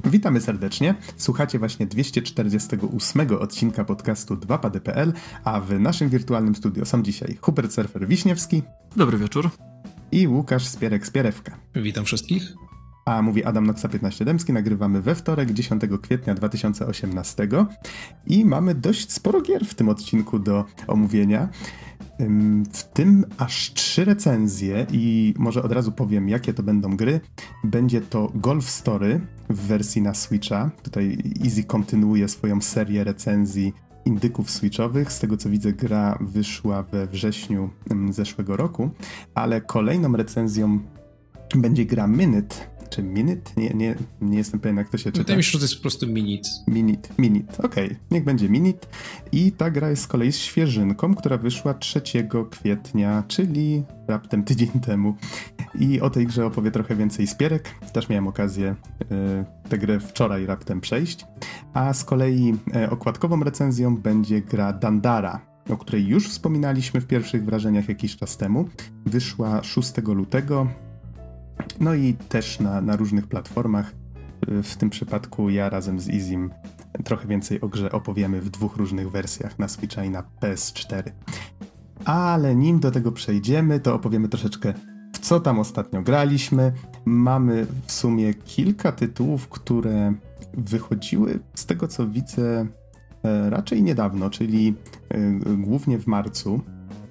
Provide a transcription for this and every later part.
Witamy serdecznie. Słuchacie właśnie 248 odcinka podcastu 2pady.pl, a w naszym wirtualnym studio są dzisiaj Hubert Surfer Wiśniewski. Dobry wieczór. I Łukasz Spierek-Spierewka. Witam wszystkich. A mówi Adam Noxa 15 Dębski. Nagrywamy we wtorek, 10 kwietnia 2018 i mamy dość sporo gier w tym odcinku do omówienia. W tym aż 3 recenzje i może od razu powiem, jakie to będą gry. Będzie to Golf Story w wersji na Switcha. Tutaj Easy kontynuuje swoją serię recenzji indyków switchowych. Z tego co widzę, gra wyszła we wrześniu zeszłego roku, ale kolejną recenzją będzie gra Minute. Czy Minute? Nie jestem pewien, jak to się czyta. Wydaje mi się, że to jest po prostu Minute. Minute. Okej. Niech będzie Minute. I ta gra jest z kolei świeżynką, która wyszła 3 kwietnia, czyli raptem tydzień temu. I o tej grze opowie trochę więcej Spierek. Też miałem okazję tę grę wczoraj raptem przejść. A z kolei okładkową recenzją będzie gra Dandara, o której już wspominaliśmy w pierwszych wrażeniach jakiś czas temu. Wyszła 6 lutego. No i też na różnych platformach. W tym przypadku ja razem z Easym trochę więcej o grze opowiemy w 2 różnych wersjach, na Switcha i na PS4. Ale nim do tego przejdziemy, to opowiemy troszeczkę, w co tam ostatnio graliśmy. Mamy w sumie kilka tytułów, które wychodziły, z tego co widzę, raczej niedawno, czyli głównie w marcu.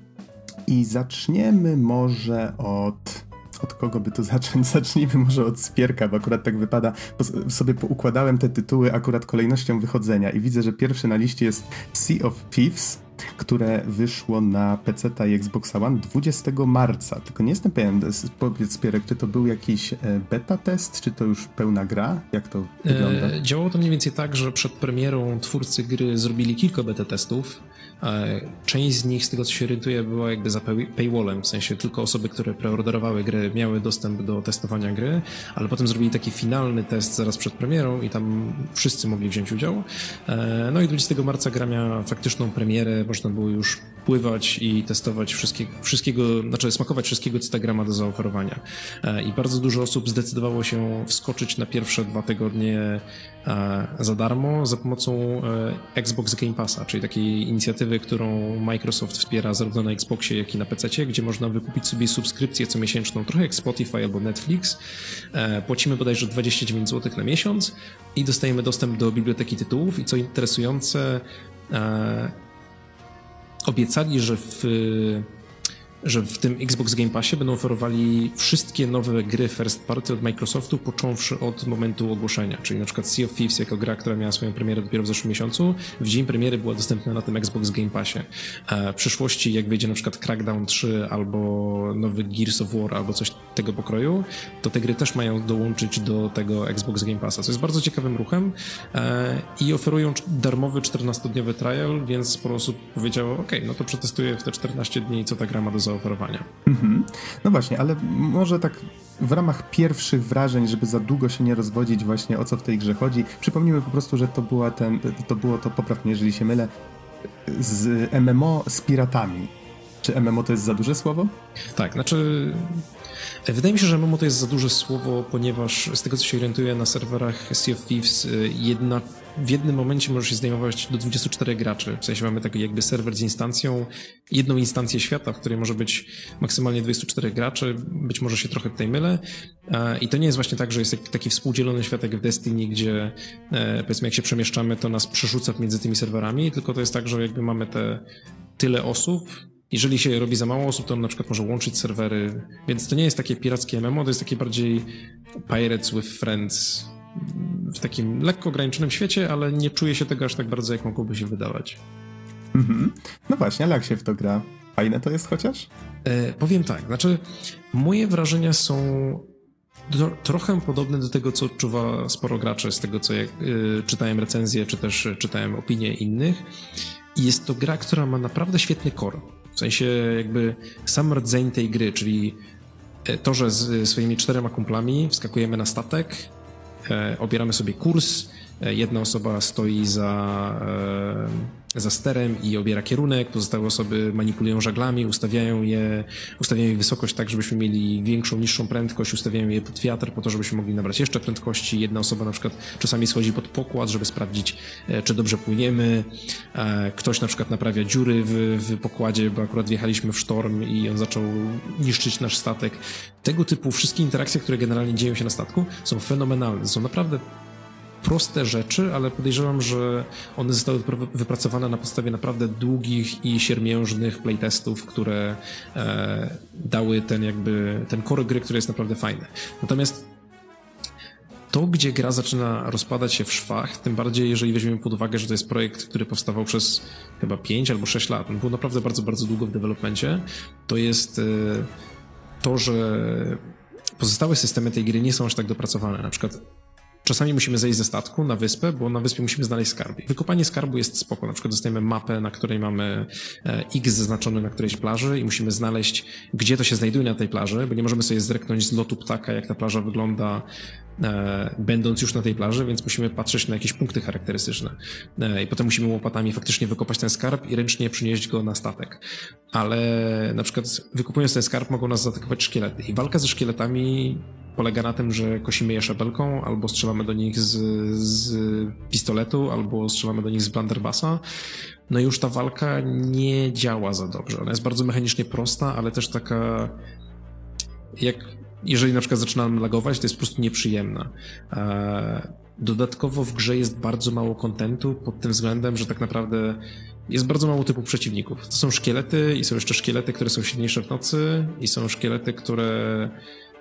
I zaczniemy może od kogo by tu zacząć? Zacznijmy może od Spierka, bo akurat tak wypada. Sobie poukładałem te tytuły akurat kolejnością wychodzenia i widzę, że pierwszy na liście jest Sea of Thieves, które wyszło na PC-ta i Xboxa One 20 marca. Tylko nie jestem pewien, powiedz Spierek, czy to był jakiś beta test, czy to już pełna gra? Jak to wygląda? Działało to mniej więcej tak, że przed premierą twórcy gry zrobili kilka beta testów. Część z nich, z tego co się orientuję, była jakby za paywallem, w sensie tylko osoby, które preorderowały grę, miały dostęp do testowania gry, ale potem zrobili taki finalny test zaraz przed premierą i tam wszyscy mogli wziąć udział. No i 20 marca gra miała faktyczną premierę, można było już pływać i testować wszystkiego, znaczy smakować wszystkiego, co ta gra ma do zaoferowania. I bardzo dużo osób zdecydowało się wskoczyć na pierwsze 2 tygodnie za darmo za pomocą Xbox Game Passa, czyli takiej inicjatywy, którą Microsoft wspiera zarówno na Xboxie, jak i na PC-cie, gdzie można wykupić sobie subskrypcję comiesięczną, trochę jak Spotify albo Netflix. Płacimy bodajże 29 zł na miesiąc i dostajemy dostęp do biblioteki tytułów i co interesujące, obiecali, że w tym Xbox Game Passie będą oferowali wszystkie nowe gry first party od Microsoftu, począwszy od momentu ogłoszenia, czyli na przykład Sea of Thieves jako gra, która miała swoją premierę dopiero w zeszłym miesiącu, w dzień premiery była dostępna na tym Xbox Game Passie. W przyszłości, jak wyjdzie na przykład Crackdown 3 albo nowy Gears of War albo coś tego pokroju, to te gry też mają dołączyć do tego Xbox Game Passa, co jest bardzo ciekawym ruchem i oferują darmowy 14-dniowy trial, więc sporo osób powiedziało, okej, no to przetestuję w te 14 dni, co ta gra ma do zaoferowania. No właśnie, ale może tak w ramach pierwszych wrażeń, żeby za długo się nie rozwodzić właśnie o co w tej grze chodzi, przypomnijmy po prostu, że to było to, popraw mnie jeżeli się mylę, z MMO z piratami. Czy MMO to jest za duże słowo? Tak, znaczy wydaje mi się, że MMO to jest za duże słowo, ponieważ z tego co się orientuję na serwerach Sea of Thieves w jednym momencie może się zdejmować do 24 graczy. W sensie mamy taki jakby serwer z instancją, jedną instancję świata, w której może być maksymalnie 24 graczy, być może się trochę tutaj mylę. I to nie jest właśnie tak, że jest taki współdzielony świat jak w Destiny, gdzie powiedzmy jak się przemieszczamy, to nas przerzuca między tymi serwerami, tylko to jest tak, że jakby mamy tyle osób. Jeżeli się robi za mało osób, to on na przykład może łączyć serwery, więc to nie jest takie pirackie MMO, to jest takie bardziej Pirates with Friends w takim lekko ograniczonym świecie, ale nie czuje się tego aż tak bardzo, jak mogłoby się wydawać. No właśnie, ale jak się w to gra? Fajne to jest chociaż? Powiem tak, znaczy moje wrażenia są trochę podobne do tego, co odczuwa sporo graczy, z tego co czytałem recenzje, czy też czytałem opinie innych. I jest to gra, która ma naprawdę świetny core. W sensie jakby sam rdzeń tej gry, czyli to, że z swoimi 4 kumplami wskakujemy na statek, obieramy sobie kurs, jedna osoba stoi za sterem i obiera kierunek, pozostałe osoby manipulują żaglami, ustawiają jej wysokość tak, żebyśmy mieli większą, niższą prędkość, ustawiają je pod wiatr po to, żebyśmy mogli nabrać jeszcze prędkości. Jedna osoba na przykład czasami schodzi pod pokład, żeby sprawdzić, czy dobrze płyniemy. Ktoś na przykład naprawia dziury w pokładzie, bo akurat wjechaliśmy w sztorm i on zaczął niszczyć nasz statek. Tego typu wszystkie interakcje, które generalnie dzieją się na statku, są fenomenalne. Są naprawdę proste rzeczy, ale podejrzewam, że one zostały wypracowane na podstawie naprawdę długich i siermiężnych playtestów, które dały ten core gry, który jest naprawdę fajny. Natomiast to, gdzie gra zaczyna rozpadać się w szwach, tym bardziej jeżeli weźmiemy pod uwagę, że to jest projekt, który powstawał przez chyba 5 albo 6 lat, on był naprawdę bardzo, bardzo długo w developmencie, to jest to, że pozostałe systemy tej gry nie są aż tak dopracowane. Na przykład czasami musimy zejść ze statku na wyspę, bo na wyspie musimy znaleźć skarb. Wykopanie skarbu jest spoko. Na przykład dostajemy mapę, na której mamy X zaznaczony na którejś plaży i musimy znaleźć, gdzie to się znajduje na tej plaży, bo nie możemy sobie zreknąć z lotu ptaka, jak ta plaża wygląda, będąc już na tej plaży, więc musimy patrzeć na jakieś punkty charakterystyczne. I potem musimy łopatami faktycznie wykopać ten skarb i ręcznie przynieść go na statek. Ale na przykład wykopując ten skarb mogą nas zaatakować szkielety. I walka ze szkieletami polega na tym, że kosimy je szabelką, albo strzelamy do nich z pistoletu, albo strzelamy do nich z blunderbassa. No i już ta walka nie działa za dobrze. Ona jest bardzo mechanicznie prosta, ale też taka jeżeli na przykład zaczynamy lagować, to jest po prostu nieprzyjemna. Dodatkowo w grze jest bardzo mało kontentu pod tym względem, że tak naprawdę jest bardzo mało typów przeciwników. To są szkielety i są jeszcze szkielety, które są silniejsze w nocy i są szkielety, które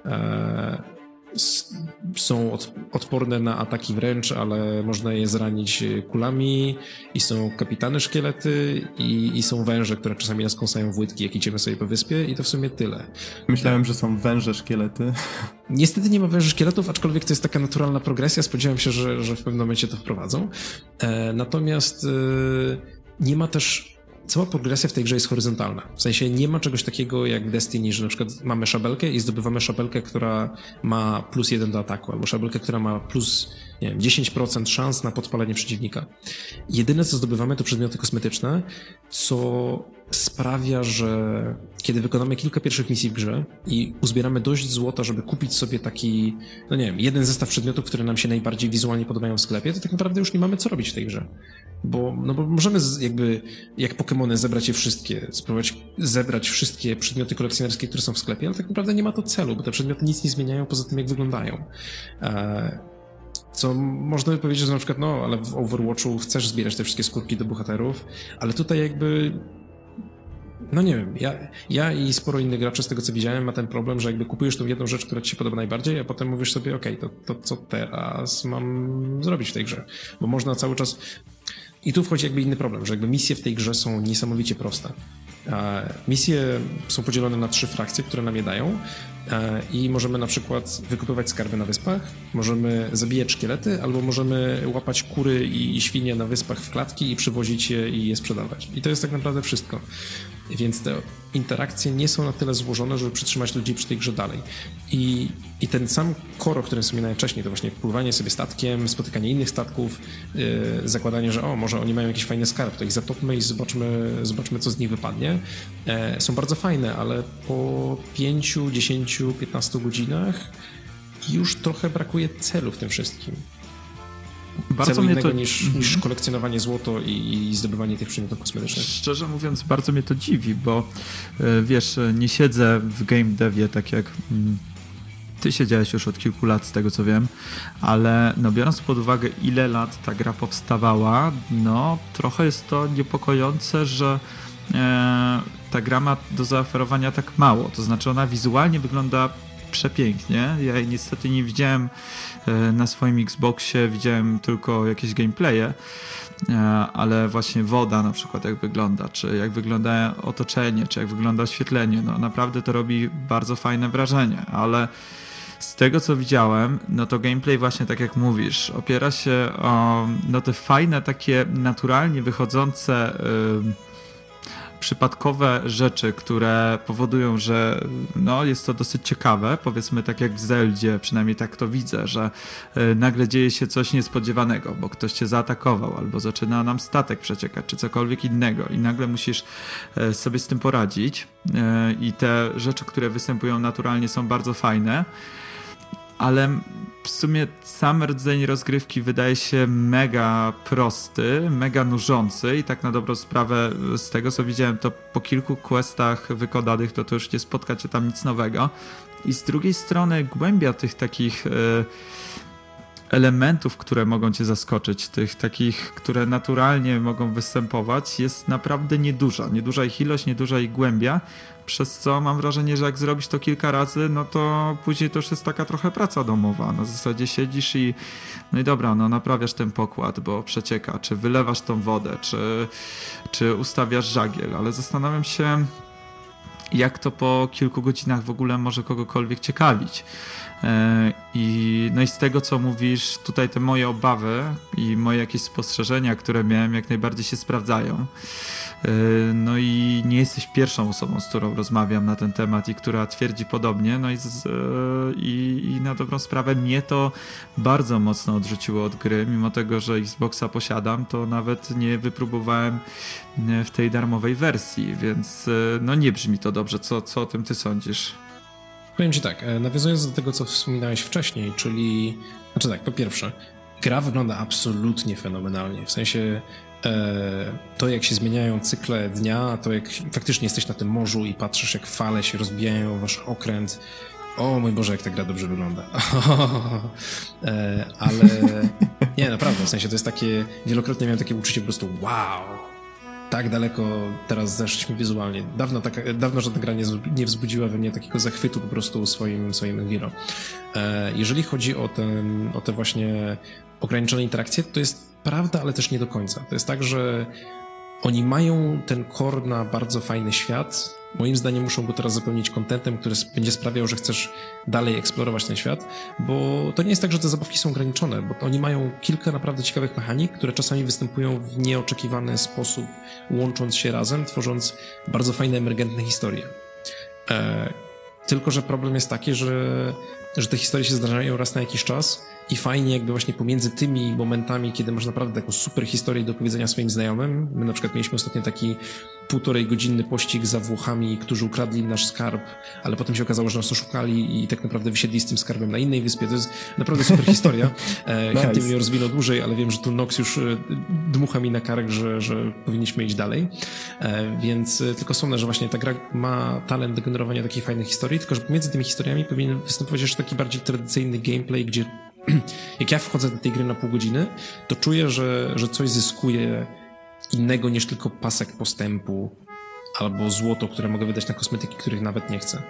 są odporne na ataki wręcz, ale można je zranić kulami i są kapitany szkielety i są węże, które czasami nas kąsają w łydki, jak idziemy sobie po wyspie i to w sumie tyle. Myślałem, że są węże szkielety. Niestety nie ma węży szkieletów, aczkolwiek to jest taka naturalna progresja. Spodziewałem się, że w pewnym momencie to wprowadzą. Natomiast nie ma też... Cała progresja w tej grze jest horyzontalna. W sensie nie ma czegoś takiego jak w Destiny, że na przykład mamy szabelkę i zdobywamy szabelkę, która ma +1 do ataku, albo szabelkę, która ma plus, nie wiem, 10% szans na podpalenie przeciwnika. Jedyne, co zdobywamy, to przedmioty kosmetyczne, co sprawia, że kiedy wykonamy kilka pierwszych misji w grze i uzbieramy dość złota, żeby kupić sobie taki, no nie wiem, jeden zestaw przedmiotów, które nam się najbardziej wizualnie podobają w sklepie, to tak naprawdę już nie mamy co robić w tej grze. Bo możemy jakby jak Pokemony zebrać je wszystkie, spróbować zebrać wszystkie przedmioty kolekcjonerskie, które są w sklepie, ale tak naprawdę nie ma to celu, bo te przedmioty nic nie zmieniają poza tym, jak wyglądają. Co można by powiedzieć, że na przykład, no, ale w Overwatchu chcesz zbierać te wszystkie skórki do bohaterów, ale tutaj jakby... No nie wiem, ja i sporo innych graczy z tego, co widziałem, ma ten problem, że jakby kupujesz tą jedną rzecz, która ci się podoba najbardziej, a potem mówisz sobie, okej, to co teraz mam zrobić w tej grze? Bo można cały czas... I tu wchodzi jakby inny problem, że jakby misje w tej grze są niesamowicie proste. Misje są podzielone na 3 frakcje, które nam je dają i możemy na przykład wykupywać skarby na wyspach, możemy zabijać szkielety, albo możemy łapać kury i świnie na wyspach w klatki i przywozić je i je sprzedawać. I to jest tak naprawdę wszystko. Więc te interakcje nie są na tyle złożone, żeby przytrzymać ludzi przy tej grze dalej. I ten sam core, o którym wspominałem wcześniej, to właśnie pływanie sobie statkiem, spotykanie innych statków, zakładanie, że może oni mają jakiś fajny skarb, to ich zatopmy i zobaczmy, co z nich wypadnie. Są bardzo fajne, ale po 5, 10, 15 godzinach już trochę brakuje celu w tym wszystkim. Bardzo celu innego niż kolekcjonowanie złoto i zdobywanie tych przedmiotów kosmetycznych. Szczerze mówiąc, bardzo mnie to dziwi, bo wiesz, nie siedzę w game devie tak jak ty siedziałeś już od kilku lat, z tego co wiem, ale no biorąc pod uwagę, ile lat ta gra powstawała, no trochę jest to niepokojące, że ta gra ma do zaoferowania tak mało. To znaczy ona wizualnie wygląda przepięknie. Ja jej niestety nie widziałem na swoim Xboxie, widziałem tylko jakieś gameplaye, ale właśnie woda na przykład jak wygląda, czy jak wygląda otoczenie, czy jak wygląda oświetlenie, no naprawdę to robi bardzo fajne wrażenie, ale z tego co widziałem, no to gameplay właśnie tak jak mówisz, opiera się o no te fajne takie naturalnie wychodzące przypadkowe rzeczy, które powodują, że no, jest to dosyć ciekawe, powiedzmy tak jak w Zeldzie, przynajmniej tak to widzę, że nagle dzieje się coś niespodziewanego, bo ktoś cię zaatakował, albo zaczyna nam statek przeciekać, czy cokolwiek innego i nagle musisz sobie z tym poradzić i te rzeczy, które występują naturalnie, są bardzo fajne, ale w sumie sam rdzeń rozgrywki wydaje się mega prosty, mega nużący i tak na dobrą sprawę z tego co widziałem, to po kilku questach wykonanych to już nie spotka cię tam nic nowego i z drugiej strony głębia tych takich elementów, które mogą cię zaskoczyć, tych takich, które naturalnie mogą występować, jest naprawdę nieduża ich ilość, nieduża ich głębia, przez co mam wrażenie, że jak zrobisz to kilka razy, no to później to już jest taka trochę praca domowa. Na zasadzie siedzisz i no i dobra, no naprawiasz ten pokład, bo przecieka, czy wylewasz tą wodę, czy ustawiasz żagiel, ale zastanawiam się, jak to po kilku godzinach w ogóle może kogokolwiek ciekawić. No i z tego co mówisz, tutaj te moje obawy i moje jakieś spostrzeżenia, które miałem, jak najbardziej się sprawdzają. No i nie jesteś pierwszą osobą, z którą rozmawiam na ten temat i która twierdzi podobnie, no i na dobrą sprawę mnie to bardzo mocno odrzuciło od gry, mimo tego, że Xboxa posiadam, to nawet nie wypróbowałem w tej darmowej wersji, więc no nie brzmi to dobrze. Co o tym ty sądzisz? Powiem ci tak, nawiązując do tego, co wspominałeś wcześniej, czyli, znaczy tak, po pierwsze, gra wygląda absolutnie fenomenalnie, w sensie to, jak się zmieniają cykle dnia, to jak faktycznie jesteś na tym morzu i patrzysz, jak fale się rozbijają o wasz okręt. O mój Boże, jak ta gra dobrze wygląda. Ale nie, naprawdę, w sensie to jest takie, wielokrotnie miałem takie uczucie po prostu wow, tak daleko teraz zeszliśmy wizualnie. Dawno żadna gra nie wzbudziła we mnie takiego zachwytu po prostu swoim Elviro. Jeżeli chodzi o te właśnie ograniczone interakcje, to jest prawda, ale też nie do końca. To jest tak, że oni mają ten core na bardzo fajny świat. Moim zdaniem muszą go teraz zapełnić contentem, który będzie sprawiał, że chcesz dalej eksplorować ten świat, bo to nie jest tak, że te zabawki są ograniczone, bo oni mają kilka naprawdę ciekawych mechanik, które czasami występują w nieoczekiwany sposób, łącząc się razem, tworząc bardzo fajne, emergentne historie. Tylko że problem jest taki, że te historie się zdarzają raz na jakiś czas i fajnie jakby właśnie pomiędzy tymi momentami, kiedy masz naprawdę taką super historię do powiedzenia swoim znajomym. My na przykład mieliśmy ostatnio taki 1,5-godzinny pościg za Włochami, którzy ukradli nasz skarb, ale potem się okazało, że nas oszukali i tak naprawdę wysiedli z tym skarbem na innej wyspie. To jest naprawdę super historia. Chętnie bym ją rozwinął dłużej, ale wiem, że tu Nox już dmucha mi na kark, że powinniśmy iść dalej. Więc tylko wspomnę, że właśnie ta gra ma talent do generowania takiej fajnej historii, tylko że pomiędzy tymi historiami powinien występować jeszcze taki bardziej tradycyjny gameplay, gdzie jak ja wchodzę do tej gry na pół godziny, to czuję, że coś zyskuję innego niż tylko pasek postępu albo złoto, które mogę wydać na kosmetyki, których nawet nie chcę.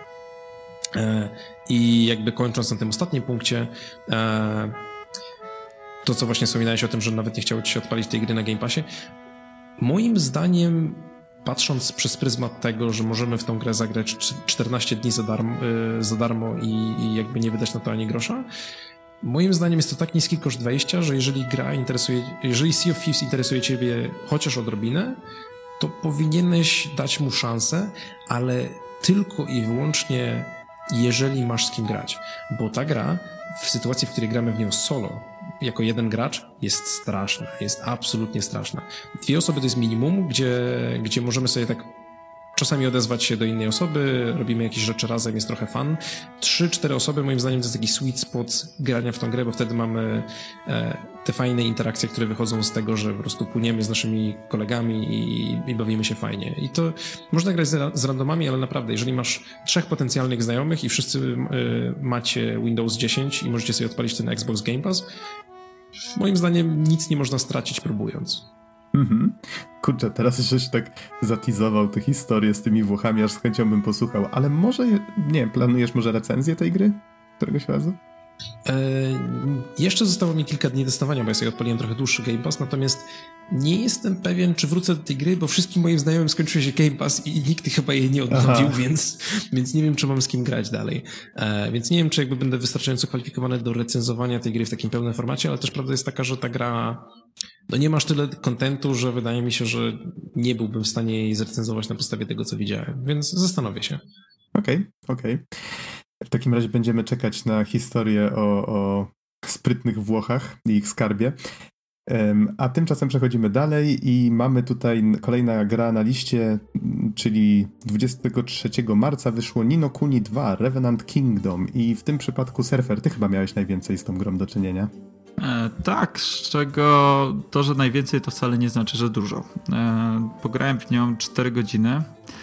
I jakby kończąc na tym ostatnim punkcie, to co właśnie wspominałeś o tym, że nawet nie chciało ci się odpalić tej gry na Game Passie, moim patrząc przez pryzmat tego, że możemy w tą grę zagrać 14 dni za darmo i jakby nie wydać na to ani grosza, moim zdaniem jest to tak niski koszt wejścia, że jeżeli Sea of Thieves interesuje ciebie chociaż odrobinę, to powinieneś dać mu szansę, ale tylko i wyłącznie jeżeli masz z kim grać. Bo ta gra, w sytuacji, w której gramy w nią solo, jako jeden gracz, jest straszna. Jest absolutnie straszna. 2 osoby to jest minimum, gdzie możemy sobie tak czasami odezwać się do innej osoby, robimy jakieś rzeczy razem, jest trochę fun. 3-4 osoby, moim zdaniem, to jest taki sweet spot grania w tą grę, bo wtedy mamy te fajne interakcje, które wychodzą z tego, że po prostu płyniemy z naszymi kolegami i bawimy się fajnie. I to można grać z randomami, ale naprawdę, jeżeli masz 3 potencjalnych znajomych i wszyscy macie Windows 10 i możecie sobie odpalić ten Xbox Game Pass, moim zdaniem nic nie można stracić próbując. Kurczę, teraz żeś tak zatizował tę historię z tymi Włochami, aż z chęcią bym posłuchał, ale może, nie, planujesz może recenzję tej gry? Któregoś razu? Jeszcze zostało mi kilka dni testowania, bo ja sobie odpaliłem trochę dłuższy Game Pass, natomiast nie jestem pewien, czy wrócę do tej gry, bo wszystkim moim znajomym skończył się Game Pass i nikt chyba jej nie odnowił, więc nie wiem, czy mam z kim grać dalej. Więc nie wiem, czy jakby będę wystarczająco kwalifikowany do recenzowania tej gry w takim pełnym formacie, ale też prawda jest taka, że ta gra, no nie masz tyle kontentu, że wydaje mi się, że nie byłbym w stanie jej zrecenzować na podstawie tego, co widziałem, więc zastanowię się. Okej. W takim razie będziemy czekać na historię o sprytnych Włochach i ich skarbie. A tymczasem przechodzimy dalej i mamy tutaj kolejna gra na liście, czyli 23 marca wyszło Ni no Kuni 2 Revenant Kingdom i w tym przypadku Surfer, ty chyba miałeś najwięcej z tą grą do czynienia. Tak, z czego to, że najwięcej to wcale nie znaczy, że dużo. Pograłem w nią 4 godziny.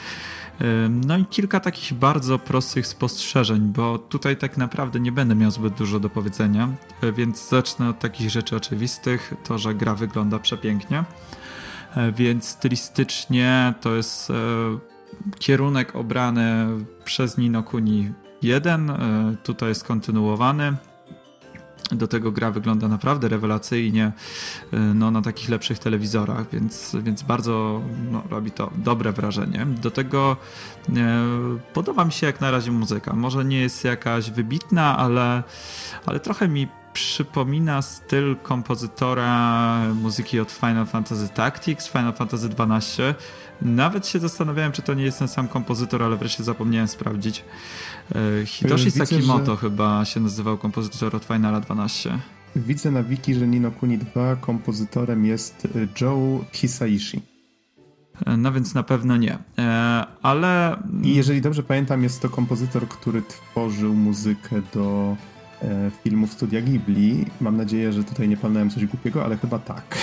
No i kilka takich bardzo prostych spostrzeżeń, bo tutaj tak naprawdę nie będę miał zbyt dużo do powiedzenia, więc zacznę od takich rzeczy oczywistych. To, że gra wygląda przepięknie, więc stylistycznie to jest kierunek obrany przez Ni no Kuni 1, tutaj jest kontynuowany. Do tego gra wygląda naprawdę rewelacyjnie na takich lepszych telewizorach, więc bardzo robi to dobre wrażenie. Do tego podoba mi się jak na razie muzyka. Może nie jest jakaś wybitna, ale trochę mi przypomina styl kompozytora muzyki od Final Fantasy Tactics, Final Fantasy XII. Nawet się zastanawiałem, czy to nie jest ten sam kompozytor, ale wreszcie zapomniałem sprawdzić. Hitoshi Sakimoto chyba się nazywał kompozytor od Finala 12. Widzę na wiki, że Ni no Kuni 2 kompozytorem jest Joe Hisaishi. No więc na pewno nie. Ale... I jeżeli dobrze pamiętam, jest to kompozytor, który tworzył muzykę do filmów Studia Ghibli. Mam nadzieję, że tutaj nie palnąłem coś głupiego, ale chyba tak.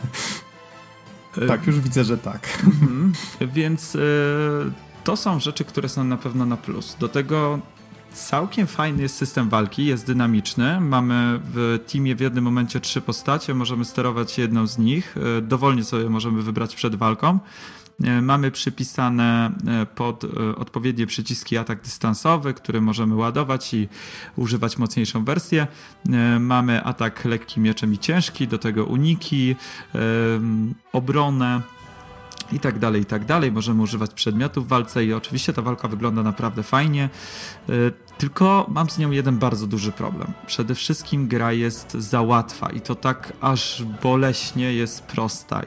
Tak, już widzę, że tak. Więc to są rzeczy, które są na pewno na plus. Do tego całkiem fajny jest system walki, jest dynamiczny. Mamy w teamie w jednym momencie 3 postacie, możemy sterować jedną z nich. Dowolnie sobie możemy wybrać przed walką. Mamy przypisane pod odpowiednie przyciski atak dystansowy, który możemy ładować i używać mocniejszą wersję. Mamy atak lekki mieczem i ciężki, do tego uniki, obronę i tak dalej. Możemy używać przedmiotów w walce i oczywiście ta walka wygląda naprawdę fajnie, tylko mam z nią jeden bardzo duży problem. Przede wszystkim gra jest za łatwa i to tak aż boleśnie jest prosta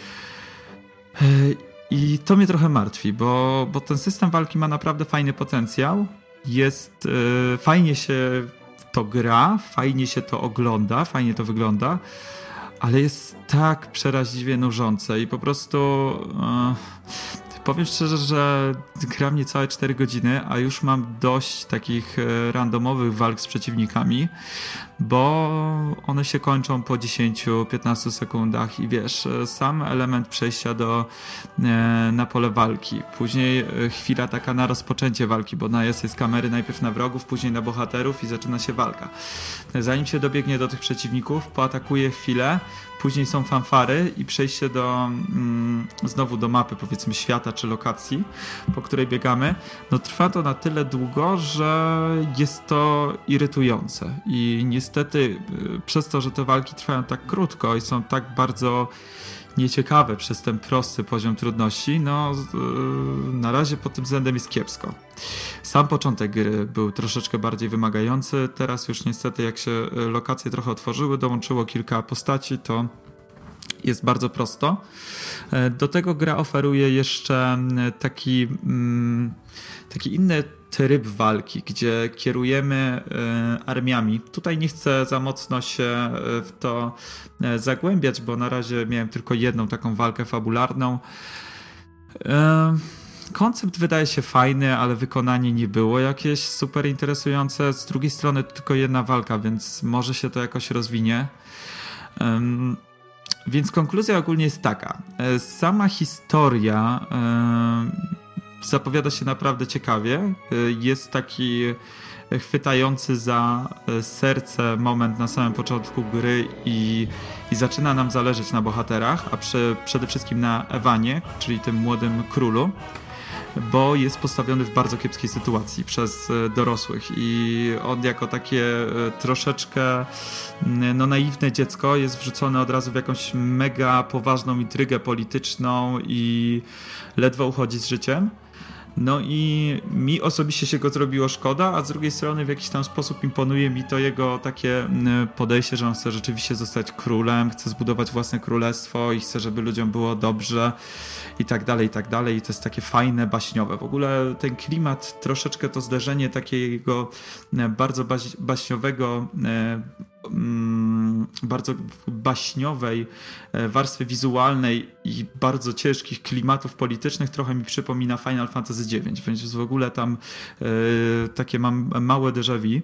i to mnie trochę martwi, bo ten system walki ma naprawdę fajny potencjał, jest fajnie się w to gra, fajnie się to ogląda, fajnie to wygląda, ale jest tak przeraźliwie nużące i po prostu powiem szczerze, że gram niecałe 4 godziny, a już mam dość takich randomowych walk z przeciwnikami, bo one się kończą po 10-15 sekundach i wiesz, sam element przejścia na pole walki, później chwila taka na rozpoczęcie walki, bo najazd jest kamery najpierw na wrogów, później na bohaterów i zaczyna się walka. Zanim się dobiegnie do tych przeciwników, poatakuje chwilę, później są fanfary i przejście znowu do mapy, powiedzmy świata czy lokacji, po której biegamy. No trwa to na tyle długo, że jest to irytujące i niestety przez to, że te walki trwają tak krótko i są tak bardzo nieciekawe przez ten prosty poziom trudności, no na razie pod tym względem jest kiepsko. Sam początek gry był troszeczkę bardziej wymagający, teraz już niestety jak się lokacje trochę otworzyły, dołączyło kilka postaci, to jest bardzo prosto. Do tego gra oferuje jeszcze taki inny tryb walki, gdzie kierujemy armiami. Tutaj nie chcę za mocno się w to zagłębiać, bo na razie miałem tylko jedną taką walkę fabularną. Koncept wydaje się fajny, ale wykonanie nie było jakieś super interesujące. Z drugiej strony to tylko jedna walka, więc może się to jakoś rozwinie. Więc konkluzja ogólnie jest taka. Sama historia zapowiada się naprawdę ciekawie. Jest taki chwytający za serce moment na samym początku gry i zaczyna nam zależeć na bohaterach, a przede wszystkim na Ewanie, czyli tym młodym królu. bo jest postawiony w bardzo kiepskiej sytuacji przez dorosłych i on jako takie troszeczkę naiwne dziecko jest wrzucone od razu w jakąś mega poważną intrygę polityczną i ledwo uchodzi z życiem. No i mi osobiście się go zrobiło szkoda, a z drugiej strony w jakiś tam sposób imponuje mi to jego takie podejście, że on chce rzeczywiście zostać królem, chce zbudować własne królestwo i chce, żeby ludziom było dobrze i tak dalej, i tak dalej. I to jest takie fajne, baśniowe. W ogóle ten klimat, troszeczkę to zderzenie takiego bardzo baśniowego, bardzo baśniowej warstwy wizualnej i bardzo ciężkich klimatów politycznych trochę mi przypomina Final Fantasy IX, więc w ogóle tam takie mam małe déjà vu.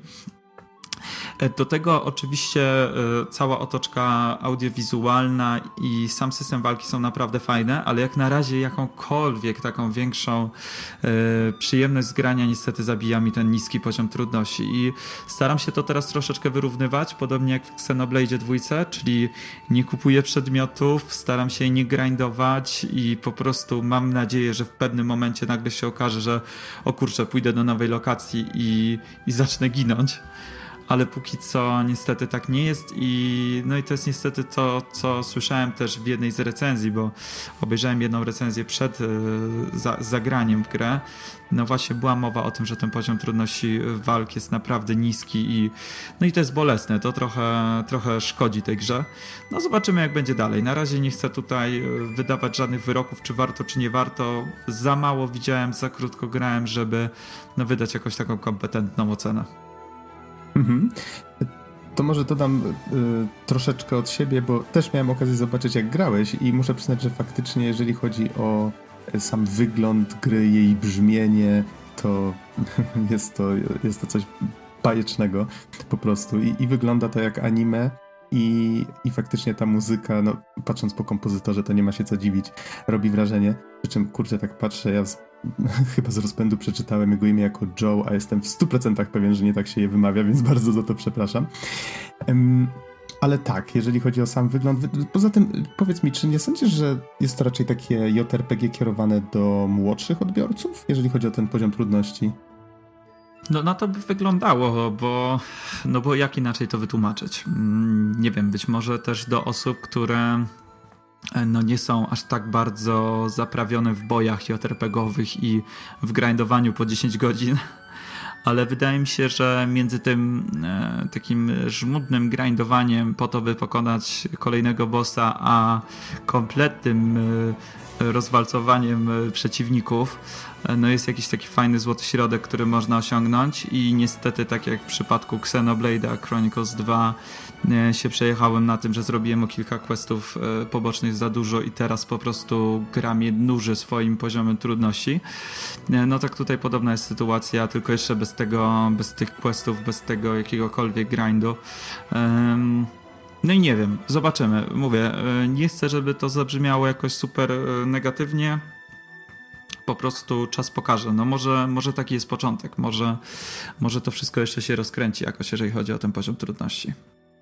Do tego oczywiście cała otoczka audiowizualna i sam system walki są naprawdę fajne, ale jak na razie jakąkolwiek taką większą przyjemność z grania niestety zabija mi ten niski poziom trudności i staram się to teraz troszeczkę wyrównywać, podobnie jak w Xenoblade 2, czyli nie kupuję przedmiotów, staram się nie grindować i po prostu mam nadzieję, że w pewnym momencie nagle się okaże, że o kurczę, pójdę do nowej lokacji i zacznę ginąć. Ale póki co niestety tak nie jest i to jest niestety to, co słyszałem też w jednej z recenzji, bo obejrzałem jedną recenzję przed zagraniem w grę. No właśnie była mowa o tym, że ten poziom trudności walk jest naprawdę niski i to jest bolesne, to trochę szkodzi tej grze. No zobaczymy jak będzie dalej. Na razie nie chcę tutaj wydawać żadnych wyroków, czy warto, czy nie warto. Za mało widziałem, za krótko grałem, żeby wydać jakąś taką kompetentną ocenę. Mhm. To może dodam troszeczkę od siebie, bo też miałem okazję zobaczyć jak grałeś i muszę przyznać, że faktycznie jeżeli chodzi o sam wygląd gry, jej brzmienie, to jest to coś bajecznego po prostu i wygląda to jak anime i faktycznie ta muzyka, patrząc po kompozytorze, to nie ma się co dziwić, robi wrażenie, przy czym kurczę tak patrzę, ja chyba z rozpędu przeczytałem jego imię jako Joe, a jestem w 100% pewien, że nie tak się je wymawia, więc bardzo za to przepraszam. Ale tak, jeżeli chodzi o sam wygląd, poza tym powiedz mi, czy nie sądzisz, że jest to raczej takie JRPG kierowane do młodszych odbiorców, jeżeli chodzi o ten poziom trudności? No na to by wyglądało, bo jak inaczej to wytłumaczyć? Nie wiem, być może też do osób, które nie są aż tak bardzo zaprawione w bojach JRPG-owych i w grindowaniu po 10 godzin, ale wydaje mi się, że między tym takim żmudnym grindowaniem po to, by pokonać kolejnego bossa, a kompletnym rozwalcowaniem przeciwników, jest jakiś taki fajny złoty środek, który można osiągnąć i niestety tak jak w przypadku Xenoblade'a Chronicles 2 się przejechałem na tym, że zrobiłem o kilka questów pobocznych za dużo i teraz po prostu gra mnie nuży swoim poziomem trudności. Tak tutaj podobna jest sytuacja, tylko jeszcze bez tych questów, bez tego jakiegokolwiek grindu. No i nie wiem, zobaczymy. Mówię, nie chcę, żeby to zabrzmiało jakoś super negatywnie. Po prostu czas pokaże. Może taki jest początek. Może to wszystko jeszcze się rozkręci jakoś, jeżeli chodzi o ten poziom trudności.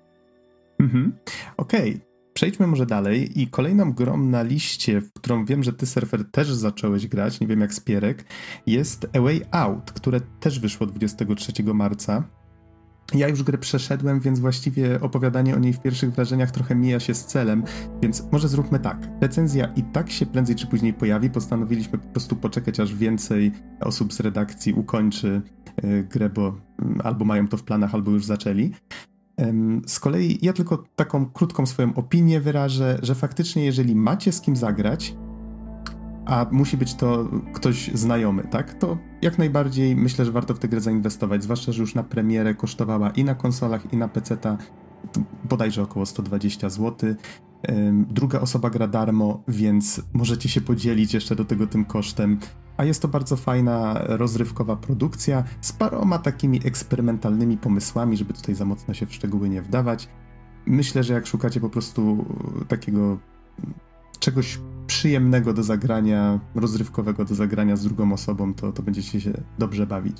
Okej. Przejdźmy może dalej i kolejną grą na liście, w którą wiem, że ty, Surfer, też zacząłeś grać, nie wiem jak Spierek, jest A Way Out, które też wyszło 23 marca. Ja już grę przeszedłem, więc właściwie opowiadanie o niej w pierwszych wrażeniach trochę mija się z celem, więc może zróbmy tak. Recenzja i tak się prędzej czy później pojawi, postanowiliśmy po prostu poczekać, aż więcej osób z redakcji ukończy grę, bo albo mają to w planach, albo już zaczęli. Z kolei ja tylko taką krótką swoją opinię wyrażę, że faktycznie jeżeli macie z kim zagrać, a musi być to ktoś znajomy, tak? To jak najbardziej myślę, że warto w tę grę zainwestować, zwłaszcza, że już na premierę kosztowała i na konsolach, i na PC-ta bodajże około 120 zł. Druga osoba gra darmo, więc możecie się podzielić jeszcze do tego tym kosztem. A jest to bardzo fajna, rozrywkowa produkcja z paroma takimi eksperymentalnymi pomysłami, żeby tutaj za mocno się w szczegóły nie wdawać. Myślę, że jak szukacie po prostu takiego czegoś przyjemnego do zagrania, rozrywkowego do zagrania z drugą osobą, to będziecie się dobrze bawić.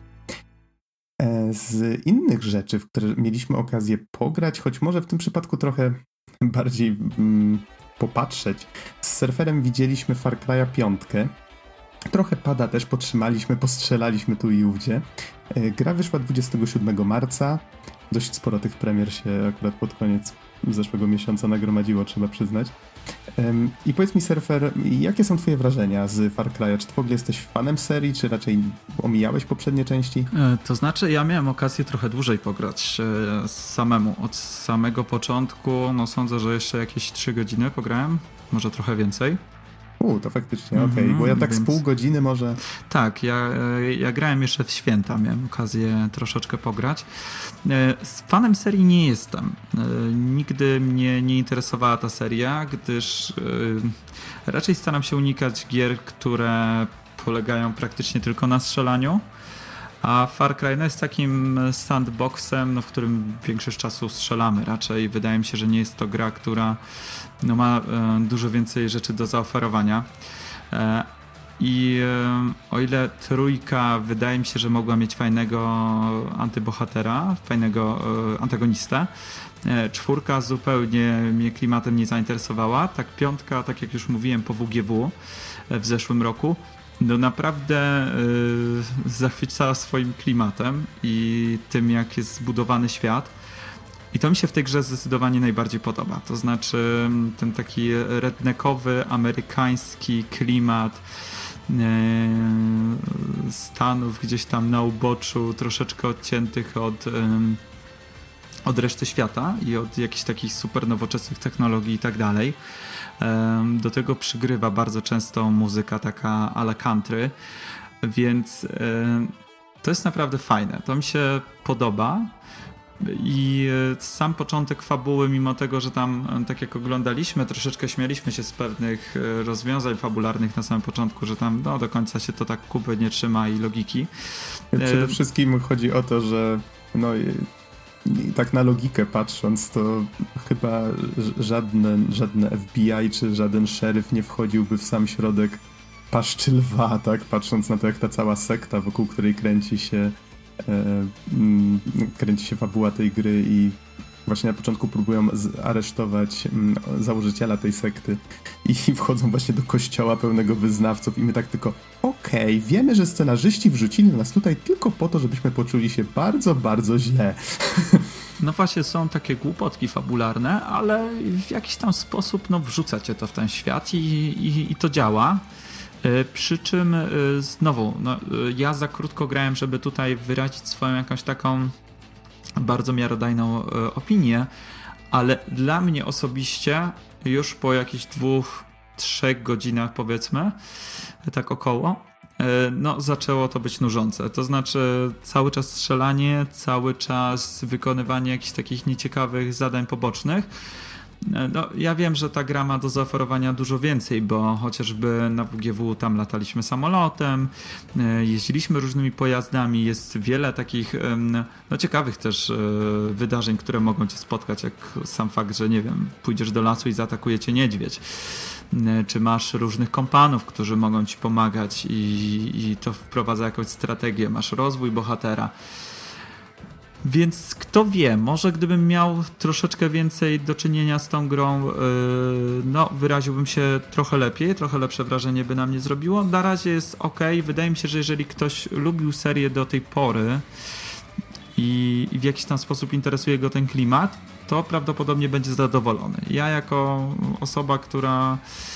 Z innych rzeczy, w które mieliśmy okazję pograć, choć może w tym przypadku trochę bardziej popatrzeć, z Surferem widzieliśmy Far Cry'a 5, Trochę pada też, postrzelaliśmy tu i ówdzie. Gra wyszła 27 marca. Dość sporo tych premier się akurat pod koniec zeszłego miesiąca nagromadziło, trzeba przyznać. I powiedz mi, Surfer, jakie są twoje wrażenia z Far Cry'a? Czy ty w ogóle jesteś fanem serii, czy raczej omijałeś poprzednie części? To znaczy, ja miałem okazję trochę dłużej pograć samemu. Od samego początku, no sądzę, że jeszcze jakieś 3 godziny pograłem, może trochę więcej. To faktycznie, okej, bo ja tak z pół godziny może... Tak, ja grałem jeszcze w święta, miałem okazję troszeczkę pograć. Z fanem serii nie jestem. Nigdy mnie nie interesowała ta seria, gdyż raczej staram się unikać gier, które polegają praktycznie tylko na strzelaniu. A Far Cry jest takim sandboxem, w którym większość czasu strzelamy raczej. Wydaje mi się, że nie jest to gra, która ma dużo więcej rzeczy do zaoferowania. I o ile trójka wydaje mi się, że mogła mieć fajnego antybohatera, fajnego antagonistę, czwórka zupełnie mnie klimatem nie zainteresowała. Tak piątka, tak jak już mówiłem po WGW w zeszłym roku, naprawdę zachwycała swoim klimatem i tym, jak jest zbudowany świat. I to mi się w tej grze zdecydowanie najbardziej podoba. To znaczy ten taki redneckowy, amerykański klimat Stanów gdzieś tam na uboczu, troszeczkę odciętych od reszty świata i od jakichś takich super nowoczesnych technologii i tak dalej. Do tego przygrywa bardzo często muzyka taka a la country, więc to jest naprawdę fajne. To mi się podoba i sam początek fabuły, mimo tego, że tam, tak jak oglądaliśmy, troszeczkę śmialiśmy się z pewnych rozwiązań fabularnych na samym początku, że tam do końca się to tak kupy nie trzyma i logiki. Przede wszystkim chodzi o to, że tak na logikę patrząc, to chyba żadne FBI czy żaden szeryf nie wchodziłby w sam środek paszczy lwa, tak? Patrząc na to, jak ta cała sekta, wokół której kręci się fabuła tej gry i właśnie na początku próbują aresztować założyciela tej sekty i wchodzą właśnie do kościoła pełnego wyznawców i my tak tylko wiemy, że scenarzyści wrzucili nas tutaj tylko po to, żebyśmy poczuli się bardzo, bardzo źle. No właśnie, są takie głupotki fabularne, ale w jakiś tam sposób wrzucacie to w ten świat i to działa. Przy czym znowu, ja za krótko grałem, żeby tutaj wyrazić swoją jakąś taką bardzo miarodajną opinię, ale dla mnie osobiście już po jakichś 2-3 godzinach, powiedzmy, tak około, zaczęło to być nużące. To znaczy cały czas strzelanie, cały czas wykonywanie jakichś takich nieciekawych zadań pobocznych. Ja wiem, że ta gra ma do zaoferowania dużo więcej, bo chociażby na WGW tam lataliśmy samolotem, jeździliśmy różnymi pojazdami, jest wiele takich ciekawych też wydarzeń, które mogą cię spotkać, jak sam fakt, że nie wiem, pójdziesz do lasu i zaatakuje cię niedźwiedź, czy masz różnych kompanów, którzy mogą ci pomagać i to wprowadza jakąś strategię, masz rozwój bohatera. Więc kto wie, może gdybym miał troszeczkę więcej do czynienia z tą grą, wyraziłbym się trochę lepiej, trochę lepsze wrażenie by na mnie zrobiło. Na razie jest okej. Wydaje mi się, że jeżeli ktoś lubił serię do tej pory i w jakiś tam sposób interesuje go ten klimat, to prawdopodobnie będzie zadowolony. Ja jako osoba, która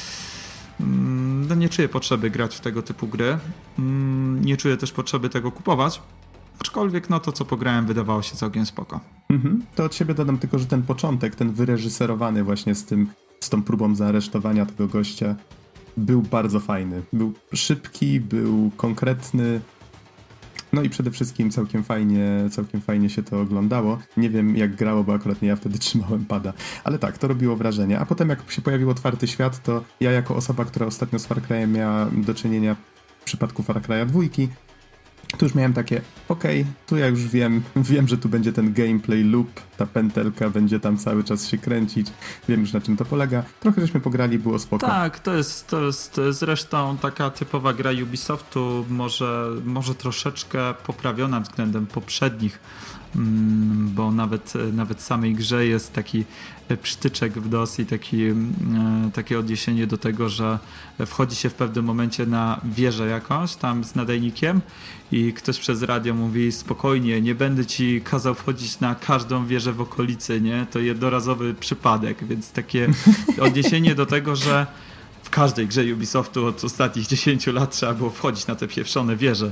nie czuję potrzeby grać w tego typu gry, nie czuję też potrzeby tego kupować, aczkolwiek to, co pograłem, wydawało się całkiem spoko. To od siebie dodam tylko, że ten początek, ten wyreżyserowany właśnie z tą próbą zaaresztowania tego gościa, był bardzo fajny. Był szybki, był konkretny, i przede wszystkim całkiem fajnie się to oglądało. Nie wiem, jak grało, bo akurat nie ja wtedy trzymałem pada, ale tak, to robiło wrażenie. A potem jak się pojawił otwarty świat, to ja jako osoba, która ostatnio z Far Cry'em miała do czynienia w przypadku Far Cry'a 2, tu już miałem takie, tu ja już wiem, że tu będzie ten gameplay loop, ta pętelka będzie tam cały czas się kręcić, wiem już na czym to polega. Trochę żeśmy pograli, było spoko. Tak, to jest zresztą taka typowa gra Ubisoftu, może troszeczkę poprawiona względem poprzednich bo nawet w samej grze jest taki przytyczek w DOS i takie odniesienie do tego, że wchodzi się w pewnym momencie na wieżę jakąś tam z nadajnikiem i ktoś przez radio mówi: spokojnie, nie będę ci kazał wchodzić na każdą wieżę w okolicy, nie? To jednorazowy przypadek, więc takie odniesienie do tego, że w każdej grze Ubisoftu od ostatnich 10 lat trzeba było wchodzić na te pieprzone wieże.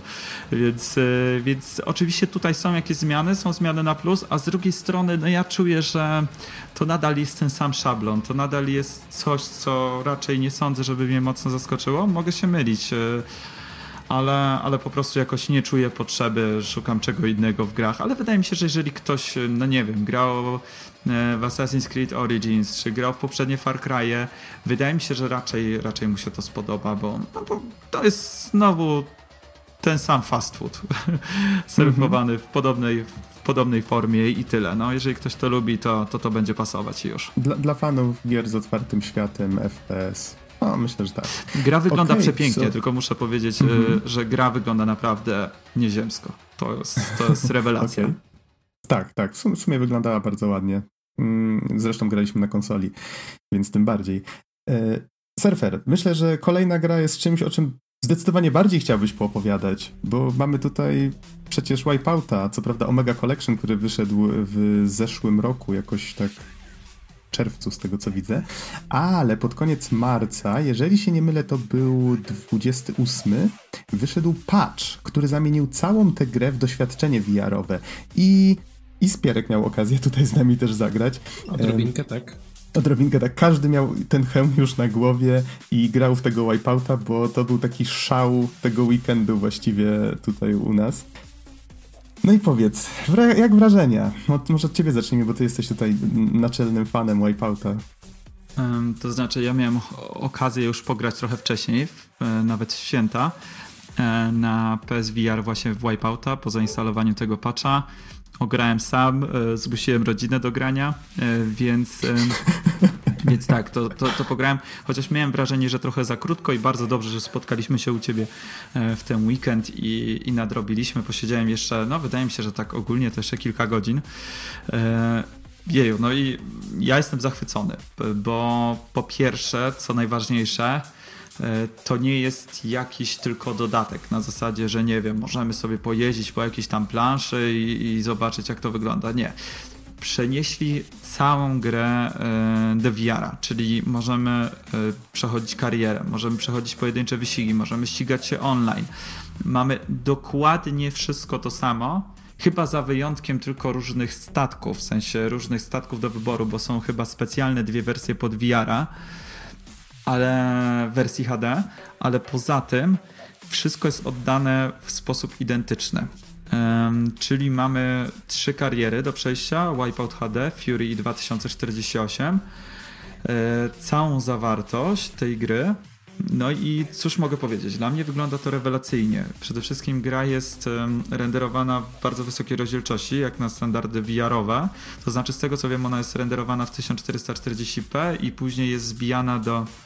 Więc oczywiście tutaj są jakieś zmiany, są zmiany na plus, a z drugiej strony no ja czuję, że to nadal jest ten sam szablon, to nadal jest coś, co raczej nie sądzę, żeby mnie mocno zaskoczyło. Mogę się mylić, ale po prostu jakoś nie czuję potrzeby, szukam czego innego w grach, ale wydaje mi się, że jeżeli ktoś, no nie wiem, grał w Assassin's Creed Origins, czy grał w poprzednie Far Cry'e, wydaje mi się, że raczej mu się to spodoba, bo to jest znowu ten sam fast food serwowany w podobnej formie i tyle. No, jeżeli ktoś to lubi, to będzie pasować już. Dla fanów gier z otwartym światem, FPS, no myślę, że tak. Gra wygląda przepięknie, tylko muszę powiedzieć, że gra wygląda naprawdę nieziemsko. To jest rewelacja. Tak, w sumie wyglądała bardzo ładnie. Zresztą graliśmy na konsoli, więc tym bardziej. Surfer, myślę, że kolejna gra jest czymś, o czym zdecydowanie bardziej chciałbyś poopowiadać, bo mamy tutaj przecież Wipeouta, co prawda Omega Collection, który wyszedł w zeszłym roku, jakoś tak w czerwcu z tego co widzę, ale pod koniec marca, jeżeli się nie mylę, to był 28, wyszedł patch, który zamienił całą tę grę w doświadczenie VR-owe i Spierek miał okazję tutaj z nami też zagrać. Odrobinkę, tak. Odrobinkę, tak. Każdy miał ten hełm już na głowie i grał w tego Wipeouta, bo to był taki szał tego weekendu właściwie tutaj u nas. No i powiedz, jak wrażenia? Może od ciebie zacznijmy, bo ty jesteś tutaj naczelnym fanem Wipeouta. To znaczy, ja miałem okazję już pograć trochę wcześniej, nawet w święta, na PSVR właśnie w Wipeouta, po zainstalowaniu tego patcha. Ograłem sam, zmusiłem rodzinę do grania, więc tak, to pograłem, chociaż miałem wrażenie, że trochę za krótko i bardzo dobrze, że spotkaliśmy się u ciebie w ten weekend i nadrobiliśmy, posiedziałem jeszcze, no wydaje mi się, że tak ogólnie to jeszcze kilka godzin. Jeju, no i ja jestem zachwycony, bo po pierwsze, co najważniejsze, to nie jest jakiś tylko dodatek na zasadzie, że nie wiem, możemy sobie pojeździć po jakiejś tam planszy i zobaczyć jak to wygląda. Nie. Przenieśli całą grę do VR-a, czyli możemy przechodzić karierę, możemy przechodzić pojedyncze wyścigi, możemy ścigać się online. Mamy dokładnie wszystko to samo, chyba za wyjątkiem tylko różnych statków, w sensie różnych statków do wyboru, bo są chyba specjalne 2 wersje pod VR-a, ale w wersji HD, ale poza tym wszystko jest oddane w sposób identyczny. Czyli mamy 3 kariery do przejścia, Wipeout HD, Fury i 2048, całą zawartość tej gry. No i cóż mogę powiedzieć, dla mnie wygląda to rewelacyjnie. Przede wszystkim gra jest renderowana w bardzo wysokiej rozdzielczości, jak na standardy VR-owe. To znaczy, z tego co wiem, ona jest renderowana w 1440p i później jest zbijana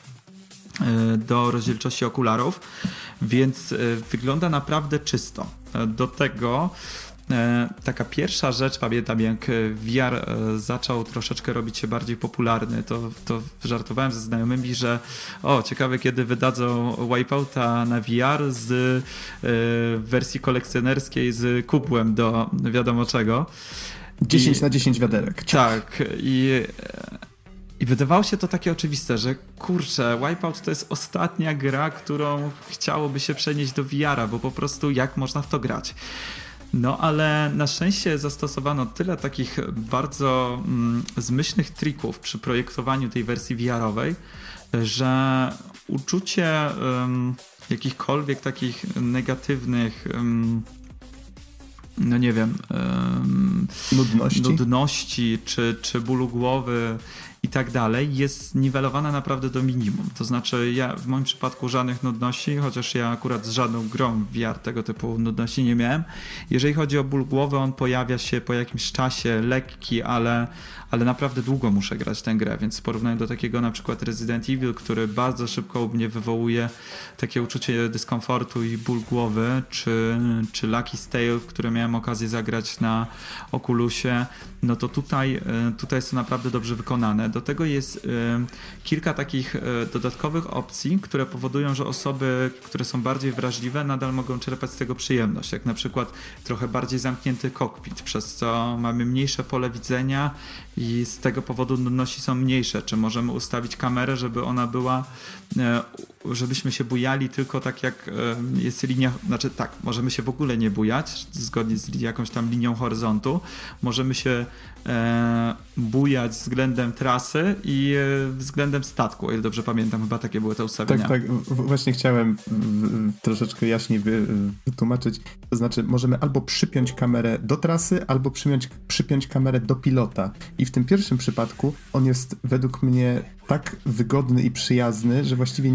do rozdzielczości okularów, więc wygląda naprawdę czysto. Do tego taka pierwsza rzecz, pamiętam jak VR zaczął troszeczkę robić się bardziej popularny, to żartowałem ze znajomymi, że ciekawe kiedy wydadzą Wipeouta na VR z wersji kolekcjonerskiej z kubłem do wiadomo czego. 10 na 10 wiaderek. Tak, i wydawało się to takie oczywiste, że kurczę, Wipeout to jest ostatnia gra, którą chciałoby się przenieść do VR-a, bo po prostu jak można w to grać. No ale na szczęście zastosowano tyle takich bardzo zmyślnych trików przy projektowaniu tej wersji VR-owej, że uczucie jakichkolwiek takich negatywnych no nie wiem, nudności czy bólu głowy i tak dalej jest niwelowana naprawdę do minimum. To znaczy ja w moim przypadku żadnych nudności, chociaż ja akurat z żadną grą VR tego typu nudności nie miałem. Jeżeli chodzi o ból głowy, on pojawia się po jakimś czasie, lekki, ale naprawdę długo muszę grać tę grę, więc w porównaniu do takiego na przykład Resident Evil, który bardzo szybko u mnie wywołuje takie uczucie dyskomfortu i ból głowy, czy Lucky's Tale, które miałem okazję zagrać na Oculusie, no to tutaj jest to naprawdę dobrze wykonane. Do tego jest kilka takich dodatkowych opcji, które powodują, że osoby, które są bardziej wrażliwe, nadal mogą czerpać z tego przyjemność, jak na przykład trochę bardziej zamknięty kokpit, przez co mamy mniejsze pole widzenia i z tego powodu nudności są mniejsze. Czy możemy ustawić kamerę, żeby ona była, żebyśmy się bujali tylko tak jak jest linia, znaczy tak, możemy się w ogóle nie bujać zgodnie z jakąś tam linią horyzontu, możemy się bujać względem trasy i względem statku, o ile dobrze pamiętam, chyba takie były te ustawienia. Tak, właśnie chciałem troszeczkę jaśniej wytłumaczyć, to znaczy możemy albo przypiąć kamerę do trasy, albo przypiąć kamerę do pilota i w tym pierwszym przypadku on jest według mnie tak wygodny i przyjazny, że właściwie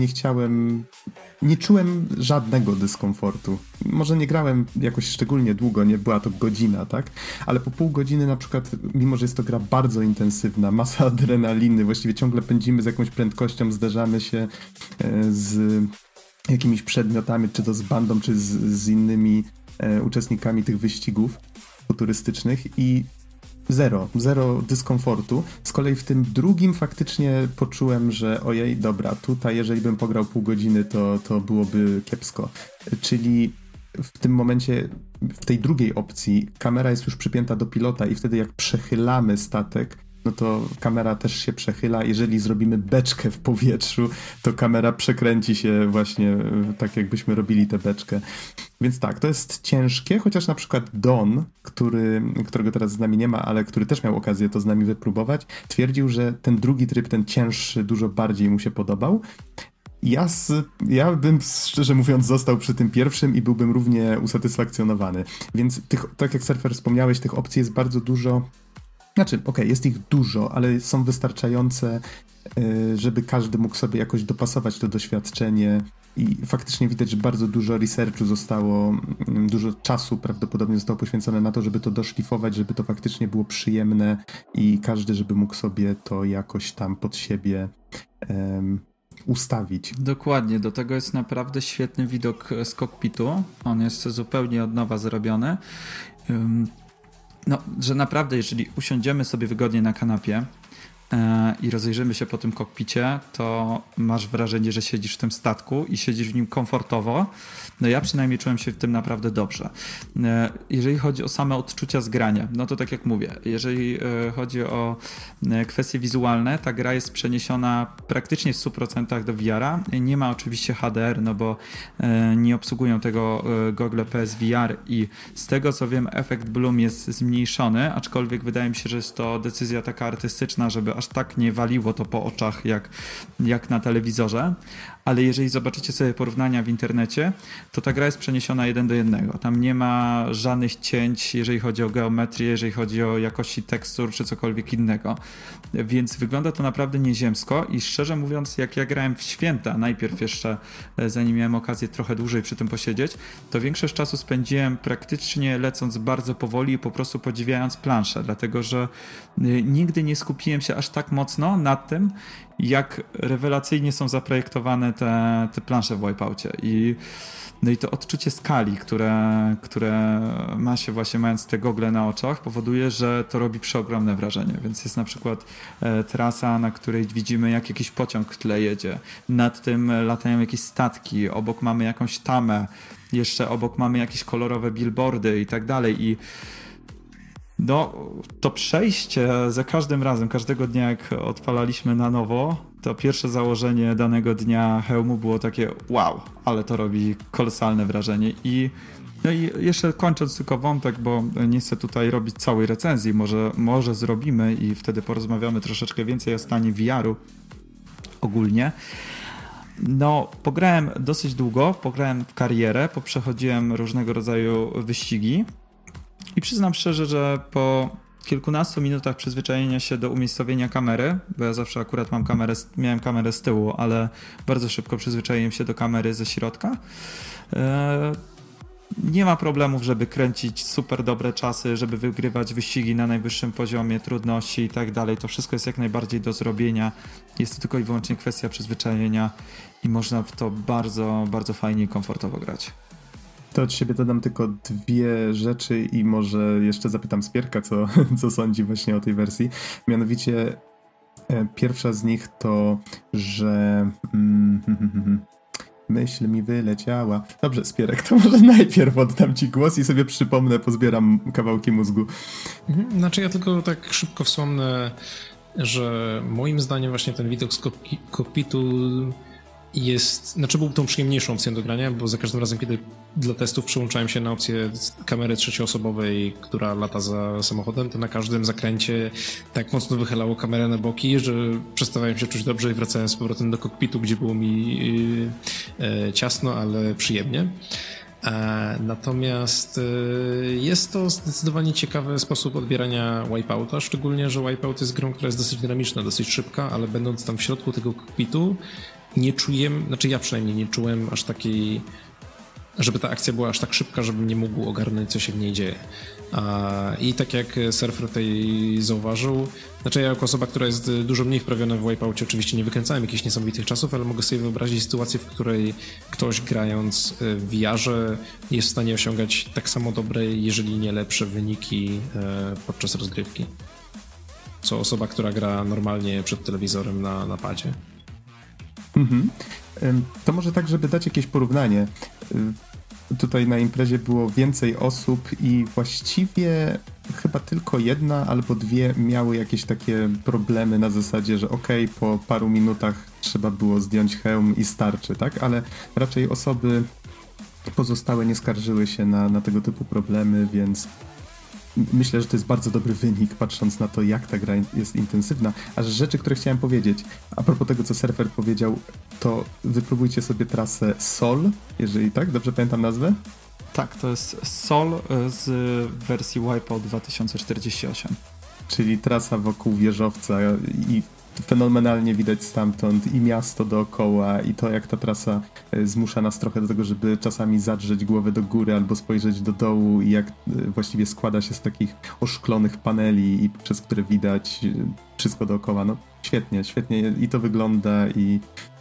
nie czułem żadnego dyskomfortu. Może nie grałem jakoś szczególnie długo, nie była to godzina, tak? Ale po pół godziny na przykład, mimo że jest to gra bardzo intensywna, masa adrenaliny, właściwie ciągle pędzimy z jakąś prędkością, zderzamy się z jakimiś przedmiotami, czy to z bandą, czy z innymi uczestnikami tych wyścigów futurystycznych i zero dyskomfortu. Z kolei w tym drugim faktycznie poczułem, że ojej, dobra, tutaj jeżeli bym pograł pół godziny, to byłoby kiepsko. Czyli w tym momencie, w tej drugiej opcji, kamera jest już przypięta do pilota i wtedy jak przechylamy statek, no to kamera też się przechyla. Jeżeli zrobimy beczkę w powietrzu, to kamera przekręci się właśnie tak, jakbyśmy robili tę beczkę. Więc tak, to jest ciężkie, chociaż na przykład Don, którego teraz z nami nie ma, ale który też miał okazję to z nami wypróbować, twierdził, że ten drugi tryb, ten cięższy, dużo bardziej mu się podobał. Ja bym, szczerze mówiąc, został przy tym pierwszym i byłbym równie usatysfakcjonowany. Więc tak jak Surfer wspomniałeś, tych opcji jest bardzo dużo. Znaczy, jest ich dużo, ale są wystarczające, żeby każdy mógł sobie jakoś dopasować to doświadczenie i faktycznie widać, że bardzo dużo researchu zostało, dużo czasu prawdopodobnie zostało poświęcone na to, żeby to doszlifować, żeby to faktycznie było przyjemne i każdy, żeby mógł sobie to jakoś tam pod siebie ustawić. Dokładnie, do tego jest naprawdę świetny widok z kokpitu, on jest zupełnie od nowa zrobiony. No, że naprawdę, jeżeli usiądziemy sobie wygodnie na kanapie i rozejrzymy się po tym kokpicie, to masz wrażenie, że siedzisz w tym statku i siedzisz w nim komfortowo. No ja przynajmniej czułem się w tym naprawdę dobrze. Jeżeli chodzi o same odczucia z grania, no to tak jak mówię, jeżeli chodzi o kwestie wizualne, ta gra jest przeniesiona praktycznie w 100% do VR-a. Nie ma oczywiście HDR, no bo nie obsługują tego gogle PSVR i z tego co wiem, efekt Bloom jest zmniejszony, aczkolwiek wydaje mi się, że jest to decyzja taka artystyczna, żeby aż tak nie waliło to po oczach jak na telewizorze, ale jeżeli zobaczycie sobie porównania w internecie, to ta gra jest przeniesiona 1:1. Tam nie ma żadnych cięć, jeżeli chodzi o geometrię, jeżeli chodzi o jakości tekstur czy cokolwiek innego. Więc wygląda to naprawdę nieziemsko i szczerze mówiąc, jak ja grałem w Święta, najpierw jeszcze zanim miałem okazję trochę dłużej przy tym posiedzieć, to większość czasu spędziłem praktycznie lecąc bardzo powoli i po prostu podziwiając planszę, dlatego że nigdy nie skupiłem się aż tak mocno nad tym, jak rewelacyjnie są zaprojektowane te plansze w Wipeoutie. No i to odczucie skali, które ma się właśnie mając te gogle na oczach, powoduje, że to robi przeogromne wrażenie. Więc jest na przykład trasa, na której widzimy, jak jakiś pociąg w tle jedzie. Nad tym latają jakieś statki, obok mamy jakąś tamę, jeszcze obok mamy jakieś kolorowe billboardy i tak dalej. I no, to przejście za każdym razem, każdego dnia jak odpalaliśmy na nowo, to pierwsze założenie danego dnia hełmu było takie wow, ale to robi kolosalne wrażenie. No i jeszcze kończąc tylko wątek, bo nie chcę tutaj robić całej recenzji, może zrobimy i wtedy porozmawiamy troszeczkę więcej o stanie VR-u ogólnie. No, pograłem dosyć długo, pograłem w karierę, poprzechodziłem różnego rodzaju wyścigi i przyznam szczerze, że po kilkunastu minutach przyzwyczajenia się do umiejscowienia kamery, bo ja zawsze akurat miałem kamerę z tyłu, ale bardzo szybko przyzwyczaiłem się do kamery ze środka. Nie ma problemów, żeby kręcić super dobre czasy, żeby wygrywać wyścigi na najwyższym poziomie trudności i tak dalej. To wszystko jest jak najbardziej do zrobienia. Jest to tylko i wyłącznie kwestia przyzwyczajenia i można w to bardzo, bardzo fajnie i komfortowo grać. To od siebie dodam tylko dwie rzeczy i może jeszcze zapytam Spierka, co sądzi właśnie o tej wersji. Mianowicie pierwsza z nich to, że... Myśl mi wyleciała. Dobrze, Spierek, to może najpierw oddam ci głos i sobie przypomnę, pozbieram kawałki mózgu. Znaczy ja tylko tak szybko wspomnę, że moim zdaniem właśnie ten widok z kokpitu był tą przyjemniejszą opcją do grania, bo za każdym razem, kiedy dla testów przełączałem się na opcję kamery trzecioosobowej, która lata za samochodem, to na każdym zakręcie tak mocno wychylało kamerę na boki, że przestawałem się czuć dobrze i wracałem z powrotem do kokpitu, gdzie było mi ciasno, ale przyjemnie. Natomiast jest to zdecydowanie ciekawy sposób odbierania Wipeouta, szczególnie, że Wipeout jest grą, która jest dosyć dynamiczna, dosyć szybka, ale będąc tam w środku tego kokpitu ja przynajmniej nie czułem aż takiej, żeby ta akcja była aż tak szybka, żebym nie mógł ogarnąć, co się w niej dzieje. I tak jak Surfer tutaj zauważył, ja jako osoba, która jest dużo mniej wprawiona w Wipeoutie, oczywiście nie wykręcałem jakichś niesamowitych czasów, ale mogę sobie wyobrazić sytuację, w której ktoś grając w VR-ze jest w stanie osiągać tak samo dobre, jeżeli nie lepsze wyniki podczas rozgrywki, co osoba, która gra normalnie przed telewizorem na padzie. To może tak, żeby dać jakieś porównanie. Tutaj na imprezie było więcej osób i właściwie chyba tylko jedna albo dwie miały jakieś takie problemy na zasadzie, że po paru minutach trzeba było zdjąć hełm i starczy, tak? Ale raczej osoby pozostałe nie skarżyły się na tego typu problemy, więc myślę, że to jest bardzo dobry wynik, patrząc na to, jak ta gra jest intensywna. A rzeczy, które chciałem powiedzieć, a propos tego, co Surfer powiedział, to wypróbujcie sobie trasę Sol, jeżeli tak, dobrze pamiętam nazwę? Tak, to jest Sol z wersji Wipeout 2048. Czyli trasa wokół wieżowca i fenomenalnie widać stamtąd i miasto dookoła i to, jak ta trasa zmusza nas trochę do tego, żeby czasami zadrzeć głowę do góry albo spojrzeć do dołu i jak właściwie składa się z takich oszklonych paneli, przez które widać wszystko dookoła. No świetnie i to wygląda i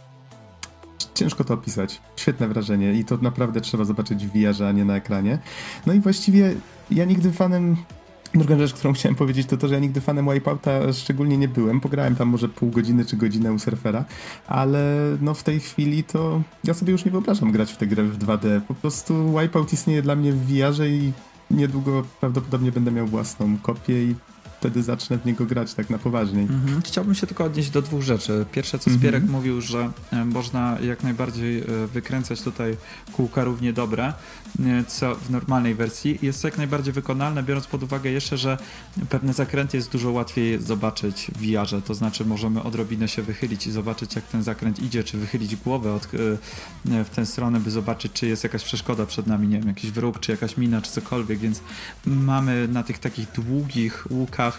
ciężko to opisać. Świetne wrażenie i to naprawdę trzeba zobaczyć w VR-ze, a nie na ekranie. No i właściwie ja nigdy fanem... Druga rzecz, którą chciałem powiedzieć, to, że ja nigdy fanem Wipeouta szczególnie nie byłem. Pograłem tam może pół godziny czy godzinę u Surfera, ale no w tej chwili to ja sobie już nie wyobrażam grać w tę grę w 2D. Po prostu Wipeout istnieje dla mnie w VR-ze i niedługo prawdopodobnie będę miał własną kopię i wtedy zacznę w niego grać tak na poważniej. Chciałbym się tylko odnieść do dwóch rzeczy. Pierwsze, co Spierek mówił, że można jak najbardziej wykręcać tutaj kółka równie dobre, co w normalnej wersji. Jest to jak najbardziej wykonalne, biorąc pod uwagę jeszcze, że pewne zakręty jest dużo łatwiej zobaczyć w VR-ze. To znaczy możemy odrobinę się wychylić i zobaczyć, jak ten zakręt idzie, czy wychylić głowę w tę stronę, by zobaczyć, czy jest jakaś przeszkoda przed nami, nie wiem, jakiś wróg, czy jakaś mina, czy cokolwiek, więc mamy na tych takich długich łukach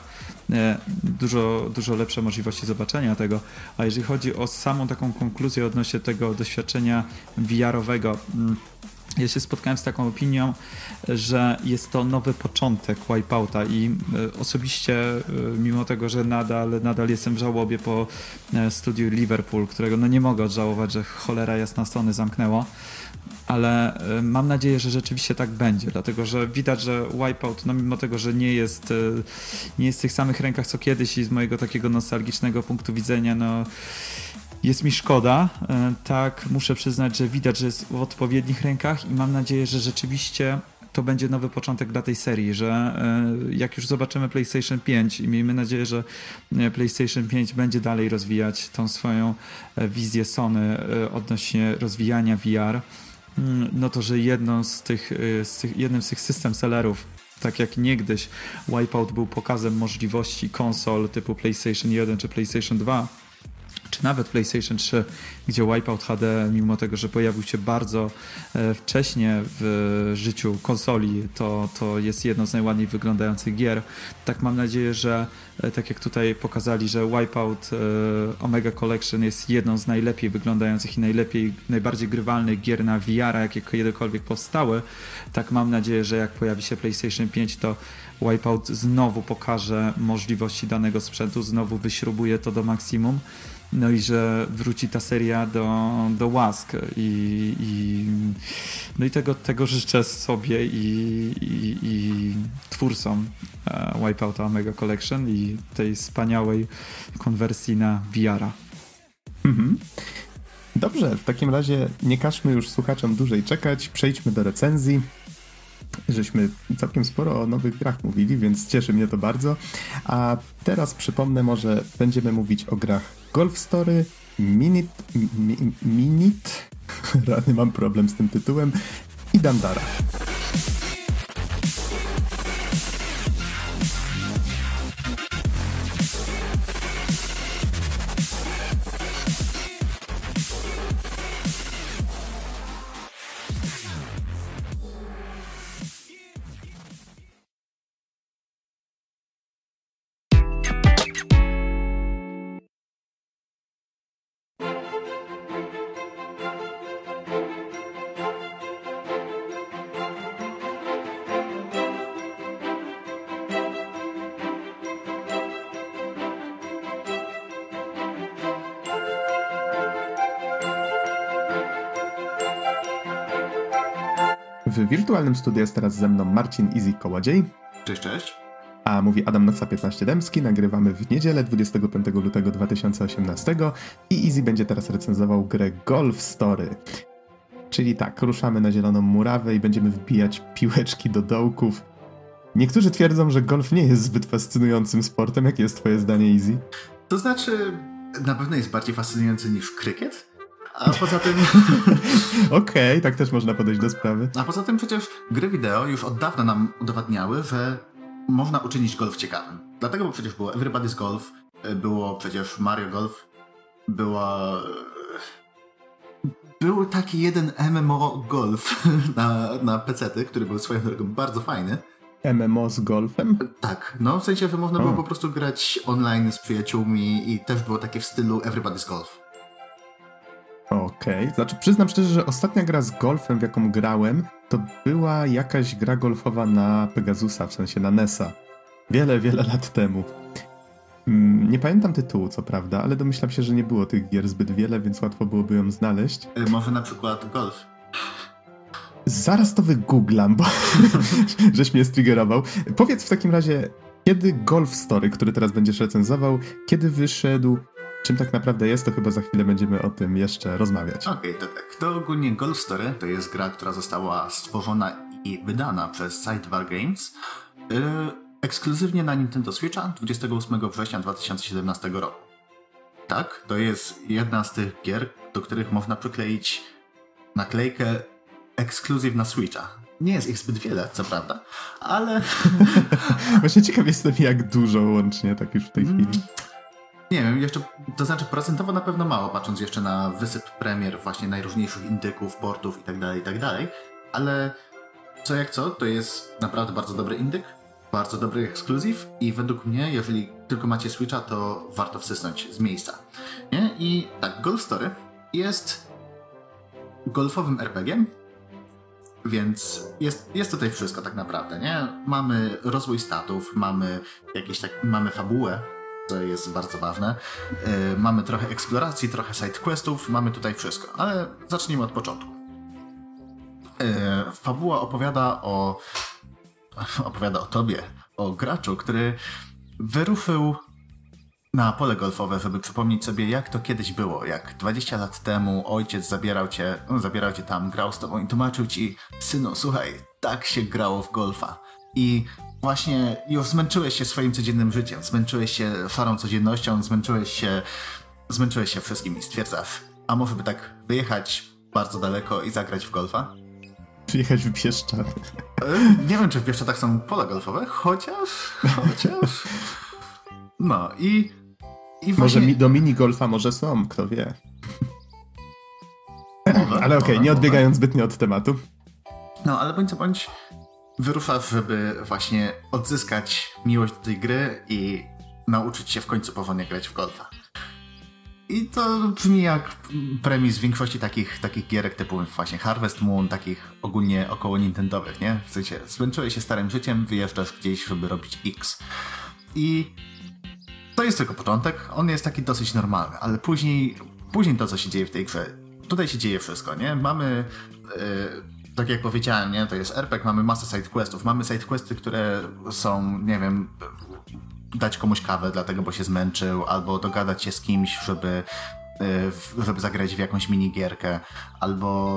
dużo lepsze możliwości zobaczenia tego. A jeżeli chodzi o samą taką konkluzję odnośnie tego doświadczenia VR-owego, ja się spotkałem z taką opinią, że jest to nowy początek Wipeouta i osobiście, mimo tego, że nadal jestem w żałobie po studiu Liverpool, którego nie mogę odżałować, że cholera jasna Sony zamknęło, ale mam nadzieję, że rzeczywiście tak będzie, dlatego że widać, że Wipeout, mimo tego, że nie jest w tych samych rękach co kiedyś i z mojego takiego nostalgicznego punktu widzenia, jest mi szkoda, tak muszę przyznać, że widać, że jest w odpowiednich rękach i mam nadzieję, że rzeczywiście to będzie nowy początek dla tej serii, że jak już zobaczymy PlayStation 5 i miejmy nadzieję, że PlayStation 5 będzie dalej rozwijać tą swoją wizję Sony odnośnie rozwijania VR, no to, że jednym z tych system sellerów, tak jak niegdyś Wipeout był pokazem możliwości konsol typu PlayStation 1 czy PlayStation 2, czy nawet PlayStation 3, gdzie Wipeout HD, mimo tego, że pojawił się bardzo wcześnie w życiu konsoli, to jest jedno z najładniej wyglądających gier. Tak mam nadzieję, że tak jak tutaj pokazali, że Wipeout Omega Collection jest jedną z najlepiej wyglądających i najbardziej grywalnych gier na VR, jakie kiedykolwiek powstały. Tak mam nadzieję, że jak pojawi się PlayStation 5, to Wipeout znowu pokaże możliwości danego sprzętu, znowu wyśrubuje to do maksimum, no i że wróci ta seria do łask no i tego życzę sobie i twórcom Wipeouta Omega Collection i tej wspaniałej konwersji na VR-a. Mhm. Dobrze, w takim razie nie każmy już słuchaczom dłużej czekać, przejdźmy do recenzji. Żeśmy całkiem sporo o nowych grach mówili, więc cieszy mnie to bardzo. A teraz przypomnę, może będziemy mówić o grach Golf Story, Minit, rany, mam problem z tym tytułem, i Dandara. W wirtualnym studiu jest teraz ze mną Marcin Easy Kołodziej. Cześć, cześć. A mówi Adam Noxa 15 Dębski. Nagrywamy w niedzielę 25 lutego 2018 i Easy będzie teraz recenzował grę Golf Story. Czyli tak, ruszamy na zieloną murawę i będziemy wbijać piłeczki do dołków. Niektórzy twierdzą, że golf nie jest zbyt fascynującym sportem. Jakie jest twoje zdanie, Easy? To znaczy, na pewno jest bardziej fascynujący niż krykiet. A poza tym... Okej, tak też można podejść do sprawy. A poza tym przecież gry wideo już od dawna nam udowadniały, że można uczynić golf ciekawym. Dlatego, bo przecież było Everybody's Golf, było przecież Mario Golf, był taki jeden MMO Golf na PC-ty, który był swoją drogą bardzo fajny. MMO z golfem? Tak, no w sensie, że można było po prostu grać online z przyjaciółmi i też było takie w stylu Everybody's Golf. Okej, znaczy przyznam szczerze, że ostatnia gra z golfem, w jaką grałem, to była jakaś gra golfowa na Pegasusa, w sensie na NES-a. Wiele, wiele lat temu. Nie pamiętam tytułu, co prawda, ale domyślam się, że nie było tych gier zbyt wiele, więc łatwo byłoby ją znaleźć. Może na przykład golf. Zaraz to wygooglam, bo żeś mnie striggerował. Powiedz w takim razie, kiedy Golf Story, który teraz będziesz recenzował, kiedy wyszedł, czym tak naprawdę jest, to chyba za chwilę będziemy o tym jeszcze rozmawiać. Okej, to tak. To ogólnie Golf Story to jest gra, która została stworzona i wydana przez Sidebar Games ekskluzywnie na Nintendo Switcha 28 września 2017 roku. Tak, to jest jedna z tych gier, do których można przykleić naklejkę ekskluzyw na Switcha. Nie jest ich zbyt wiele, co prawda, ale... Właśnie ciekaw jestem, jak dużo łącznie, tak już w tej chwili. Nie wiem, jeszcze, to znaczy procentowo na pewno mało, patrząc jeszcze na wysyp premier właśnie najróżniejszych indyków, portów itd., ale co jak co, to jest naprawdę bardzo dobry indyk, bardzo dobry ekskluzyw i według mnie, jeżeli tylko macie Switcha, to warto wsysnąć z miejsca. Nie? I tak, Golf Story jest golfowym RPG-iem, więc jest tutaj wszystko tak naprawdę, nie? Mamy rozwój statów, mamy fabułę, co jest bardzo ważne. Mamy trochę eksploracji, trochę sidequestów, mamy tutaj wszystko. Ale zacznijmy od początku. Fabuła opowiada o tobie, o graczu, który wyruszył na pole golfowe, żeby przypomnieć sobie, jak to kiedyś było, jak 20 lat temu ojciec zabierał cię tam, grał z tobą i tłumaczył ci: synu, słuchaj, tak się grało w golfa. I właśnie już zmęczyłeś się swoim codziennym życiem, zmęczyłeś się szarą codziennością, zmęczyłeś się wszystkim i stwierdzasz, a może by tak wyjechać bardzo daleko i zagrać w golfa? Wyjechać w Bieszczady. Nie wiem, czy w Bieszczadach są pola golfowe, chociaż... No i Może do minigolfa może są, kto wie. Ale okej, nie odbiegając zbytnio od tematu. No, ale bądź co bądź wyruszasz, żeby właśnie odzyskać miłość do tej gry i nauczyć się w końcu porządnie grać w golfa. I to brzmi jak premis większości takich gierek typu właśnie Harvest Moon, takich ogólnie około nintendowych, nie? W sensie zmęczyłeś się starym życiem, wyjeżdżasz gdzieś, żeby robić X. I to jest tylko początek, on jest taki dosyć normalny, ale później to, co się dzieje w tej grze, tutaj się dzieje wszystko, nie? Mamy, tak jak powiedziałem, nie? To jest RPG, mamy masę sidequestów, mamy sidequesty, które są, nie wiem, dać komuś kawę dlatego, bo się zmęczył, albo dogadać się z kimś, żeby zagrać w jakąś minigierkę, albo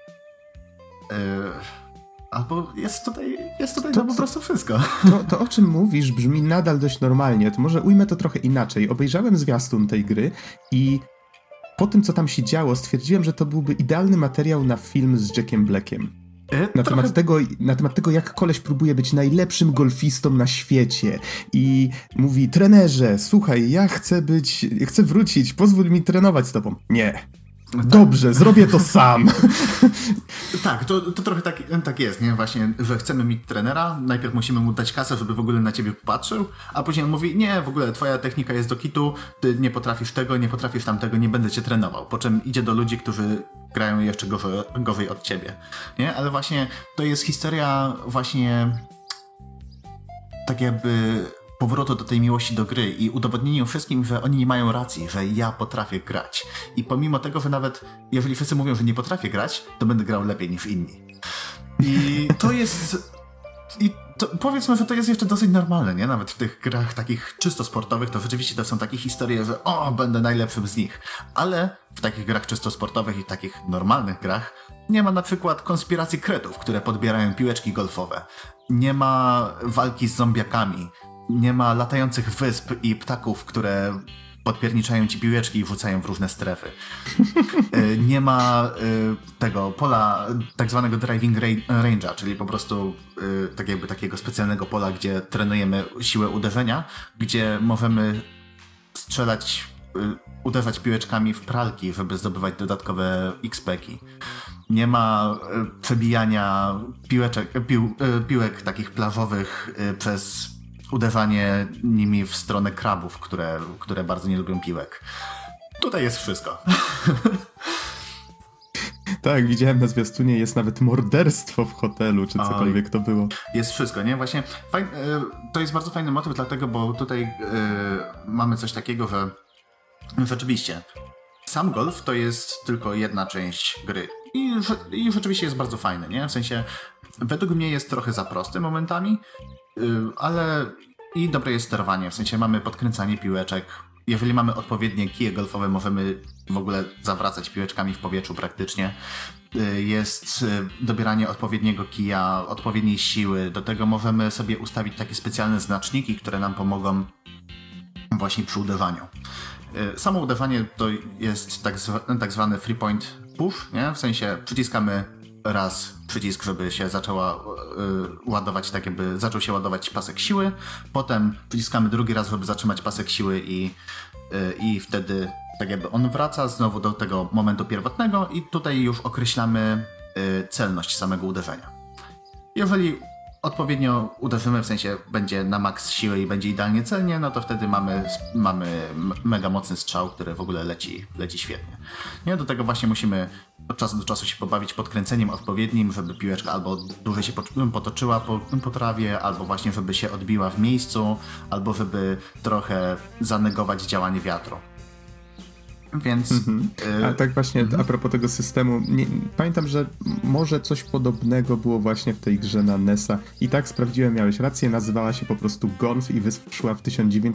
jest tutaj po prostu wszystko. To o czym mówisz brzmi nadal dość normalnie, to może ujmę to trochę inaczej. Obejrzałem zwiastun tej gry i po tym, co tam się działo, stwierdziłem, że to byłby idealny materiał na film z Jackiem Blackiem. Na temat tego, jak koleś próbuje być najlepszym golfistą na świecie i mówi: trenerze, słuchaj, ja chcę wrócić, pozwól mi trenować z tobą. Nie. Dobrze, zrobię to sam. Tak, to trochę tak jest, nie? Właśnie, że chcemy mieć trenera, najpierw musimy mu dać kasę, żeby w ogóle na ciebie popatrzył, a później on mówi: nie, w ogóle twoja technika jest do kitu, ty nie potrafisz tego, nie potrafisz tamtego, nie będę cię trenował. Po czym idzie do ludzi, którzy grają jeszcze gorzej od ciebie, nie? Ale właśnie to jest historia właśnie tak jakby powrotu do tej miłości do gry i udowodnieniu wszystkim, że oni nie mają racji, że ja potrafię grać. I pomimo tego, że nawet jeżeli wszyscy mówią, że nie potrafię grać, to będę grał lepiej niż inni. I to jest... powiedzmy, że to jest jeszcze dosyć normalne, nie? Nawet w tych grach takich czysto sportowych to rzeczywiście to są takie historie, że będę najlepszym z nich. Ale w takich grach czysto sportowych i takich normalnych grach nie ma na przykład konspiracji kretów, które podbierają piłeczki golfowe. Nie ma walki z zombiakami. Nie ma latających wysp i ptaków, które podpierniczają ci piłeczki i wrzucają w różne strefy. Nie ma tego pola, tak zwanego driving range'a, czyli po prostu tak jakby takiego specjalnego pola, gdzie trenujemy siłę uderzenia, gdzie możemy strzelać, uderzać piłeczkami w pralki, żeby zdobywać dodatkowe XP-ki. Nie ma przebijania piłek takich plażowych przez uderzanie nimi w stronę krabów, które bardzo nie lubią piłek. Tutaj jest wszystko. Tak, widziałem na zwiastunie, jest nawet morderstwo w hotelu, czy cokolwiek to było. Jest wszystko, nie? Właśnie to jest bardzo fajny motyw, dlatego, bo tutaj mamy coś takiego, że rzeczywiście sam golf to jest tylko jedna część gry. I rzeczywiście jest bardzo fajny, nie? W sensie według mnie jest trochę za prosty momentami, ale i dobre jest sterowanie, w sensie mamy podkręcanie piłeczek. Jeżeli mamy odpowiednie kije golfowe, możemy w ogóle zawracać piłeczkami w powietrzu praktycznie. Jest dobieranie odpowiedniego kija, odpowiedniej siły. Do tego możemy sobie ustawić takie specjalne znaczniki, które nam pomogą właśnie przy uderzaniu. Samo uderzanie to jest tak zwany three point push, nie? W sensie przyciskamy raz przycisk, żeby się ładować, tak jakby zaczął się ładować pasek siły, potem przyciskamy drugi raz, żeby zatrzymać pasek siły i wtedy tak jakby on wraca znowu do tego momentu pierwotnego i tutaj już określamy celność samego uderzenia. Jeżeli odpowiednio uderzymy, w sensie będzie na maks siły i będzie idealnie celnie, no to wtedy mamy mega mocny strzał, który w ogóle leci świetnie. Nie? Do tego właśnie musimy od czasu do czasu się pobawić podkręceniem odpowiednim, żeby piłeczka albo dłużej się potoczyła po trawie, albo właśnie żeby się odbiła w miejscu, albo żeby trochę zanegować działanie wiatru. Więc... A tak właśnie, a propos tego systemu, pamiętam, że może coś podobnego było właśnie w tej grze na NES-a. I tak sprawdziłem, miałeś rację, nazywała się po prostu Golf i wyszła w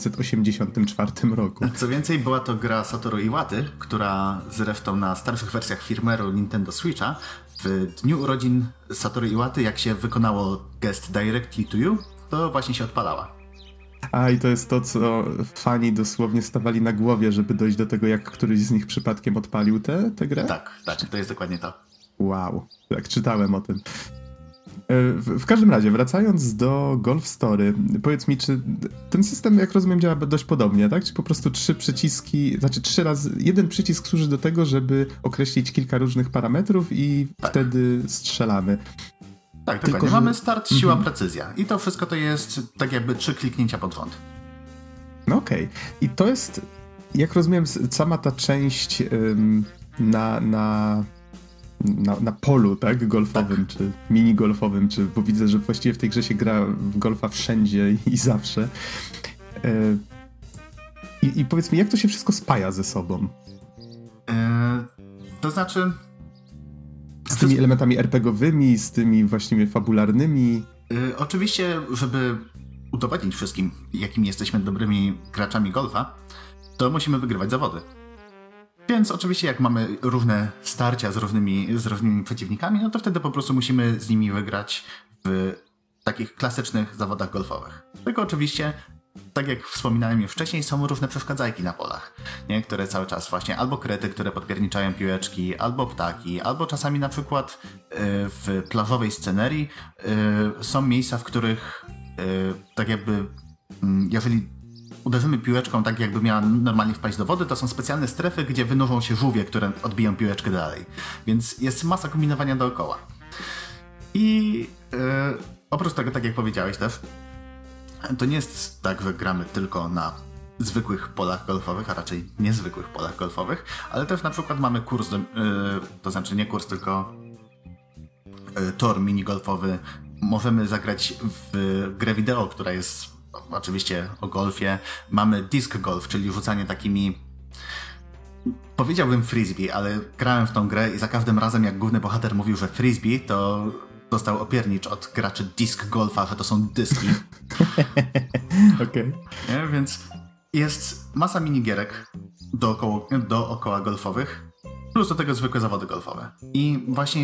1984 roku. Co więcej, była to gra Satoru Iwaty, która zresztą na starszych wersjach firmware'u Nintendo Switcha w dniu urodzin Satoru Iwaty, jak się wykonało gest Directly to You, to właśnie się odpalała. I to jest to, co fani dosłownie stawali na głowie, żeby dojść do tego, jak któryś z nich przypadkiem odpalił tę grę? Tak, to jest dokładnie to. Wow, tak, czytałem o tym. W każdym razie, wracając do Golf Story, powiedz mi, czy ten system, jak rozumiem, działa dość podobnie, tak? Czy po prostu 3 przyciski, znaczy 3 razy, jeden przycisk służy do tego, żeby określić kilka różnych parametrów i wtedy strzelamy. Tak, tylko mamy start, siła, precyzja. I to wszystko to jest tak jakby 3 kliknięcia pod rząd. No okej. I to jest, jak rozumiem, sama ta część na polu, tak? Golfowym, czy mini-golfowym, bo widzę, że właściwie w tej grze się gra w golfa wszędzie i zawsze. I powiedz mi, jak to się wszystko spaja ze sobą? To znaczy... Z tymi elementami RPG-owymi, z tymi właściwie fabularnymi? Oczywiście, żeby udowodnić wszystkim, jakimi jesteśmy dobrymi graczami golfa, to musimy wygrywać zawody. Więc oczywiście jak mamy różne starcia z różnymi przeciwnikami, no to wtedy po prostu musimy z nimi wygrać w takich klasycznych zawodach golfowych. Tylko oczywiście, tak jak wspominałem już wcześniej, są różne przeszkadzajki na polach, nie? Które cały czas właśnie albo krety, które podpierniczają piłeczki, albo ptaki, albo czasami na przykład w plażowej scenerii są miejsca, w których tak jakby jeżeli uderzymy piłeczką tak, jakby miała normalnie wpaść do wody, to są specjalne strefy, gdzie wynurzą się żółwie, które odbiją piłeczkę dalej. Więc jest masa kombinowania dookoła. I oprócz tego, tak jak powiedziałeś też, to nie jest tak, że gramy tylko na zwykłych polach golfowych, a raczej niezwykłych polach golfowych, ale też na przykład mamy kurs, to znaczy nie kurs, tylko tor minigolfowy. Możemy zagrać w grę wideo, która jest oczywiście o golfie. Mamy disc golf, czyli rzucanie takimi, powiedziałbym frisbee, ale grałem w tą grę i za każdym razem jak główny bohater mówił, że frisbee, to dostał opiernicz od graczy disc golfa, że to są dyski. Okej. Więc jest masa minigierek dookoła golfowych, plus do tego zwykłe zawody golfowe. I właśnie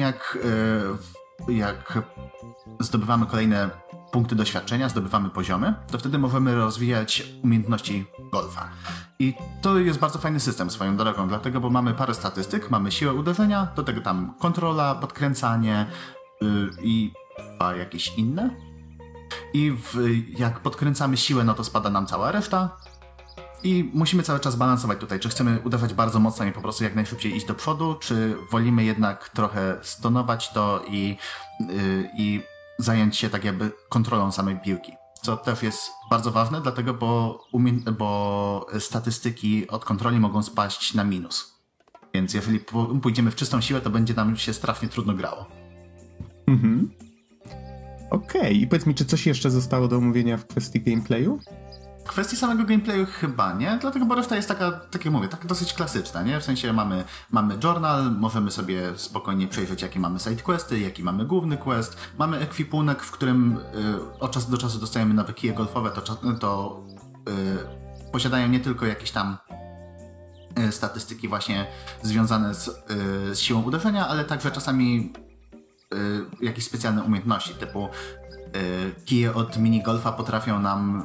jak zdobywamy kolejne punkty doświadczenia, zdobywamy poziomy, to wtedy możemy rozwijać umiejętności golfa. I to jest bardzo fajny system swoją drogą, dlatego, bo mamy parę statystyk, mamy siłę uderzenia, do tego tam kontrola, podkręcanie i jakieś inne. I jak podkręcamy siłę, no to spada nam cała reszta. I musimy cały czas balansować tutaj, czy chcemy uderzać bardzo mocno i po prostu jak najszybciej iść do przodu, czy wolimy jednak trochę stonować to i zająć się tak jakby kontrolą samej piłki. Co też jest bardzo ważne, dlatego, bo statystyki od kontroli mogą spaść na minus. Więc jeżeli pójdziemy w czystą siłę, to będzie nam się strasznie trudno grało. Mhm. Okej. I powiedz mi, czy coś jeszcze zostało do omówienia w kwestii gameplayu? W kwestii samego gameplayu chyba nie, dlatego, bo reszta jest taka, tak jak mówię, tak dosyć klasyczna, nie? W sensie mamy journal, możemy sobie spokojnie przejrzeć, jakie mamy sidequesty, jaki mamy główny quest, mamy ekwipunek, w którym od czasu do czasu dostajemy nowe kije golfowe, to posiadają nie tylko jakieś tam statystyki właśnie związane z siłą uderzenia, ale także czasami jakieś specjalne umiejętności, typu kije od minigolfa potrafią nam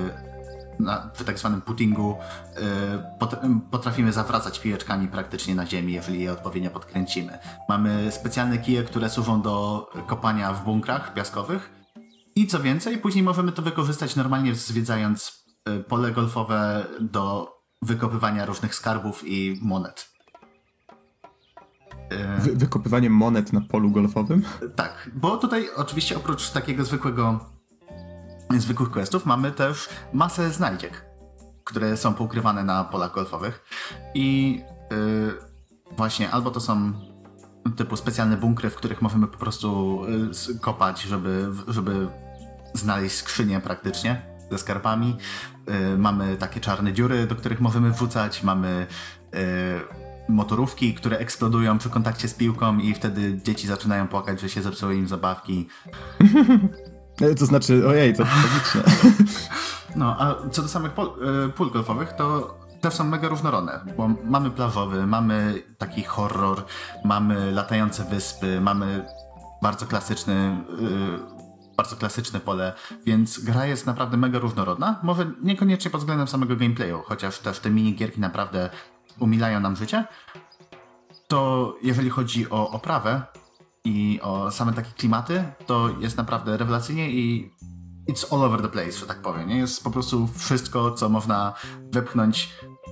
w tak zwanym puttingu potrafimy zawracać piłeczkami praktycznie na ziemi, jeżeli je odpowiednio podkręcimy. Mamy specjalne kije, które służą do kopania w bunkrach piaskowych i co więcej, później możemy to wykorzystać normalnie zwiedzając pole golfowe do wykopywania różnych skarbów i monet. Wykopywanie monet na polu golfowym? Tak, bo tutaj oczywiście oprócz takiego zwykłych questów mamy też masę znajdziek, które są poukrywane na polach golfowych i właśnie albo to są typu specjalne bunkry, w których możemy po prostu kopać, żeby znaleźć skrzynię praktycznie ze skarbami. Mamy takie czarne dziury, do których możemy wrzucać, mamy motorówki, które eksplodują przy kontakcie z piłką i wtedy dzieci zaczynają płakać, że się zepsuły im zabawki. To znaczy, ojej, to tragiczne. No, a co do samych pól golfowych, to też są mega różnorodne, bo mamy plażowy, mamy taki horror, mamy latające wyspy, mamy bardzo klasyczne pole, więc gra jest naprawdę mega różnorodna. Może niekoniecznie pod względem samego gameplayu, chociaż też te minigierki naprawdę umilają nam życie. To jeżeli chodzi o oprawę i o same takie klimaty, to jest naprawdę rewelacyjnie i it's all over the place, że tak powiem. Nie? Jest po prostu wszystko, co można wepchnąć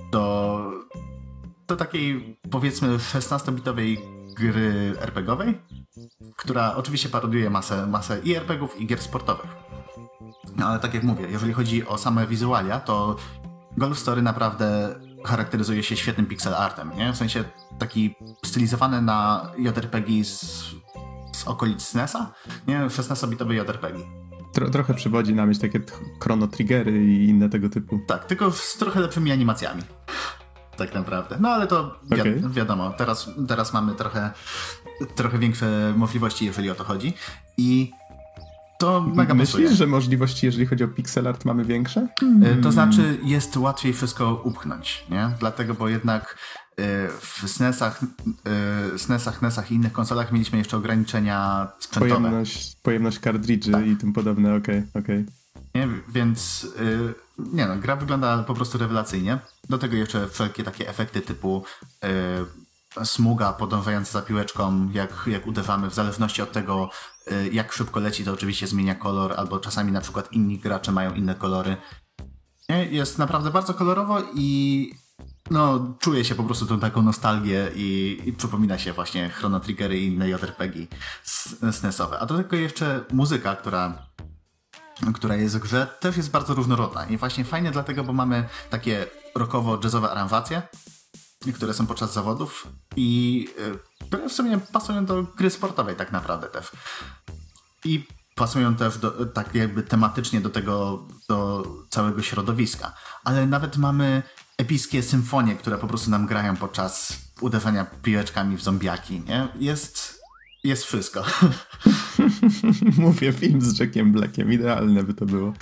do takiej, powiedzmy, 16-bitowej gry RPGowej, która oczywiście parodiuje masę i RPGów, i gier sportowych. No ale tak jak mówię, jeżeli chodzi o same wizualia, to Golf Story naprawdę charakteryzuje się świetnym pixel artem, nie? W sensie taki stylizowany na JRPG z okolic SNES-a, nie? 16-bitowy JRPG. Trochę przywodzi na myśl takie Chrono Triggery i inne tego typu. Tak, tylko z trochę lepszymi animacjami. Tak naprawdę. No ale to wiadomo, teraz mamy trochę większe możliwości, jeżeli o to chodzi. I to mega pasuje. Myślisz, że możliwości, jeżeli chodzi o pixel art, mamy większe? To znaczy, jest łatwiej wszystko upchnąć, nie? Dlatego, bo jednak w SNES-ach, NES-ach i innych konsolach mieliśmy jeszcze ograniczenia sprzętowe. Pojemność kartridży tak. I tym podobne, okej. Nie? Więc gra wygląda po prostu rewelacyjnie. Do tego jeszcze wszelkie takie efekty typu smuga podążająca za piłeczką, jak uderzamy, w zależności od tego, jak szybko leci, to oczywiście zmienia kolor, albo czasami na przykład inni gracze mają inne kolory. Jest naprawdę bardzo kolorowo i czuje się po prostu tą taką nostalgię i przypomina się właśnie Chrono Triggery i inne JRPG SNES-owe. A do tego jeszcze muzyka, która jest w grze, też jest bardzo różnorodna i właśnie fajnie dlatego, bo mamy takie rockowo-jazzowe aranżacje, które są podczas zawodów i które w sumie pasują do gry sportowej tak naprawdę też. I pasują też tak jakby tematycznie do całego środowiska. Ale nawet mamy epickie symfonie, które po prostu nam grają podczas uderzania piłeczkami w zombiaki, nie? Jest wszystko. Mówię, film z Jackiem Blackiem. Idealne by to było.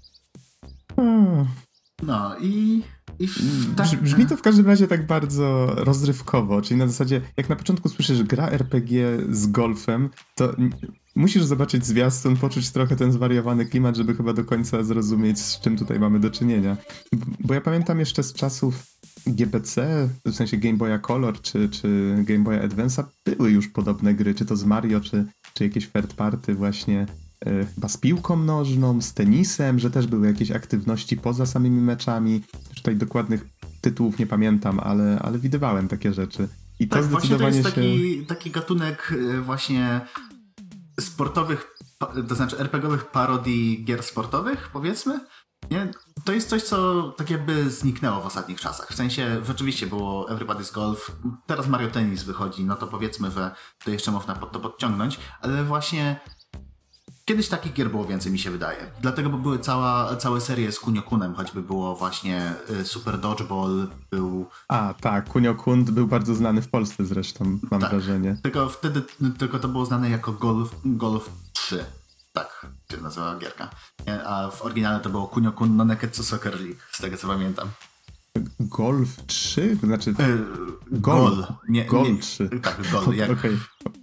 No i tak. Brzmi to w każdym razie tak bardzo rozrywkowo, czyli na zasadzie, jak na początku słyszysz gra RPG z golfem, to musisz zobaczyć zwiastun, poczuć trochę ten zwariowany klimat, żeby chyba do końca zrozumieć, z czym tutaj mamy do czynienia. Bo ja pamiętam jeszcze z czasów GBC, w sensie Game Boya Color czy Game Boya Advance'a były już podobne gry, czy to z Mario, czy jakieś third party właśnie, chyba z piłką nożną, z tenisem, że też były jakieś aktywności poza samymi meczami. Tutaj dokładnych tytułów nie pamiętam, ale widywałem takie rzeczy. I tak, to zdecydowanie właśnie to jest taki gatunek właśnie sportowych, to znaczy RPGowych parodii gier sportowych, powiedzmy. Nie? To jest coś, co tak jakby zniknęło w ostatnich czasach. W sensie rzeczywiście było Everybody's Golf, teraz Mario Tennis wychodzi, no to powiedzmy, że to jeszcze można pod to podciągnąć, ale właśnie kiedyś takich gier było więcej, mi się wydaje. Dlatego, bo były całe serie z Kunio-kunem, choćby było właśnie Super Dodgeball, był... A, tak, Kunio-kun był bardzo znany w Polsce zresztą, mam wrażenie. Tylko to było znane jako Golf 3. Tak się nazywała gierka. A w oryginale to było Kunio-kun no Neketsu Soccer League, z tego co pamiętam. Golf 3? Znaczy... Gol. Gol 3. Tak, Gol. Jak... Okej.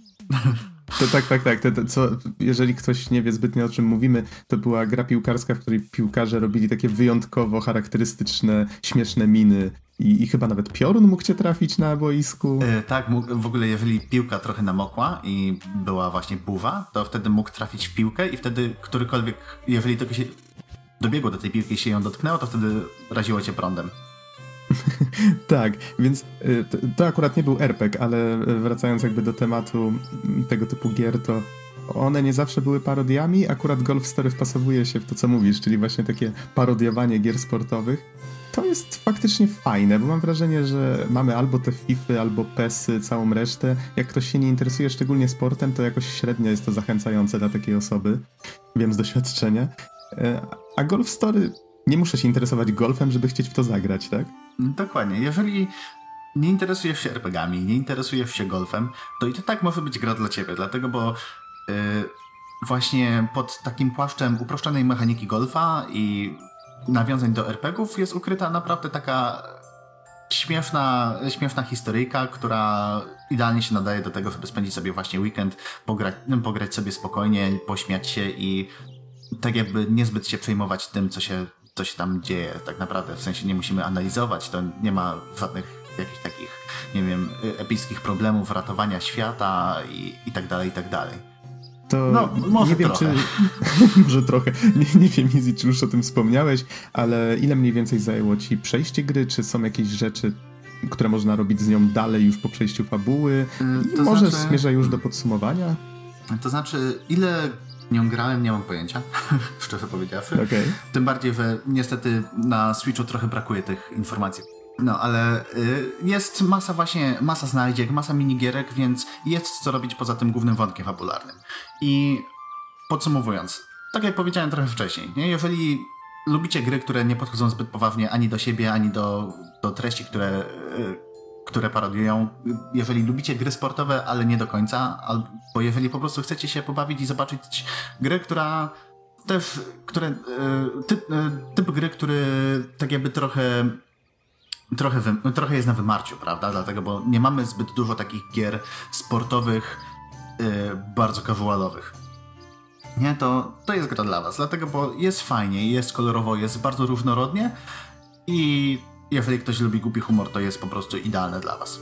To tak. Co, jeżeli ktoś nie wie zbytnio o czym mówimy, to była gra piłkarska, w której piłkarze robili takie wyjątkowo charakterystyczne, śmieszne miny i chyba nawet piorun mógł cię trafić na boisku. Tak, w ogóle jeżeli piłka trochę namokła i była właśnie burza, to wtedy mógł trafić w piłkę i wtedy którykolwiek, jeżeli tylko się dobiegło do tej piłki i się ją dotknęło, to wtedy raziło cię prądem. Tak, więc to akurat nie był RPG, ale wracając jakby do tematu tego typu gier, to one nie zawsze były parodiami, akurat Golf Story wpasowuje się w to, co mówisz, czyli właśnie takie parodiowanie gier sportowych. To jest faktycznie fajne, bo mam wrażenie, że mamy albo te Fify, albo PESy, całą resztę. Jak ktoś się nie interesuje szczególnie sportem, to jakoś średnio jest to zachęcające dla takiej osoby. Wiem z doświadczenia. A Golf Story... Nie muszę się interesować golfem, żeby chcieć w to zagrać, tak? Dokładnie. Jeżeli nie interesujesz się RPG-ami, nie interesujesz się golfem, to i to tak może być gra dla ciebie, dlatego, bo właśnie pod takim płaszczem uproszczonej mechaniki golfa i nawiązań do RPG-ów jest ukryta naprawdę taka śmieszna historyjka, która idealnie się nadaje do tego, żeby spędzić sobie właśnie weekend, pograć sobie spokojnie, pośmiać się i tak jakby niezbyt się przejmować tym, co się tam dzieje tak naprawdę. W sensie nie musimy analizować, to nie ma żadnych jakichś takich, nie wiem, epickich problemów, ratowania świata i tak dalej, i tak dalej. To no, może nie wiem, trochę. Może trochę. Nie wiem, Izzy, czy już o tym wspomniałeś, ale ile mniej więcej zajęło ci przejście gry? Czy są jakieś rzeczy, które można robić z nią dalej już po przejściu fabuły? Może zmierza już do podsumowania? To znaczy, ile nią grałem, nie mam pojęcia, szczerze powiedziawszy. Okay. Tym bardziej, że niestety na Switchu trochę brakuje tych informacji. No, ale jest masa znajdziek, masa minigierek, więc jest co robić poza tym głównym wątkiem fabularnym. I podsumowując, tak jak powiedziałem trochę wcześniej, nie? Jeżeli lubicie gry, które nie podchodzą zbyt poważnie ani do siebie, ani do treści, które parodiują, jeżeli lubicie gry sportowe, ale nie do końca, albo jeżeli po prostu chcecie się pobawić i zobaczyć grę, typ gry, który tak jakby trochę jest na wymarciu, prawda? Dlatego, bo nie mamy zbyt dużo takich gier sportowych, bardzo casualowych. Nie, to jest gra dla was, dlatego, bo jest fajnie, jest kolorowo, jest bardzo różnorodnie i jeżeli ktoś lubi głupi humor, to jest po prostu idealne dla was.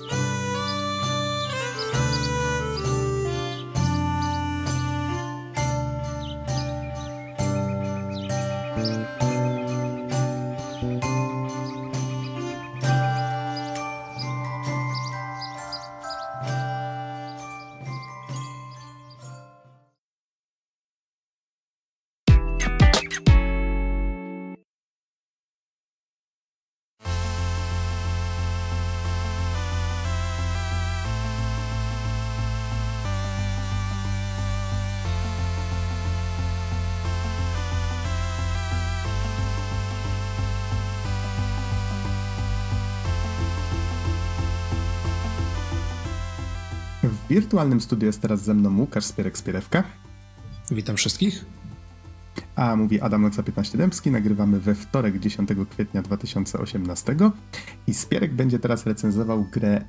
W wirtualnym studiu jest teraz ze mną Łukasz Spierek-Spierewka. Witam wszystkich. A mówi Adam Noxa 15 Dębski. Nagrywamy we wtorek 10 kwietnia 2018 i Spierek będzie teraz recenzował grę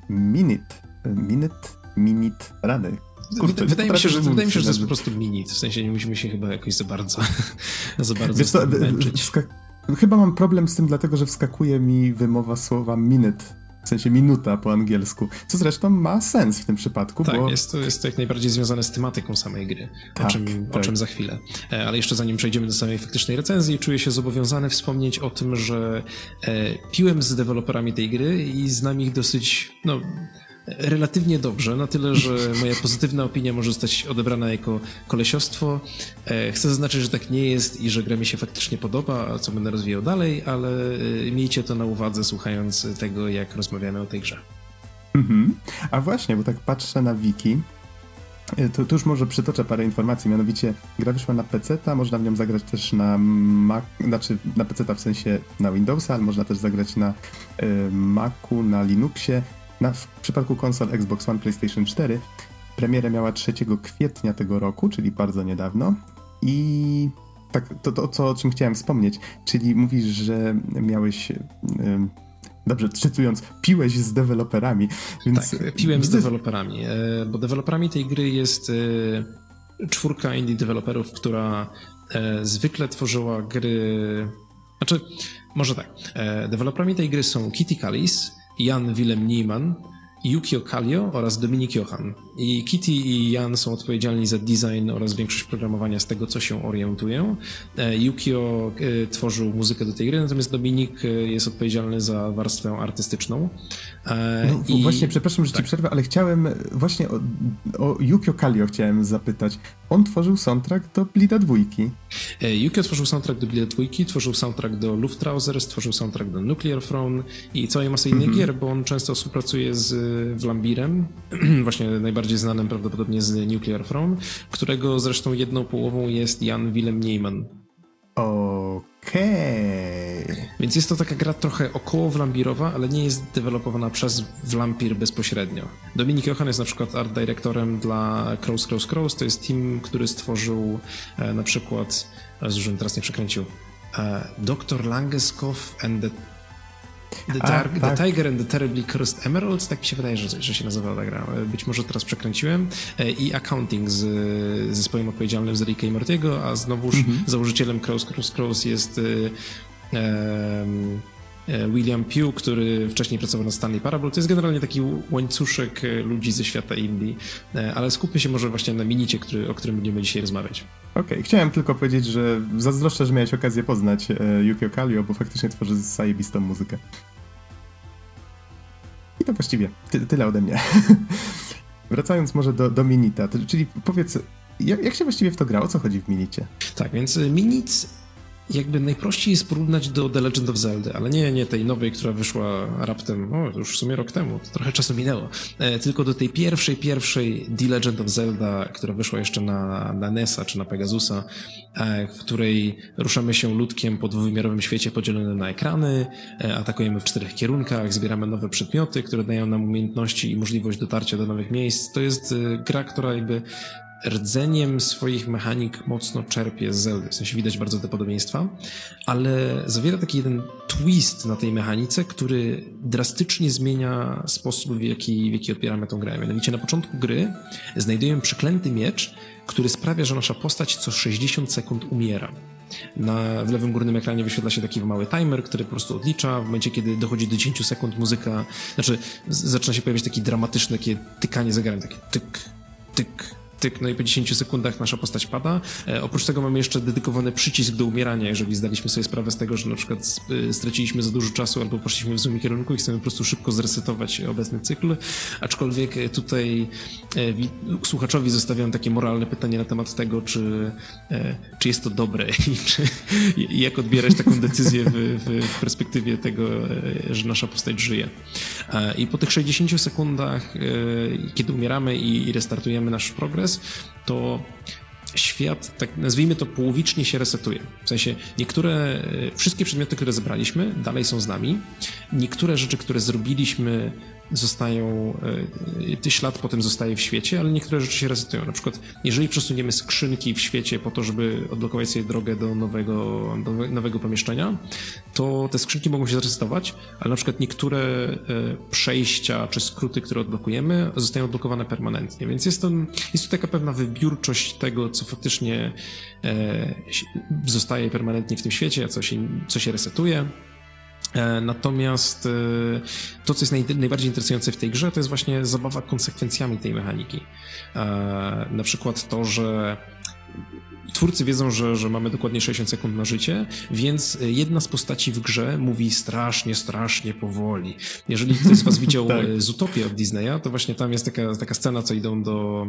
Minute Rany. Kurczę, wydaje mi się, że to jest po prostu Minute. W sensie nie musimy się chyba jakoś za bardzo męczyć. Chyba mam problem z tym, dlatego że wskakuje mi wymowa słowa minute. W sensie minuta po angielsku, co zresztą ma sens w tym przypadku. Tak, bo... jest to jak najbardziej związane z tematyką samej gry, o czym za chwilę. Ale jeszcze zanim przejdziemy do samej faktycznej recenzji, czuję się zobowiązany wspomnieć o tym, że piłem z deweloperami tej gry i znam ich dosyć, relatywnie dobrze, na tyle, że moja pozytywna opinia może zostać odebrana jako kolesiostwo. Chcę zaznaczyć, że tak nie jest i że gra mi się faktycznie podoba, co będę rozwijał dalej, ale miejcie to na uwadze, słuchając tego, jak rozmawiamy o tej grze. A właśnie, bo tak patrzę na wiki, to już może przytoczę parę informacji, mianowicie gra wyszła na PC-ta, można w nią zagrać też na Mac, znaczy na PC-ta w sensie na Windowsa, ale można też zagrać na Macu, na Linuxie. W przypadku konsol Xbox One, PlayStation 4 premierę miała 3 kwietnia tego roku, czyli bardzo niedawno. I tak, to o czym chciałem wspomnieć, czyli mówisz, że miałeś, dobrze cytując, piłeś z deweloperami. Więc... Tak, piłem z deweloperami, bo deweloperami tej gry jest 4 indie deweloperów, która zwykle tworzyła gry... Znaczy, może tak, deweloperami tej gry są Kitty Kallis, Jan Willem Niemann, Yukio Kallio oraz Dominik Johan. I Kitty i Jan są odpowiedzialni za design oraz większość programowania z tego, co się orientują. Yukio tworzył muzykę do tej gry, natomiast Dominik jest odpowiedzialny za warstwę artystyczną. Właśnie, przepraszam, że ci przerwę, ale chciałem właśnie o Yukio Kallio chciałem zapytać. On tworzył soundtrack do Bleeda 2. Yukio tworzył soundtrack do Bleeda 2, tworzył soundtrack do Luftrausers, tworzył soundtrack do Nuclear Throne i całej masy innych gier, bo on często współpracuje z Vlambirem, właśnie najbardziej znanym prawdopodobnie z Nuclear Throne, którego zresztą jedną połową jest Jan Willem Niemann. Okej. Więc jest to taka gra trochę około Vlambirowa, ale nie jest dewelopowana przez Vlambir bezpośrednio. Dominik Johan jest na przykład art directorem dla Crows. To jest team, który stworzył na przykład, żebym teraz nie przekręcił, Dr. Langeskov and The Tiger and the Terribly Cursed Emeralds, tak mi się wydaje, że się nazywa ta gra. Być może teraz przekręciłem. I Accounting z zespołem odpowiedzialnym z Ricka i Mortiego, a znowuż założycielem Crows jest William Pugh, który wcześniej pracował na Stanley Parable. To jest generalnie taki łańcuszek ludzi ze świata indie, ale skupmy się może właśnie na Minicie, o którym będziemy dzisiaj rozmawiać. Okej, chciałem tylko powiedzieć, że zazdroszczę, że miałeś okazję poznać Yukio Kallio, bo faktycznie tworzy zajebistą muzykę. I to właściwie tyle ode mnie. Wracając może do Minita, czyli powiedz, jak się właściwie w to gra? O co chodzi w Minicie? Tak, więc Minit jakby najprościej jest porównać do The Legend of Zelda, ale nie tej nowej, która wyszła raptem, już w sumie rok temu, to trochę czasu minęło, tylko do tej pierwszej The Legend of Zelda, która wyszła jeszcze na NES-a czy na Pegasusa, w której ruszamy się ludkiem po dwuwymiarowym świecie podzielonym na ekrany, atakujemy w 4 kierunkach, zbieramy nowe przedmioty, które dają nam umiejętności i możliwość dotarcia do nowych miejsc. To jest gra, która jakby rdzeniem swoich mechanik mocno czerpie z Zeldy, w sensie widać bardzo te podobieństwa, ale zawiera taki jeden twist na tej mechanice, który drastycznie zmienia sposób, w jaki odbieramy tą grę. Mianowicie na początku gry znajdujemy przeklęty miecz, który sprawia, że nasza postać co 60 sekund umiera. W lewym górnym ekranie wyświetla się taki mały timer, który po prostu odlicza. W momencie, kiedy dochodzi do 10 sekund zaczyna się pojawiać taki dramatyczne takie tykanie zegarem, takie tyk, tyk, no i po 10 sekundach nasza postać pada. Oprócz tego mamy jeszcze dedykowany przycisk do umierania, jeżeli zdaliśmy sobie sprawę z tego, że na przykład straciliśmy za dużo czasu albo poszliśmy w złym kierunku i chcemy po prostu szybko zresetować obecny cykl. Aczkolwiek tutaj słuchaczowi zostawiam takie moralne pytanie na temat tego, czy jest to dobre i jak odbierać taką decyzję w perspektywie tego, że nasza postać żyje. I po tych 60 sekundach, kiedy umieramy i restartujemy nasz progres, to świat, tak nazwijmy to, połowicznie się resetuje. W sensie wszystkie przedmioty, które zebraliśmy, dalej są z nami. Niektóre rzeczy, które zrobiliśmy, ślad potem zostaje w świecie, ale niektóre rzeczy się resetują. Na przykład, jeżeli przesuniemy skrzynki w świecie po to, żeby odblokować sobie drogę do nowego pomieszczenia, to te skrzynki mogą się zresetować, ale na przykład niektóre przejścia czy skróty, które odblokujemy, zostają odblokowane permanentnie. Więc jest tu taka pewna wybiórczość tego, co faktycznie zostaje permanentnie w tym świecie, a co się resetuje. Natomiast to, co jest najbardziej interesujące w tej grze, to jest właśnie zabawa konsekwencjami tej mechaniki. Na przykład to, że twórcy wiedzą, że mamy dokładnie 60 sekund na życie, więc jedna z postaci w grze mówi strasznie powoli. Jeżeli ktoś z was widział tak. Zootopia od Disneya, to właśnie tam jest taka scena, co idą do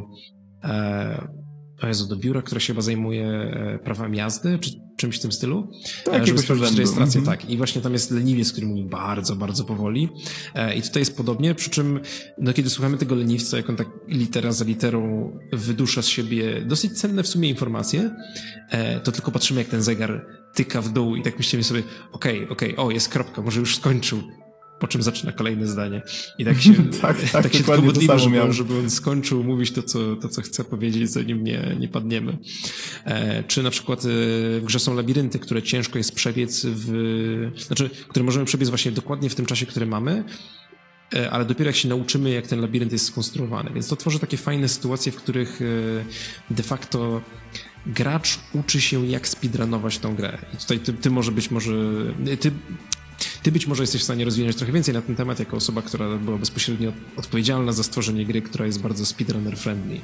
biura, które się chyba zajmuje prawami jazdy, czy czymś w tym stylu, żeby sprawdzić rejestrację. Tak. I właśnie tam jest leniwiec, który mówi bardzo, bardzo powoli. I tutaj jest podobnie, przy czym kiedy słuchamy tego leniwca, jak on tak litera za literą wydusza z siebie dosyć cenne w sumie informacje, to tylko patrzymy, jak ten zegar tyka w dół i tak myślimy sobie, okej, jest kropka, może już skończył. Po czym zaczyna kolejne zdanie. I tak się, tak się tylko modlimy, żeby on skończył mówić to, co chce powiedzieć, zanim nie czy na przykład w grze są labirynty, które ciężko jest przebiec które możemy przebiec właśnie dokładnie w tym czasie, który mamy, ale dopiero jak się nauczymy, jak ten labirynt jest skonstruowany. Więc to tworzy takie fajne sytuacje, w których de facto gracz uczy się, jak speedrunować tą grę. I tutaj ty być może jesteś w stanie rozwinąć trochę więcej na ten temat, jako osoba, która była bezpośrednio odpowiedzialna za stworzenie gry, która jest bardzo speedrunner friendly.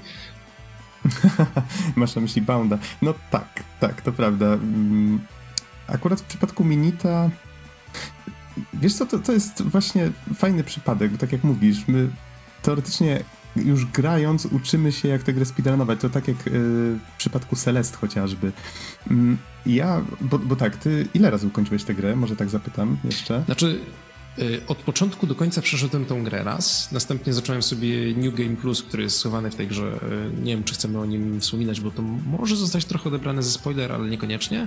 Masz na myśli Bounda. No tak, to prawda. Akurat w przypadku Minita, wiesz co, to jest właśnie fajny przypadek, bo tak jak mówisz, my teoretycznie już grając uczymy się, jak tę grę speedrunować. To tak jak w przypadku Celeste chociażby. Bo tak, ty ile razy ukończyłeś tę grę? Może tak zapytam jeszcze. Od początku do końca przeszedłem tą grę raz, następnie zacząłem sobie New Game Plus, który jest schowany w tej grze. Nie wiem, czy chcemy o nim wspominać, bo to może zostać trochę odebrane ze spoiler, ale niekoniecznie.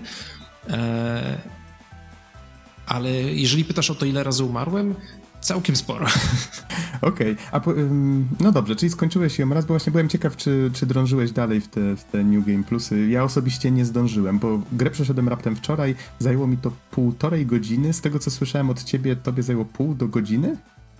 Ale jeżeli pytasz o to, ile razy umarłem, całkiem sporo. Okej, no dobrze, czyli skończyłeś ją raz, bo właśnie byłem ciekaw, czy drążyłeś dalej w te New Game Plusy. Ja osobiście nie zdążyłem, bo grę przeszedłem raptem wczoraj, zajęło mi to 1,5 godziny. Z tego, co słyszałem od ciebie, tobie zajęło pół do godziny?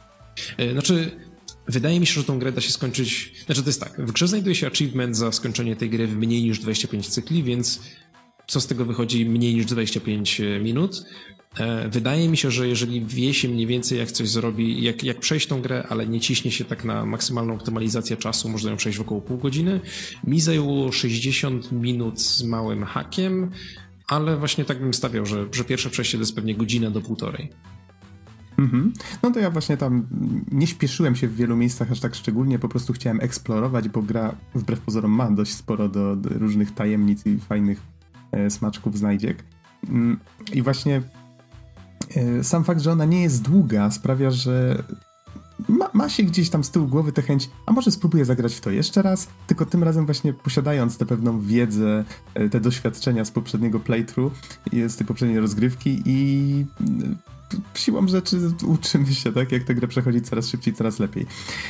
Wydaje mi się, że tą grę da się skończyć... to jest tak, w grze znajduje się achievement za skończenie tej gry w mniej niż 25 cykli, więc co z tego wychodzi mniej niż 25 minut. Wydaje mi się, że jeżeli wie się mniej więcej jak coś zrobi, jak przejść tą grę, ale nie ciśnie się tak na maksymalną optymalizację czasu, można ją przejść w około pół godziny. Mi zajęło 60 minut z małym hakiem, ale właśnie tak bym stawiał, że pierwsze przejście to jest pewnie godzina do półtorej. No to ja właśnie tam nie śpieszyłem się w wielu miejscach aż tak szczególnie, po prostu chciałem eksplorować, bo gra wbrew pozorom ma dość sporo do różnych tajemnic i fajnych smaczków, znajdziek. I właśnie sam fakt, że ona nie jest długa, sprawia, że ma się gdzieś tam z tyłu głowy tę chęć, a może spróbuję zagrać w to jeszcze raz, tylko tym razem właśnie posiadając tę pewną wiedzę, te doświadczenia z poprzedniego playthrough, z tej poprzedniej rozgrywki i siłą rzeczy uczymy się, tak, jak tę grę przechodzić coraz szybciej, coraz lepiej.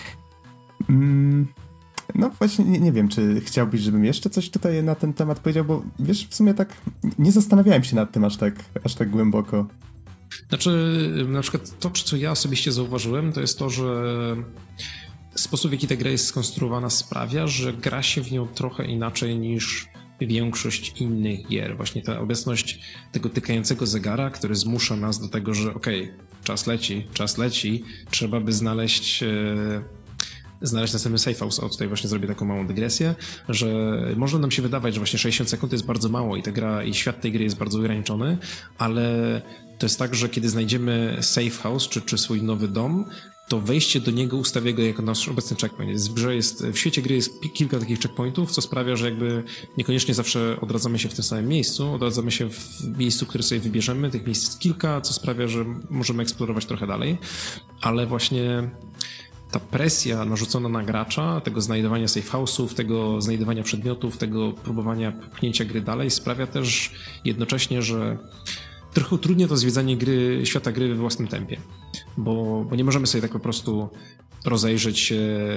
No właśnie nie wiem, czy chciałbyś, żebym jeszcze coś tutaj na ten temat powiedział, bo wiesz, w sumie tak nie zastanawiałem się nad tym aż tak głęboko. Znaczy, na przykład to, co ja osobiście zauważyłem, to jest to, że sposób, w jaki ta gra jest skonstruowana, sprawia, że gra się w nią trochę inaczej niż większość innych gier. Właśnie ta obecność tego tykającego zegara, który zmusza nas do tego, że okej, czas leci, trzeba by znaleźć następny safe house. O, tutaj właśnie zrobię taką małą dygresję, że może nam się wydawać, że właśnie 60 sekund jest bardzo mało i ta gra, i świat tej gry jest bardzo ograniczony, ale to jest tak, że kiedy znajdziemy safe house czy swój nowy dom, to wejście do niego ustawia go jako nasz obecny checkpoint. W świecie gry jest kilka takich checkpointów, co sprawia, że jakby niekoniecznie zawsze odradzamy się w tym samym miejscu, odradzamy się w miejscu, które sobie wybierzemy. Tych miejsc jest kilka, co sprawia, że możemy eksplorować trochę dalej, ale właśnie ta presja narzucona na gracza, tego znajdowania safe house'ów, tego znajdowania przedmiotów, tego próbowania popchnięcia gry dalej sprawia też jednocześnie, że trochę utrudnia to zwiedzanie świata gry we własnym tempie, bo nie możemy sobie tak po prostu rozejrzeć się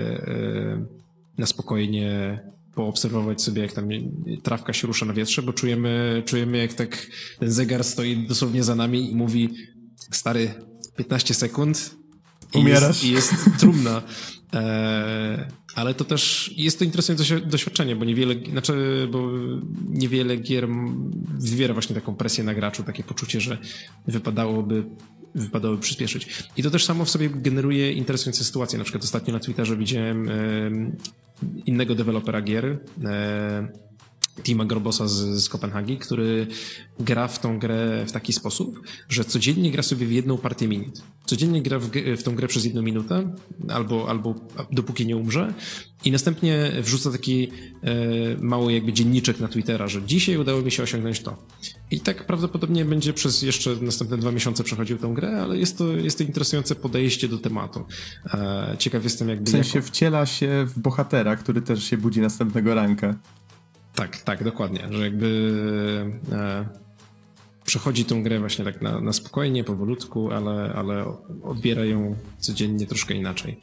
na spokojnie, poobserwować sobie, jak tam trawka się rusza na wietrze, bo czujemy jak tak ten zegar stoi dosłownie za nami i mówi: stary, 15 sekund umierasz. I jest trumna. Ale to też jest to interesujące doświadczenie, bo niewiele gier wywiera właśnie taką presję na graczu, takie poczucie, że wypadałoby przyspieszyć. I to też samo w sobie generuje interesujące sytuacje. Na przykład ostatnio na Twitterze widziałem innego dewelopera gier, Tima Grobosa z Kopenhagi, który gra w tą grę w taki sposób, że codziennie gra sobie w jedną partię minut. Codziennie gra w tą grę przez 1 minutę, albo dopóki nie umrze, i następnie wrzuca taki mały jakby dzienniczek na Twittera, że dzisiaj udało mi się osiągnąć to. I tak prawdopodobnie będzie przez jeszcze następne 2 miesiące przechodził tę grę, ale jest to interesujące podejście do tematu. Ciekaw jestem jakby... W sensie wciela się w bohatera, który też się budzi następnego ranka. Tak, dokładnie, że jakby przechodzi tą grę właśnie tak na spokojnie, powolutku, ale odbiera ją codziennie troszkę inaczej.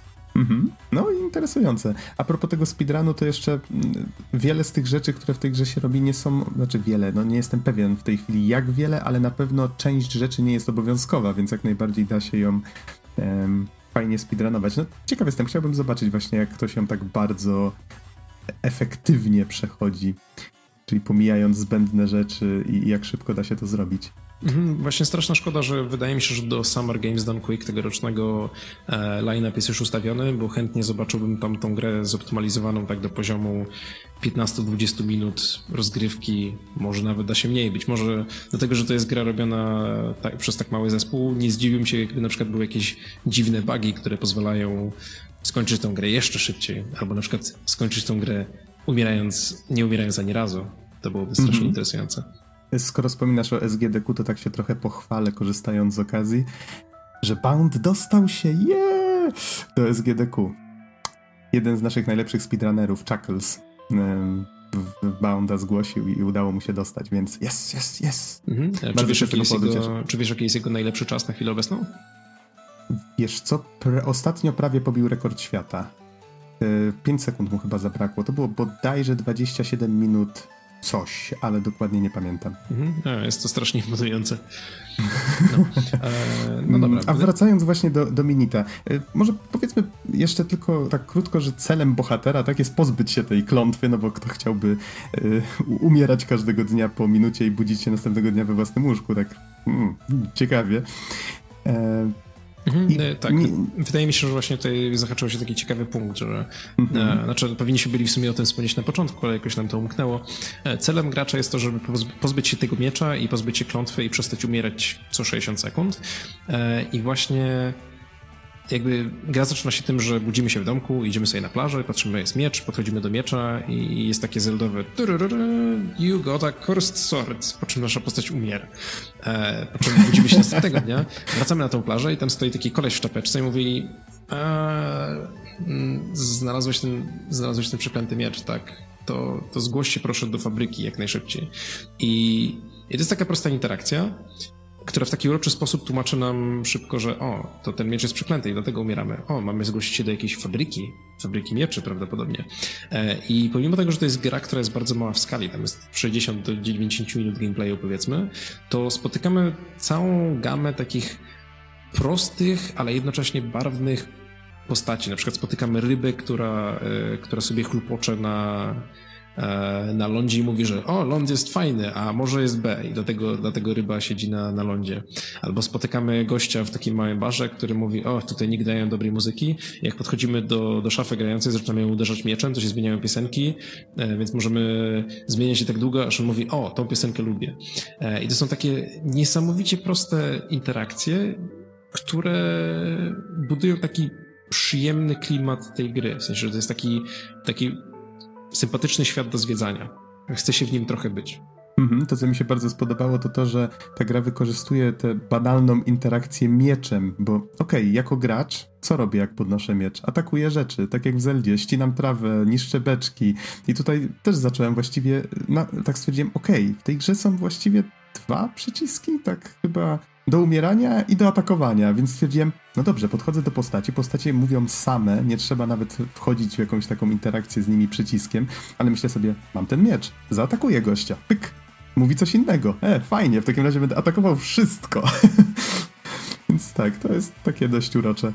No i interesujące. A propos tego speedrunu, to jeszcze wiele z tych rzeczy, które w tej grze się robi, nie są, znaczy wiele, no nie jestem pewien w tej chwili jak wiele, ale na pewno część rzeczy nie jest obowiązkowa, więc jak najbardziej da się ją fajnie speedrunować. No ciekaw jestem, chciałbym zobaczyć właśnie, jak ktoś ją tak bardzo efektywnie przechodzi, czyli pomijając zbędne rzeczy i jak szybko da się to zrobić. Właśnie straszna szkoda, że wydaje mi się, że do Summer Games Done Quick tegorocznego line-up jest już ustawiony, bo chętnie zobaczyłbym tam tą grę zoptymalizowaną tak do poziomu 15-20 minut rozgrywki, może nawet da się mniej. Być może dlatego, że to jest gra robiona przez tak mały zespół, nie zdziwiłbym się, jakby na przykład były jakieś dziwne bugi, które pozwalają skończyć tę grę jeszcze szybciej, albo na przykład skończyć tę grę nie umierając ani razu. To byłoby strasznie interesujące. Skoro wspominasz o SGDQ, to tak się trochę pochwalę, korzystając z okazji, że Bound dostał się do SGDQ. Jeden z naszych najlepszych speedrunnerów, Chuckles, Bounda zgłosił i udało mu się dostać, więc yes. Czy wiesz, jaki jest jego najlepszy czas na chwilę obecną? Wiesz co, ostatnio prawie pobił rekord świata. 5 sekund mu chyba zabrakło. To było bodajże 27 minut coś, ale dokładnie nie pamiętam. Jest to strasznie imponujące. No dobra. A wracając właśnie do Minita, może powiedzmy jeszcze tylko tak krótko, że celem bohatera tak jest pozbyć się tej klątwy, no bo kto chciałby umierać każdego dnia po minucie i budzić się następnego dnia we własnym łóżku, tak ciekawie. Tak, wydaje mi się, że właśnie tutaj zahaczyło się taki ciekawy punkt, że znaczy powinniśmy byli w sumie o tym wspomnieć na początku, ale jakoś nam to umknęło. Celem gracza jest to, żeby pozbyć się tego miecza i pozbyć się klątwy i przestać umierać co 60 sekund. I właśnie jakby gra zaczyna się tym, że budzimy się w domku, idziemy sobie na plażę, patrzymy, jest miecz, podchodzimy do miecza i jest takie zeldowe you got a cursed sword, po czym nasza postać umiera. Po czym budzimy się następnego dnia, wracamy na tą plażę i tam stoi taki koleś w czapeczce i mówi znalazłeś ten przeklęty miecz, tak? To zgłoś się proszę do fabryki jak najszybciej. I to jest taka prosta interakcja, która w taki uroczy sposób tłumaczy nam szybko, że to ten miecz jest przeklęty i dlatego umieramy. Mamy zgłosić się do jakiejś fabryki mieczy prawdopodobnie. I pomimo tego, że to jest gra, która jest bardzo mała w skali, tam jest 60 do 90 minut gameplayu powiedzmy, to spotykamy całą gamę takich prostych, ale jednocześnie barwnych postaci. Na przykład spotykamy rybę, która sobie chlupocze na lądzie i mówi, że ląd jest fajny, a morze jest B i dlatego ryba siedzi na lądzie. Albo spotykamy gościa w takim małym barze, który mówi, tutaj nie grają dobrej muzyki. Jak podchodzimy do szafy grającej, zaczynamy ją uderzać mieczem, to się zmieniają piosenki, więc możemy zmieniać się tak długo, aż on mówi, tą piosenkę lubię. I to są takie niesamowicie proste interakcje, które budują taki przyjemny klimat tej gry. W sensie, że to jest taki sympatyczny świat do zwiedzania. Chce się w nim trochę być. To, co mi się bardzo spodobało, to, że ta gra wykorzystuje tę banalną interakcję mieczem, bo jako gracz, co robię, jak podnoszę miecz? Atakuję rzeczy, tak jak w Zeldzie, ścinam trawę, niszczę beczki. I tutaj też zacząłem właściwie, tak stwierdziłem, w tej grze są właściwie 2 przyciski, tak chyba do umierania i do atakowania, więc stwierdziłem, no dobrze, podchodzę do postaci, postacie mówią same, nie trzeba nawet wchodzić w jakąś taką interakcję z nimi przyciskiem, ale myślę sobie, mam ten miecz, zaatakuję gościa, pyk, mówi coś innego, fajnie, w takim razie będę atakował wszystko. Więc tak, to jest takie dość urocze.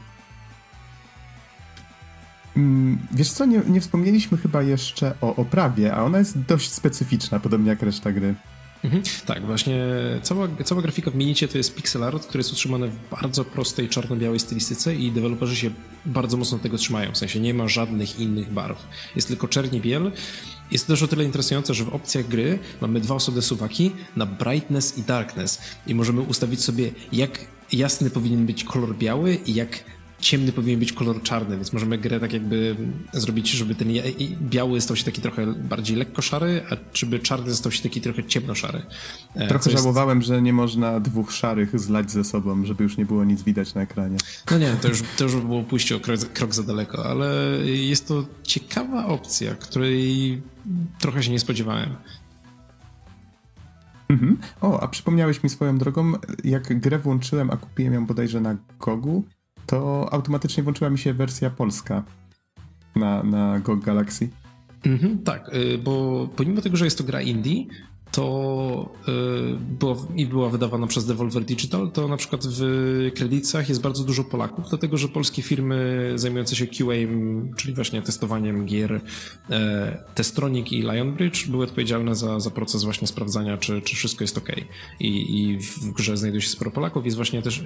Wiesz co, nie wspomnieliśmy chyba jeszcze o oprawie, a ona jest dość specyficzna, podobnie jak reszta gry. Tak, właśnie cała grafika w Minicie to jest pixel art, który jest utrzymany w bardzo prostej czarno-białej stylistyce i deweloperzy się bardzo mocno tego trzymają, w sensie nie ma żadnych innych barw. Jest tylko czerń i biel. Jest to też o tyle interesujące, że w opcjach gry mamy 2 osobne suwaki na brightness i darkness i możemy ustawić sobie, jak jasny powinien być kolor biały i jak ciemny powinien być kolor czarny, więc możemy grę tak jakby zrobić, żeby ten biały stał się taki trochę bardziej lekko szary, a żeby czarny stał się taki trochę ciemno-szary. Trochę żałowałem, że nie można 2 szarych zlać ze sobą, żeby już nie było nic widać na ekranie. No nie, to już by było pójście o krok za daleko, ale jest to ciekawa opcja, której trochę się nie spodziewałem. A przypomniałeś mi swoją drogą, jak grę włączyłem, a kupiłem ją bodajże na GOG-u, to automatycznie włączyła mi się wersja polska na GOG Galaxy. Tak, bo pomimo tego, że jest to gra indie, to była wydawana przez Devolver Digital, to na przykład w kredytach jest bardzo dużo Polaków, dlatego że polskie firmy zajmujące się QA, czyli właśnie testowaniem gier, Testronic i Lionbridge były odpowiedzialne za proces właśnie sprawdzania, czy wszystko jest ok. I w grze znajduje się sporo Polaków, jest właśnie też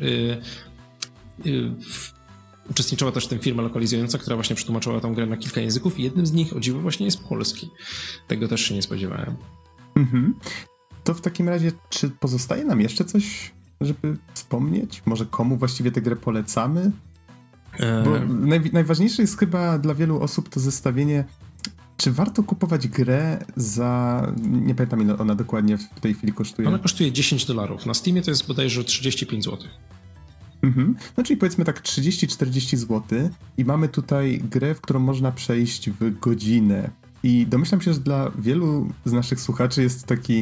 uczestniczyła też w tym firma lokalizująca, która właśnie przetłumaczyła tą grę na kilka języków i jednym z nich, o dziwo, właśnie jest polski. Tego też się nie spodziewałem. To w takim razie, czy pozostaje nam jeszcze coś, żeby wspomnieć? Może komu właściwie tę grę polecamy? Bo najważniejsze jest chyba dla wielu osób to zestawienie, czy warto kupować grę za... Nie pamiętam, ile ona dokładnie w tej chwili kosztuje. Ona kosztuje $10. Na Steamie to jest bodajże 35 zł. No czyli powiedzmy tak 30-40 zł i mamy tutaj grę, w którą można przejść w godzinę. I domyślam się, że dla wielu z naszych słuchaczy jest taki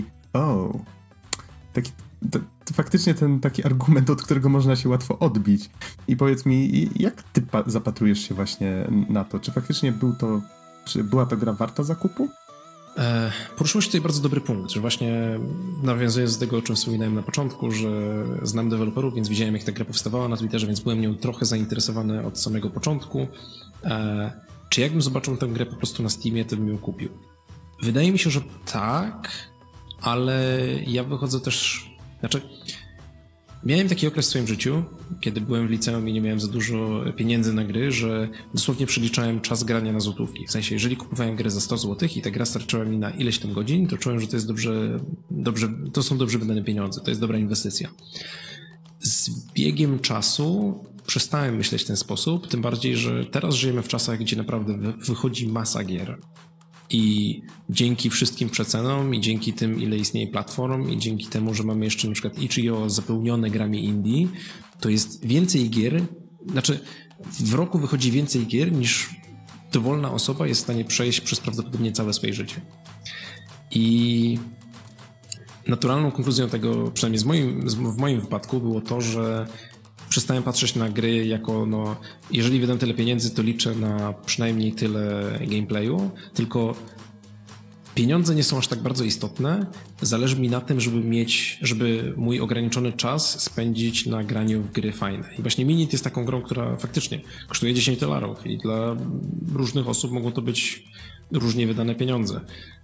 faktycznie ten taki argument, od którego można się łatwo odbić. I powiedz mi, jak ty zapatrujesz się właśnie na to? Czy faktycznie była to gra warta zakupu? Poruszyłeś tutaj bardzo dobry punkt, że właśnie nawiązując do tego, o czym wspominałem na początku, że znam deweloperów, więc widziałem, jak ta gra powstawała na Twitterze, więc byłem nią trochę zainteresowany od samego początku. Czy jakbym zobaczył tę grę po prostu na Steamie, to bym ją kupił? Wydaje mi się, że tak, ale ja wychodzę też... Miałem taki okres w swoim życiu, kiedy byłem w liceum i nie miałem za dużo pieniędzy na gry, że dosłownie przeliczałem czas grania na złotówki. W sensie, jeżeli kupowałem grę za 100 zł i ta gra starczyła mi na ileś tam godzin, to czułem, że to jest to są dobrze wydane pieniądze, to jest dobra inwestycja. Z biegiem czasu przestałem myśleć w ten sposób, tym bardziej, że teraz żyjemy w czasach, gdzie naprawdę wychodzi masa gier. I dzięki wszystkim przecenom i dzięki tym, ile istnieje platform i dzięki temu, że mamy jeszcze na przykład itch.io zapełnione grami indie, to jest więcej gier, w roku wychodzi więcej gier niż dowolna osoba jest w stanie przejść przez prawdopodobnie całe swoje życie. I naturalną konkluzją tego, przynajmniej w moim wypadku, było to, że przestałem patrzeć na gry jako, jeżeli wydam tyle pieniędzy, to liczę na przynajmniej tyle gameplayu, tylko pieniądze nie są aż tak bardzo istotne. Zależy mi na tym, żeby mój ograniczony czas spędzić na graniu w gry fajne. I właśnie Minit jest taką grą, która faktycznie kosztuje $10 i dla różnych osób mogą to być różnie wydane pieniądze.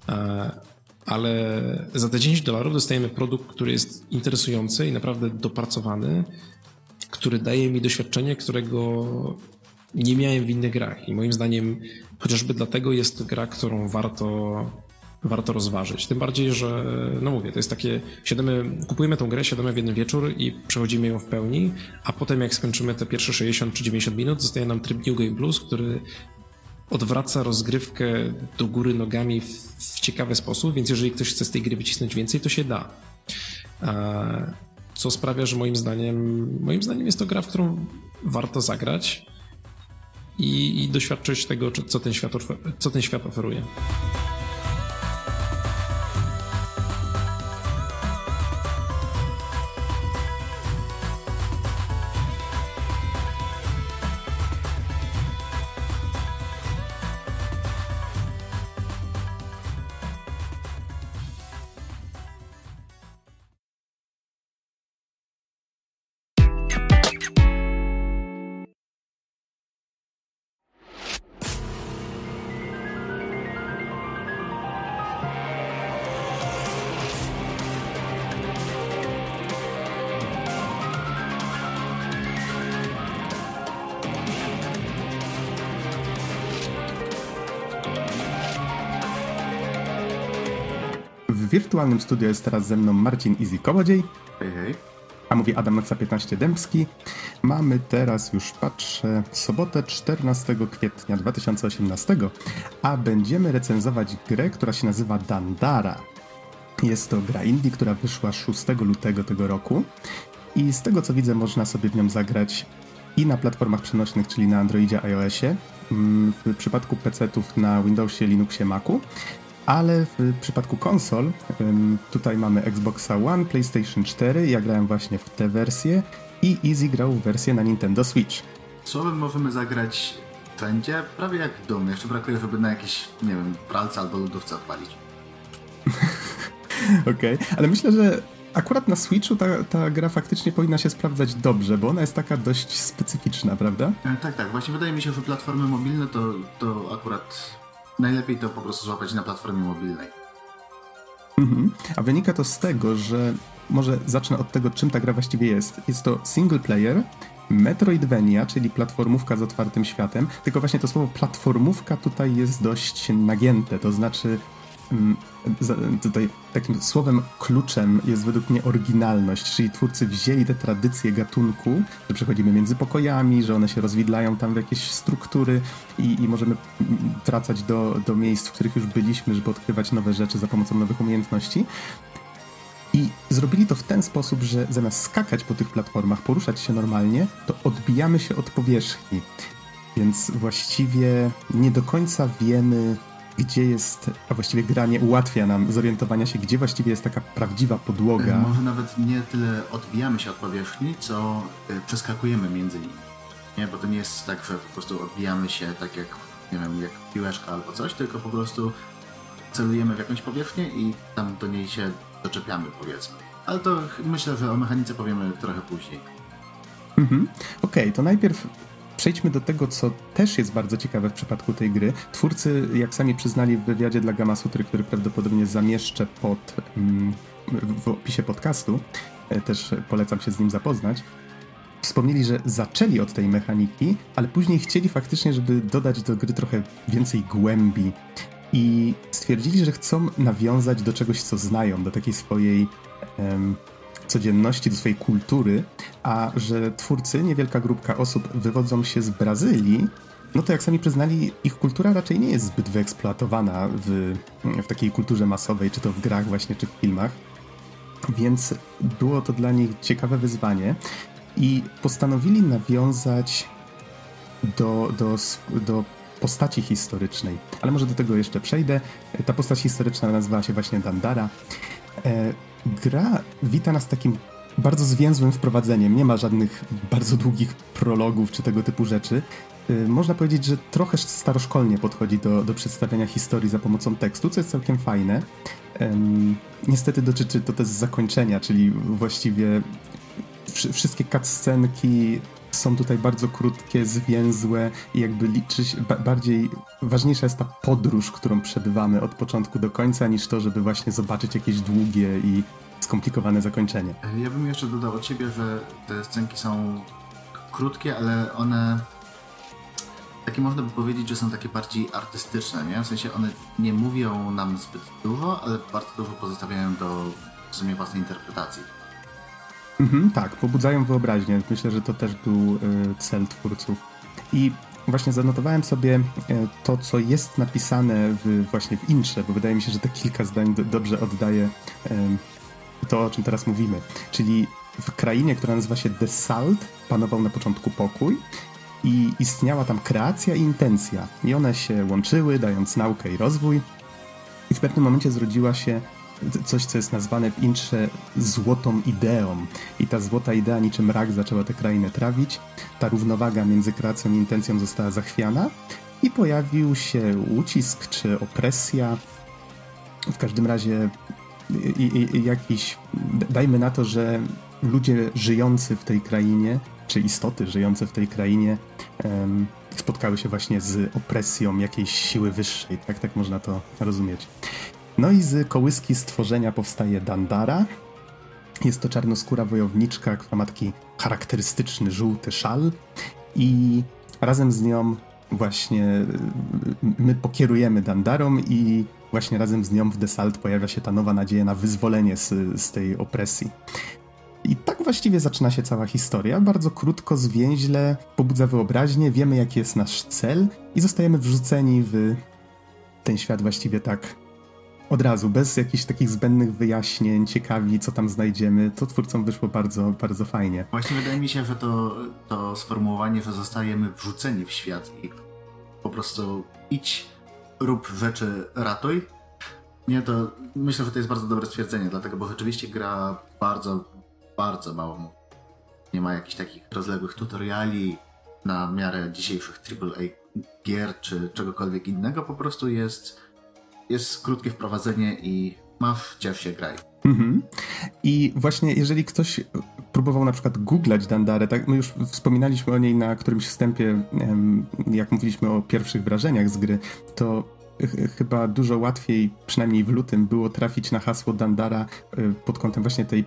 Ale za te $10 dostajemy produkt, który jest interesujący i naprawdę dopracowany, który daje mi doświadczenie, którego nie miałem w innych grach. I moim zdaniem chociażby dlatego jest to gra, którą warto rozważyć. Tym bardziej, że mówię, to jest takie, kupujemy tą grę, siadamy w jeden wieczór i przechodzimy ją w pełni, a potem jak skończymy te pierwsze 60 czy 90 minut, zostaje nam tryb New Game Plus, który odwraca rozgrywkę do góry nogami w ciekawy sposób, więc jeżeli ktoś chce z tej gry wycisnąć więcej, to się da. Co sprawia, że moim zdaniem jest to gra, w którą warto zagrać i doświadczyć tego, co ten świat oferuje. W wirtualnym studio jest teraz ze mną Marcin Easy Kołodziej. Hej, hej. A mówi Adam Noxa 15 Dębski. Mamy teraz już, patrzę, sobotę 14 kwietnia 2018, a będziemy recenzować grę, która się nazywa Dandara. Jest to gra indie, która wyszła 6 lutego tego roku i z tego co widzę można sobie w nią zagrać i na platformach przenośnych, czyli na Androidzie, iOSie, w przypadku PC-ów na Windowsie, Linuxie, Macu, ale w przypadku konsol tutaj mamy Xboxa One, PlayStation 4, ja grałem właśnie w tę wersję i Easy grał w wersję na Nintendo Switch. Słowem możemy zagrać wszędzie, prawie jak w domu. Jeszcze brakuje, żeby na jakieś, nie wiem, pralce albo lodówce odpalić. Okej, ale myślę, że akurat na Switchu ta gra faktycznie powinna się sprawdzać dobrze, bo ona jest taka dość specyficzna, prawda? Tak. Właśnie wydaje mi się, że platformy mobilne to akurat najlepiej to po prostu złapać na platformie mobilnej. A wynika to z tego, że może zacznę od tego, czym ta gra właściwie jest. Jest to single player, Metroidvania, czyli platformówka z otwartym światem, tylko właśnie to słowo platformówka tutaj jest dość nagięte, to znaczy tutaj takim słowem kluczem jest według mnie oryginalność, czyli twórcy wzięli te tradycje gatunku, że przechodzimy między pokojami, że one się rozwidlają tam w jakieś struktury i możemy wracać do miejsc, w których już byliśmy, żeby odkrywać nowe rzeczy za pomocą nowych umiejętności. I zrobili to w ten sposób, że zamiast skakać po tych platformach, poruszać się normalnie, to odbijamy się od powierzchni. Więc właściwie nie do końca wiemy, gdzie jest, a właściwie gra nie ułatwia nam zorientowania się, gdzie właściwie jest taka prawdziwa podłoga. Może nawet nie tyle odbijamy się od powierzchni, co przeskakujemy między nimi. Nie, bo to nie jest tak, że po prostu odbijamy się tak jak, nie wiem, jak piłeczka albo coś, tylko po prostu celujemy w jakąś powierzchnię i tam do niej się doczepiamy, powiedzmy. Ale to myślę, że o mechanice powiemy trochę później. Okej, to najpierw przejdźmy do tego, co też jest bardzo ciekawe w przypadku tej gry. Twórcy, jak sami przyznali w wywiadzie dla Gamasutry, który prawdopodobnie zamieszczę w opisie podcastu, też polecam się z nim zapoznać, wspomnieli, że zaczęli od tej mechaniki, ale później chcieli faktycznie, żeby dodać do gry trochę więcej głębi i stwierdzili, że chcą nawiązać do czegoś, co znają, do takiej swojej codzienności, do swojej kultury, a że twórcy, niewielka grupka osób wywodzą się z Brazylii, no to jak sami przyznali, ich kultura raczej nie jest zbyt wyeksploatowana w takiej kulturze masowej, czy to w grach właśnie, czy w filmach, więc było to dla nich ciekawe wyzwanie i postanowili nawiązać do postaci historycznej. Ale może do tego jeszcze przejdę. Ta postać historyczna nazywała się właśnie Dandara. Gra wita nas takim bardzo zwięzłym wprowadzeniem. Nie ma żadnych bardzo długich prologów czy tego typu rzeczy. Można powiedzieć, że trochę staroszkolnie podchodzi do przedstawiania historii za pomocą tekstu, co jest całkiem fajne. Niestety dotyczy to też zakończenia, czyli właściwie wszystkie cutscenki są tutaj bardzo krótkie, zwięzłe i jakby ważniejsza jest ta podróż, którą przebywamy od początku do końca, niż to, żeby właśnie zobaczyć jakieś długie i skomplikowane zakończenie. Ja bym jeszcze dodał od ciebie, że te scenki są krótkie, ale one takie można by powiedzieć, że są takie bardziej artystyczne, nie? W sensie one nie mówią nam zbyt dużo, ale bardzo dużo pozostawiają do w sumie własnej interpretacji. Tak, pobudzają wyobraźnię. Myślę, że to też był cel twórców. I właśnie zanotowałem sobie to, co jest napisane właśnie w intrze, bo wydaje mi się, że te kilka zdań dobrze oddaje to, o czym teraz mówimy. Czyli w krainie, która nazywa się Desalt, panował na początku pokój i istniała tam kreacja i intencja. I one się łączyły, dając naukę i rozwój. I w pewnym momencie zrodziła się coś, co jest nazwane w intrze złotą ideą. I ta złota idea niczym rak zaczęła tę krainę trawić. Ta równowaga między kreacją i intencją została zachwiana i pojawił się ucisk czy opresja. W każdym razie jakiś, dajmy na to, że ludzie żyjący w tej krainie, czy istoty żyjące w tej krainie spotkały się właśnie z opresją jakiejś siły wyższej, tak można to rozumieć. No i z kołyski stworzenia powstaje Dandara. Jest to czarnoskóra wojowniczka, która ma taki charakterystyczny żółty szal i razem z nią właśnie my pokierujemy Dandarą i właśnie razem z nią w Desalt pojawia się ta nowa nadzieja na wyzwolenie z tej opresji. I tak właściwie zaczyna się cała historia. Bardzo krótko, zwięźle, pobudza wyobraźnię, wiemy jaki jest nasz cel i zostajemy wrzuceni w ten świat właściwie tak od razu, bez jakichś takich zbędnych wyjaśnień, ciekawi, co tam znajdziemy. To twórcom wyszło bardzo, bardzo fajnie. Właśnie wydaje mi się, że to sformułowanie, że zostajemy wrzuceni w świat i po prostu idź, rób rzeczy, ratuj. Nie, to myślę, że to jest bardzo dobre stwierdzenie, dlatego, bo rzeczywiście gra bardzo, bardzo mało mówi. Nie ma jakichś takich rozległych tutoriali na miarę dzisiejszych AAA gier czy czegokolwiek innego. Po prostu jest krótkie wprowadzenie i masz, ciesz się, graj. I właśnie jeżeli ktoś próbował na przykład googlać Dandarę, tak, my już wspominaliśmy o niej na którymś wstępie, jak mówiliśmy o pierwszych wrażeniach z gry, to chyba dużo łatwiej, przynajmniej w lutym, było trafić na hasło Dandara pod kątem właśnie tej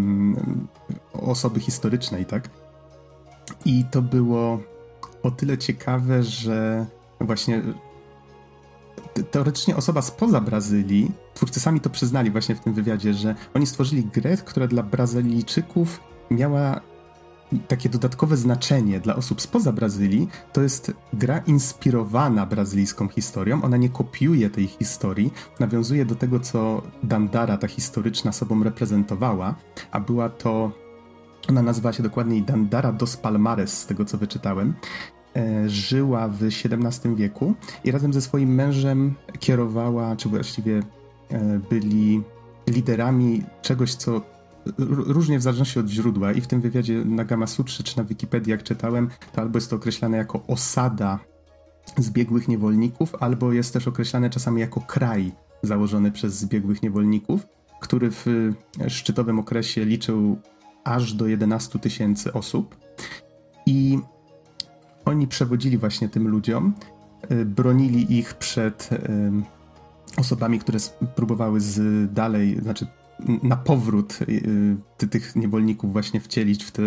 osoby historycznej, tak? I to było o tyle ciekawe, że właśnie teoretycznie osoba spoza Brazylii, twórcy sami to przyznali właśnie w tym wywiadzie, że oni stworzyli grę, która dla Brazylijczyków miała takie dodatkowe znaczenie dla osób spoza Brazylii. To jest gra inspirowana brazylijską historią, ona nie kopiuje tej historii, nawiązuje do tego, co Dandara, ta historyczna, sobą reprezentowała, a była to, ona nazywała się dokładniej Dandara dos Palmares, z tego co wyczytałem. Żyła w XVII wieku i razem ze swoim mężem kierowała, czy właściwie byli liderami czegoś, co różnie w zależności od źródła i w tym wywiadzie na Gamasutrze czy na Wikipedii, jak czytałem, to albo jest to określane jako osada zbiegłych niewolników, albo jest też określane czasami jako kraj założony przez zbiegłych niewolników, który w szczytowym okresie liczył aż do 11 000 osób. I oni przewodzili właśnie tym ludziom, bronili ich przed osobami, które próbowały na powrót tych niewolników właśnie wcielić w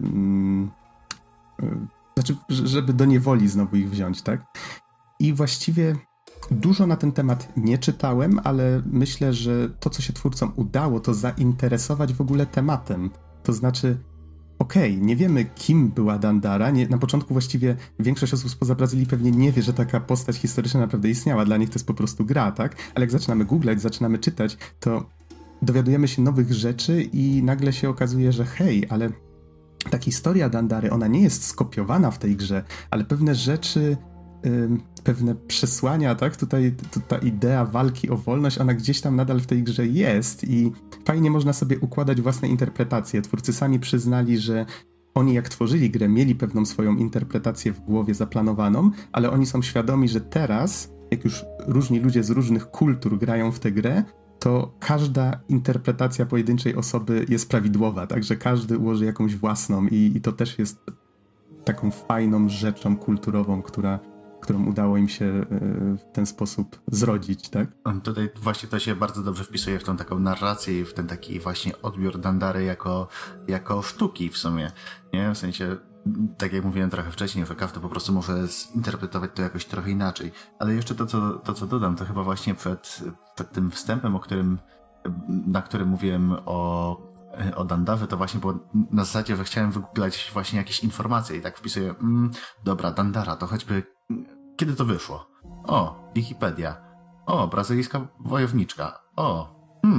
żeby do niewoli znowu ich wziąć, tak? I właściwie dużo na ten temat nie czytałem, ale myślę, że to, co się twórcom udało, to zainteresować w ogóle tematem. To znaczy, nie wiemy, kim była Dandara. Na początku właściwie większość osób spoza Brazylii pewnie nie wie, że taka postać historyczna naprawdę istniała. Dla nich to jest po prostu gra, tak? Ale jak zaczynamy googlać, zaczynamy czytać, to dowiadujemy się nowych rzeczy i nagle się okazuje, że ale ta historia Dandary, ona nie jest skopiowana w tej grze, ale pewne rzeczy, pewne przesłania, tak? Tutaj ta idea walki o wolność, ona gdzieś tam nadal w tej grze jest i fajnie można sobie układać własne interpretacje. Twórcy sami przyznali, że oni jak tworzyli grę, mieli pewną swoją interpretację w głowie zaplanowaną, ale oni są świadomi, że teraz, jak już różni ludzie z różnych kultur grają w tę grę, to każda interpretacja pojedynczej osoby jest prawidłowa, także każdy ułoży jakąś własną i to też jest taką fajną rzeczą kulturową, którą udało im się w ten sposób zrodzić, tak? Tutaj właśnie to się bardzo dobrze wpisuje w tą taką narrację i w ten taki właśnie odbiór Dandary jako sztuki w sumie, nie? W sensie, tak jak mówiłem trochę wcześniej, że każdy po prostu może zinterpretować to jakoś trochę inaczej. Ale jeszcze to, co dodam, to chyba właśnie przed tym wstępem, na którym mówiłem o Dandarze, to właśnie było na zasadzie, że chciałem wygooglać właśnie jakieś informacje i tak wpisuję, dobra, Dandara, to choćby kiedy to wyszło? O, Wikipedia. O, brazylijska wojowniczka. O,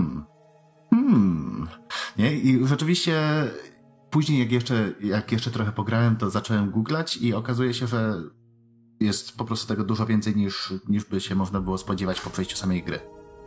Nie? I rzeczywiście później jak jeszcze trochę pograłem, to zacząłem googlać i okazuje się, że jest po prostu tego dużo więcej niż by się można było spodziewać po przejściu samej gry.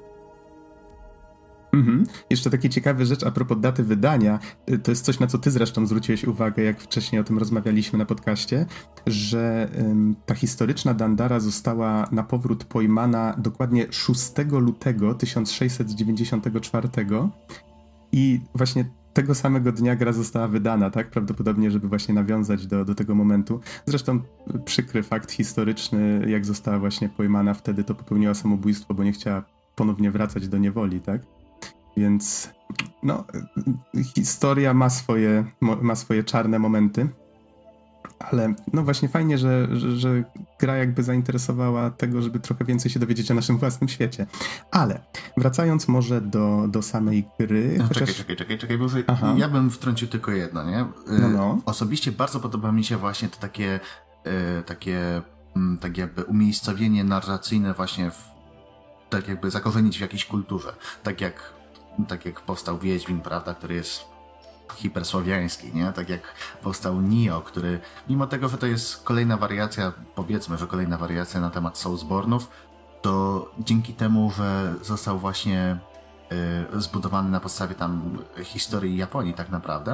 Jeszcze takie ciekawe rzecz a propos daty wydania, to jest coś, na co ty zresztą zwróciłeś uwagę, jak wcześniej o tym rozmawialiśmy na podcaście, że ta historyczna Dandara została na powrót pojmana dokładnie 6 lutego 1694 i właśnie tego samego dnia gra została wydana, tak? Prawdopodobnie, żeby właśnie nawiązać do tego momentu. Zresztą przykry fakt historyczny, jak została właśnie pojmana wtedy, to popełniła samobójstwo, bo nie chciała ponownie wracać do niewoli, tak? Więc historia ma swoje czarne momenty, ale właśnie fajnie, że gra jakby zainteresowała tego, żeby trochę więcej się dowiedzieć o naszym własnym świecie. Ale wracając może do samej gry... Czekaj, bo ja bym wtrącił tylko jedno, nie? Osobiście bardzo podoba mi się właśnie to takie tak jakby umiejscowienie narracyjne właśnie tak jakby zakorzenić w jakiejś kulturze. Tak jak powstał Wiedźmin, prawda, który jest hipersłowiański, nie? Tak jak powstał Nioh, który mimo tego, że to jest kolejna wariacja, powiedzmy, że kolejna wariacja na temat Soulsborne'ów, to dzięki temu, że został właśnie zbudowany na podstawie tam historii Japonii tak naprawdę,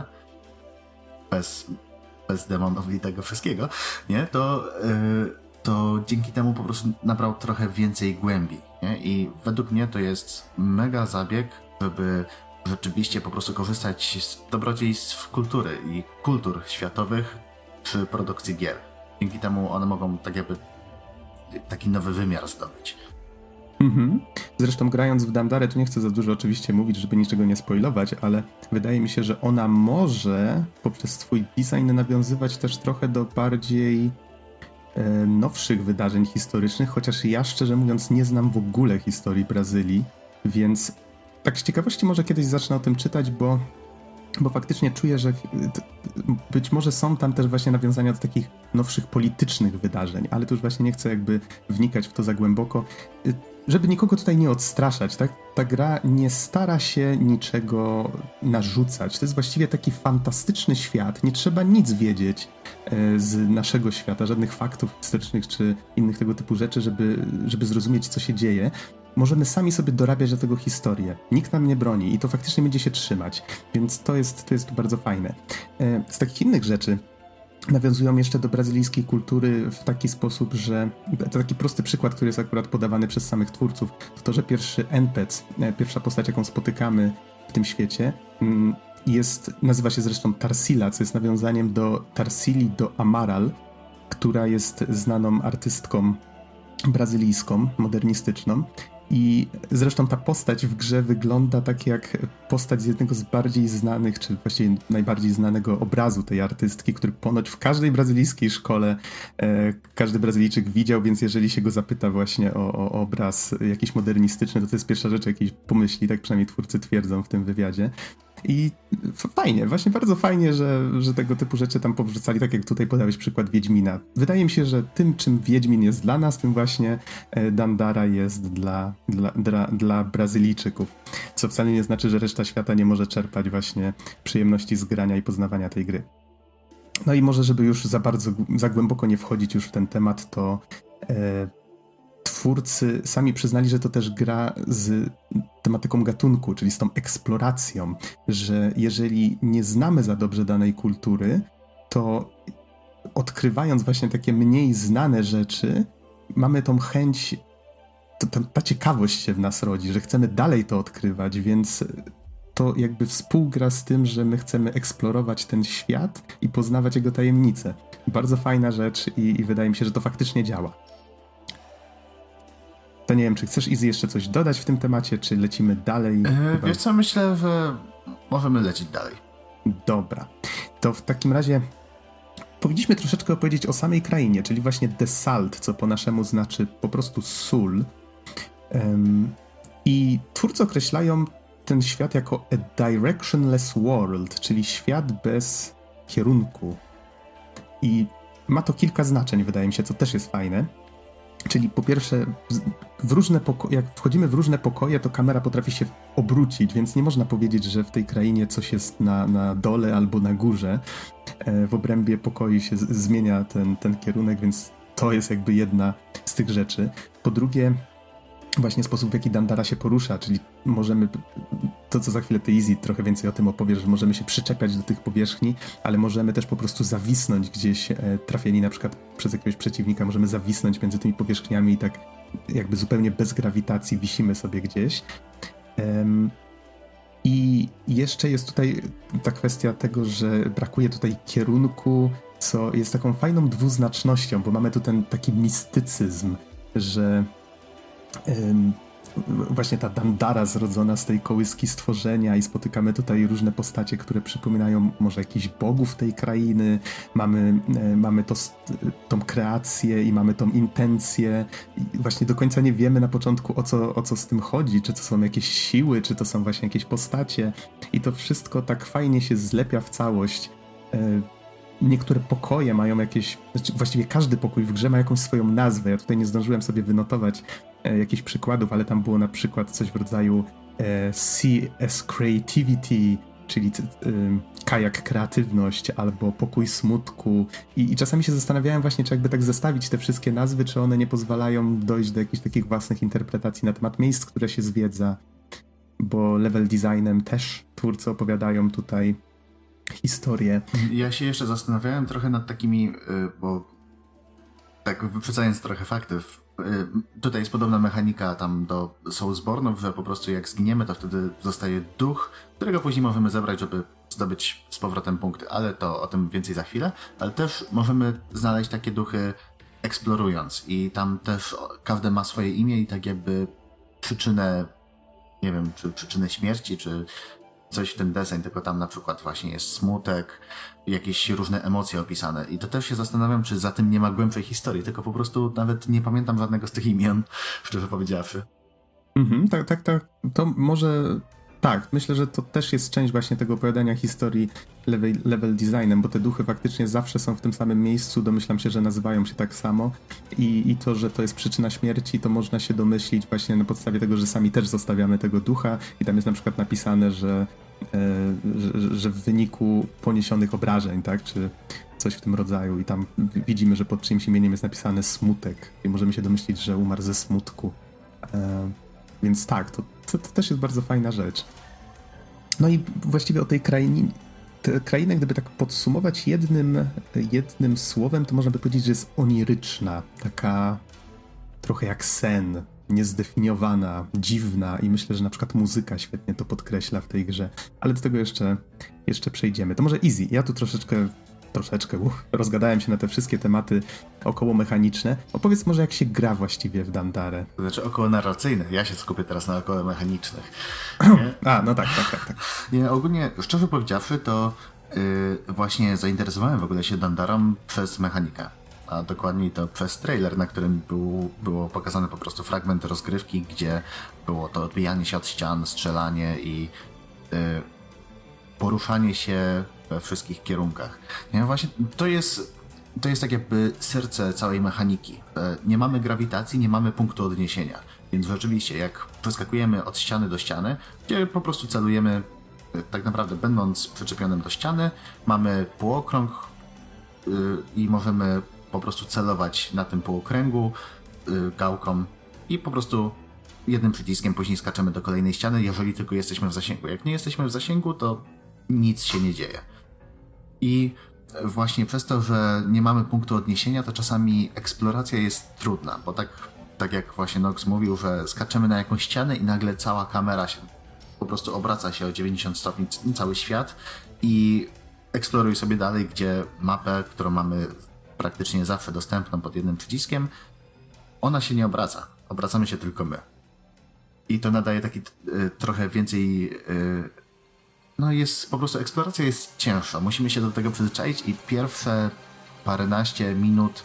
bez demonów i tego wszystkiego, nie? To dzięki temu po prostu nabrał trochę więcej głębi, nie? I według mnie to jest mega zabieg, żeby rzeczywiście po prostu korzystać z dobrodziejstw kultury i kultur światowych przy produkcji gier. Dzięki temu one mogą tak jakby taki nowy wymiar zdobyć. Zresztą grając w Dandarę, tu nie chcę za dużo oczywiście mówić, żeby niczego nie spoilować, ale wydaje mi się, że ona może poprzez swój design nawiązywać też trochę do bardziej nowszych wydarzeń historycznych, chociaż ja szczerze mówiąc nie znam w ogóle historii Brazylii, więc tak z ciekawości może kiedyś zacznę o tym czytać, bo faktycznie czuję, że być może są tam też właśnie nawiązania do takich nowszych politycznych wydarzeń, ale tu już właśnie nie chcę jakby wnikać w to za głęboko. Żeby nikogo tutaj nie odstraszać, tak? Ta gra nie stara się niczego narzucać. To jest właściwie taki fantastyczny świat. Nie trzeba nic wiedzieć z naszego świata, żadnych faktów historycznych czy innych tego typu rzeczy, żeby zrozumieć, co się dzieje. Możemy sami sobie dorabiać do tego historię. Nikt nam nie broni i to faktycznie będzie się trzymać. Więc to jest bardzo fajne. Z takich innych rzeczy, nawiązują jeszcze do brazylijskiej kultury w taki sposób, że to taki prosty przykład, który jest akurat podawany przez samych twórców, to że pierwszy NPC, pierwsza postać, jaką spotykamy w tym świecie, nazywa się zresztą Tarsila, co jest nawiązaniem do Tarsili do Amaral, która jest znaną artystką brazylijską, modernistyczną. I zresztą ta postać w grze wygląda tak jak postać z jednego z bardziej znanych, czy właściwie najbardziej znanego obrazu tej artystki, który ponoć w każdej brazylijskiej szkole każdy Brazylijczyk widział, więc jeżeli się go zapyta właśnie o obraz jakiś modernistyczny, to jest pierwsza rzecz, jakiej pomyśli, tak przynajmniej twórcy twierdzą w tym wywiadzie. I fajnie, właśnie bardzo fajnie, że tego typu rzeczy tam powrzucali, tak jak tutaj podałeś przykład Wiedźmina. Wydaje mi się, że tym, czym Wiedźmin jest dla nas, tym właśnie Dandara jest dla Brazylijczyków. Co wcale nie znaczy, że reszta świata nie może czerpać właśnie przyjemności z grania i poznawania tej gry. No i może, żeby już za głęboko nie wchodzić już w ten temat, to twórcy sami przyznali, że to też gra z tematyką gatunku, czyli z tą eksploracją, że jeżeli nie znamy za dobrze danej kultury, to odkrywając właśnie takie mniej znane rzeczy, mamy tą chęć, ta ciekawość się w nas rodzi, że chcemy dalej to odkrywać, więc to jakby współgra z tym, że my chcemy eksplorować ten świat i poznawać jego tajemnice. Bardzo fajna rzecz i wydaje mi się, że to faktycznie działa. To nie wiem, czy chcesz, Izzy, jeszcze coś dodać w tym temacie, czy lecimy dalej? Wiesz co, myślę, że możemy lecieć dalej. Dobra. To w takim razie powinniśmy troszeczkę opowiedzieć o samej krainie, czyli właśnie The Salt, co po naszemu znaczy po prostu sól. I twórcy określają ten świat jako a directionless world, czyli świat bez kierunku. I ma to kilka znaczeń, wydaje mi się, co też jest fajne. Czyli po pierwsze, jak wchodzimy w różne pokoje, to kamera potrafi się obrócić, więc nie można powiedzieć, że w tej krainie coś jest na dole albo na górze. W obrębie pokoju się zmienia ten kierunek, więc to jest jakby jedna z tych rzeczy. Po drugie, właśnie sposób, w jaki Dandara się porusza, czyli możemy, to co za chwilę ty, Izzy, trochę więcej o tym opowiesz, że możemy się przyczepiać do tych powierzchni, ale możemy też po prostu zawisnąć gdzieś, trafieni na przykład przez jakiegoś przeciwnika, możemy zawisnąć między tymi powierzchniami i tak jakby zupełnie bez grawitacji wisimy sobie gdzieś. I jeszcze jest tutaj ta kwestia tego, że brakuje tutaj kierunku, co jest taką fajną dwuznacznością, bo mamy tu ten taki mistycyzm, że właśnie ta Dandara zrodzona z tej kołyski stworzenia i spotykamy tutaj różne postacie, które przypominają może jakichś bogów tej krainy, mamy tą kreację i mamy tą intencję i właśnie do końca nie wiemy na początku o co z tym chodzi, czy to są jakieś siły, czy to są właśnie jakieś postacie i to wszystko tak fajnie się zlepia w całość. Niektóre pokoje mają jakieś, właściwie każdy pokój w grze ma jakąś swoją nazwę. Ja tutaj nie zdążyłem sobie wynotować jakichś przykładów, ale tam było na przykład coś w rodzaju Sea as Creativity, czyli kajak kreatywność, albo pokój smutku. I czasami się zastanawiałem właśnie, czy jakby tak zestawić te wszystkie nazwy, czy one nie pozwalają dojść do jakichś takich własnych interpretacji na temat miejsc, które się zwiedza, bo level designem też twórcy opowiadają tutaj historię. Ja się jeszcze zastanawiałem trochę nad takimi, bo tak wyprzedzając trochę faktów, tutaj jest podobna mechanika tam do Soulsborne'ów, że po prostu jak zginiemy, to wtedy zostaje duch, którego później możemy zebrać, żeby zdobyć z powrotem punkty, ale to o tym więcej za chwilę, ale też możemy znaleźć takie duchy eksplorując i tam też każdy ma swoje imię i tak jakby przyczynę, nie wiem, czy przyczynę śmierci, czy coś w ten deseń, tylko tam na przykład właśnie jest smutek, jakieś różne emocje opisane. I to też się zastanawiam, czy za tym nie ma głębszej historii, tylko po prostu nawet nie pamiętam żadnego z tych imion, szczerze powiedziawszy. Tak. To może... Tak, myślę, że to też jest część właśnie tego opowiadania historii level designem, bo te duchy faktycznie zawsze są w tym samym miejscu, domyślam się, że nazywają się tak samo i to, że to jest przyczyna śmierci, to można się domyślić właśnie na podstawie tego, że sami też zostawiamy tego ducha i tam jest na przykład napisane, że w wyniku poniesionych obrażeń, tak, czy coś w tym rodzaju i tam widzimy, że pod czyimś imieniem jest napisane smutek i możemy się domyślić, że umarł ze smutku. Więc tak, to też jest bardzo fajna rzecz. No i właściwie o tej tę krainę, gdyby tak podsumować jednym słowem, to można by powiedzieć, że jest oniryczna, taka trochę jak sen, niezdefiniowana, dziwna i myślę, że na przykład muzyka świetnie to podkreśla w tej grze, ale do tego jeszcze przejdziemy. To może Easy, ja tu troszeczkę rozgadałem się na te wszystkie tematy około mechaniczne. Opowiedz może, jak się gra właściwie w Dandare. To znaczy około narracyjne. Ja się skupię teraz na około mechanicznych. A, no tak. Nie, ogólnie, szczerze powiedziawszy, to właśnie zainteresowałem w ogóle się Dandarą przez mechanikę. A dokładniej to przez trailer, na którym było pokazany po prostu fragment rozgrywki, gdzie było to odbijanie się od ścian, strzelanie i poruszanie się we wszystkich kierunkach. Nie, właśnie to jest tak jakby serce całej mechaniki. Nie mamy grawitacji, nie mamy punktu odniesienia. Więc rzeczywiście, jak przeskakujemy od ściany do ściany, gdzie po prostu celujemy, tak naprawdę będąc przyczepionym do ściany, mamy półokrąg i możemy po prostu celować na tym półokręgu gałką i po prostu jednym przyciskiem później skaczemy do kolejnej ściany, jeżeli tylko jesteśmy w zasięgu. Jak nie jesteśmy w zasięgu, to nic się nie dzieje. I właśnie przez to, że nie mamy punktu odniesienia, to czasami eksploracja jest trudna, bo tak jak właśnie Nox mówił, że skaczemy na jakąś ścianę i nagle cała kamera się po prostu obraca się o 90 stopni, cały świat i eksploruj sobie dalej, gdzie mapę, którą mamy praktycznie zawsze dostępną pod jednym przyciskiem, ona się nie obraca. Obracamy się tylko my. I to nadaje taki trochę więcej... No jest, po prostu eksploracja jest cięższa. Musimy się do tego przyzwyczaić i pierwsze paręnaście minut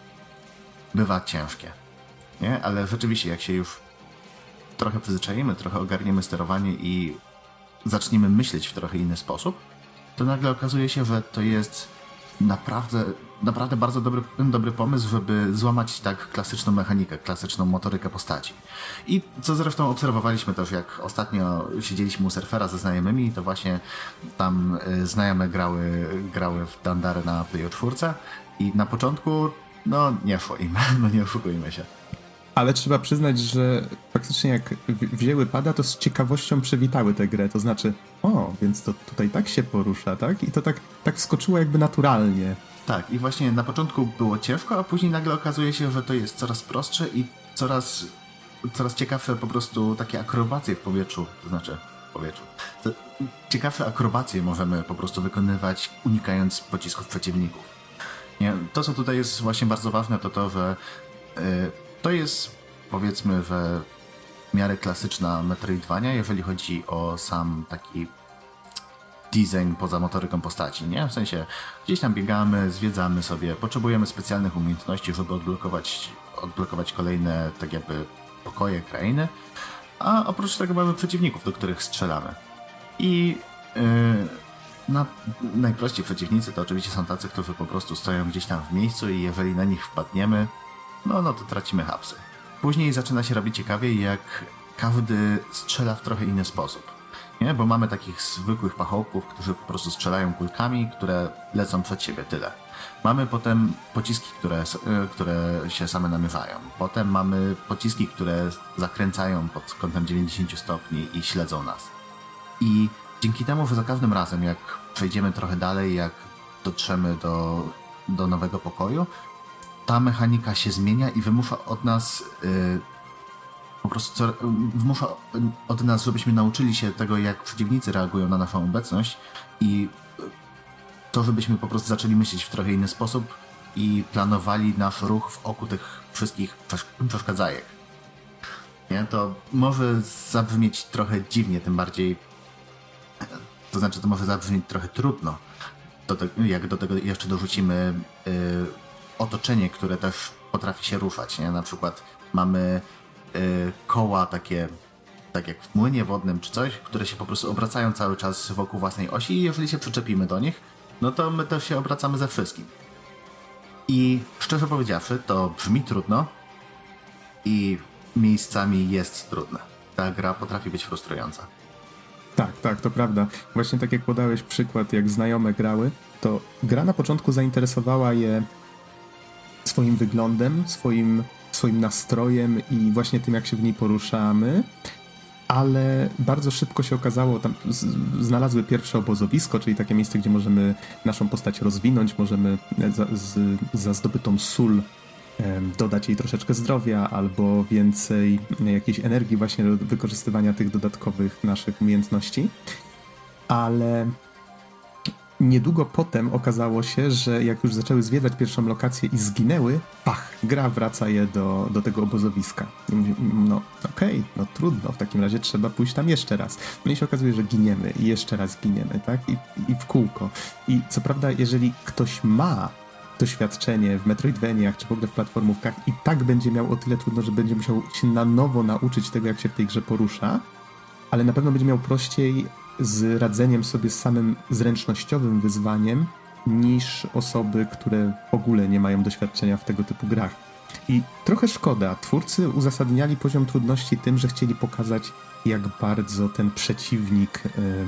bywa ciężkie. Nie? Ale rzeczywiście, jak się już trochę przyzwyczaimy, trochę ogarniemy sterowanie i zaczniemy myśleć w trochę inny sposób, to nagle okazuje się, że to jest naprawdę bardzo dobry pomysł, żeby złamać tak klasyczną mechanikę, klasyczną motorykę postaci. I co zresztą obserwowaliśmy też, jak ostatnio siedzieliśmy u surfera ze znajomymi, to właśnie tam znajome grały w Dandarę na Playu 4 i na początku nie szło im, nie oszukujmy się. Ale trzeba przyznać, że faktycznie jak wzięły pada, to z ciekawością przywitały tę grę. To znaczy, więc to tutaj tak się porusza, tak? I to tak wskoczyło jakby naturalnie. Tak, i właśnie na początku było ciężko, a później nagle okazuje się, że to jest coraz prostsze i coraz ciekawsze po prostu takie akrobacje w powietrzu. Ciekawsze akrobacje możemy po prostu wykonywać, unikając pocisków przeciwników. Nie? To, co tutaj jest właśnie bardzo ważne, to, że to jest, powiedzmy, że w miarę klasyczna Metroidvania, jeżeli chodzi o sam taki design poza motoryką postaci, nie? W sensie gdzieś tam biegamy, zwiedzamy sobie, potrzebujemy specjalnych umiejętności, żeby odblokować kolejne, tak jakby, pokoje, krainy, a oprócz tego mamy przeciwników, do których strzelamy. I najprościej przeciwnicy to oczywiście są tacy, którzy po prostu stoją gdzieś tam w miejscu i jeżeli na nich wpadniemy, no to tracimy hapsy. Później zaczyna się robić ciekawie, jak każdy strzela w trochę inny sposób. Nie? Bo mamy takich zwykłych pachołków, którzy po prostu strzelają kulkami, które lecą przed siebie, tyle. Mamy potem pociski, które się same namierzają. Potem mamy pociski, które zakręcają pod kątem 90 stopni i śledzą nas. I dzięki temu, że za każdym razem, jak przejdziemy trochę dalej, jak dotrzemy do nowego pokoju, ta mechanika się zmienia i wymusza od nas żebyśmy nauczyli się tego, jak przeciwnicy reagują na naszą obecność i to, żebyśmy po prostu zaczęli myśleć w trochę inny sposób i planowali nasz ruch w oku tych wszystkich przeszkadzajek. Nie? To może zabrzmieć trochę dziwnie, tym bardziej to znaczy, to może zabrzmieć trochę trudno, jak do tego jeszcze dorzucimy otoczenie, które też potrafi się ruszać. Nie? Na przykład mamy koła takie, tak jak w młynie wodnym czy coś, które się po prostu obracają cały czas wokół własnej osi i jeżeli się przyczepimy do nich, no to my też się obracamy ze wszystkim. I szczerze powiedziawszy, to brzmi trudno i miejscami jest trudne. Ta gra potrafi być frustrująca. Tak, to prawda. Właśnie tak jak podałeś przykład, jak znajome grały, to gra na początku zainteresowała je swoim wyglądem, swoim nastrojem i właśnie tym, jak się w niej poruszamy. ale bardzo szybko się okazało, tam znalazły pierwsze obozowisko, czyli takie miejsce, gdzie możemy naszą postać rozwinąć, możemy za zdobytą sól dodać jej troszeczkę zdrowia albo więcej jakiejś energii właśnie do wykorzystywania tych dodatkowych naszych umiejętności. Ale niedługo potem okazało się, że jak już zaczęły zwiedzać pierwszą lokację i zginęły, gra wraca je do tego obozowiska. I mówi, no okej, no trudno, w takim razie trzeba pójść tam jeszcze raz. No i się okazuje, że giniemy i jeszcze raz giniemy, tak? I w kółko. I co prawda, jeżeli ktoś ma doświadczenie w Metroidvaniach, czy w ogóle w platformówkach i tak będzie miał o tyle trudno, że będzie musiał się na nowo nauczyć tego, jak się w tej grze porusza, ale na pewno będzie miał prościej z radzeniem sobie z samym zręcznościowym wyzwaniem niż osoby, które w ogóle nie mają doświadczenia w tego typu grach. I trochę szkoda. Twórcy uzasadniali poziom trudności tym, że chcieli pokazać, jak bardzo ten przeciwnik,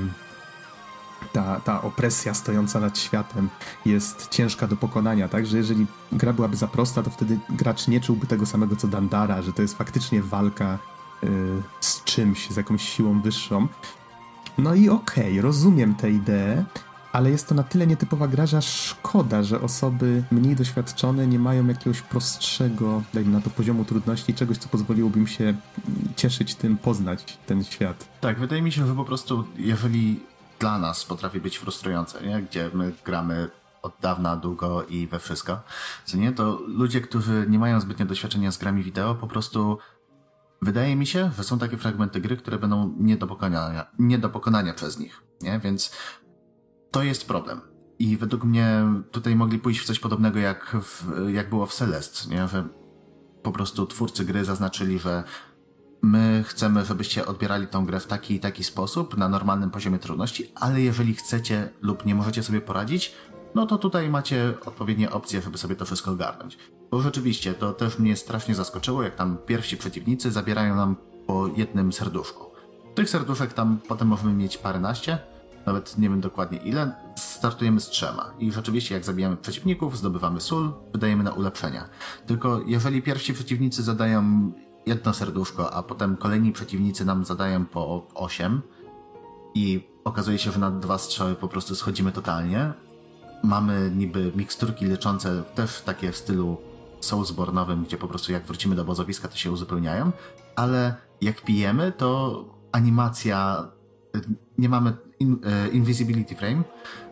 ta opresja stojąca nad światem jest ciężka do pokonania, tak? Że jeżeli gra byłaby za prosta, to wtedy gracz nie czułby tego samego co Dandara, że to jest faktycznie walka z czymś, z jakąś siłą wyższą. No i okej, rozumiem tę ideę, ale jest to na tyle nietypowa gra, że szkoda, że osoby mniej doświadczone nie mają jakiegoś prostszego, dajmy na to, poziomu trudności, czegoś, co pozwoliłoby im się cieszyć tym, poznać ten świat. Tak, wydaje mi się, że po prostu, jeżeli dla nas potrafi być frustrujące, nie? Gdzie my gramy od dawna, długo i we wszystko, co nie? To ludzie, którzy nie mają zbytnio doświadczenia z grami wideo, po prostu wydaje mi się, że są takie fragmenty gry, które będą nie do pokonania przez nich, nie? Więc to jest problem. I według mnie tutaj mogli pójść w coś podobnego jak było w Celeste, nie? Że po prostu twórcy gry zaznaczyli, że my chcemy, żebyście odbierali tą grę w taki i taki sposób, na normalnym poziomie trudności, ale jeżeli chcecie lub nie możecie sobie poradzić, no to tutaj macie odpowiednie opcje, żeby sobie to wszystko ogarnąć. Bo rzeczywiście, to też mnie strasznie zaskoczyło, jak tam pierwsi przeciwnicy zabierają nam po jednym serduszku. Tych serduszek tam potem możemy mieć paręnaście, nawet nie wiem dokładnie ile, startujemy z 3. I rzeczywiście jak zabijamy przeciwników, zdobywamy sól, wydajemy na ulepszenia. Tylko jeżeli pierwsi przeciwnicy zadają jedno serduszko, a potem kolejni przeciwnicy nam zadają po 8 i okazuje się, że na 2 strzały po prostu schodzimy totalnie. Mamy niby miksturki leczące, też takie w stylu Soulsborne'owym, gdzie po prostu jak wrócimy do obozowiska, to się uzupełniają, ale jak pijemy, to animacja, nie mamy invisibility frame,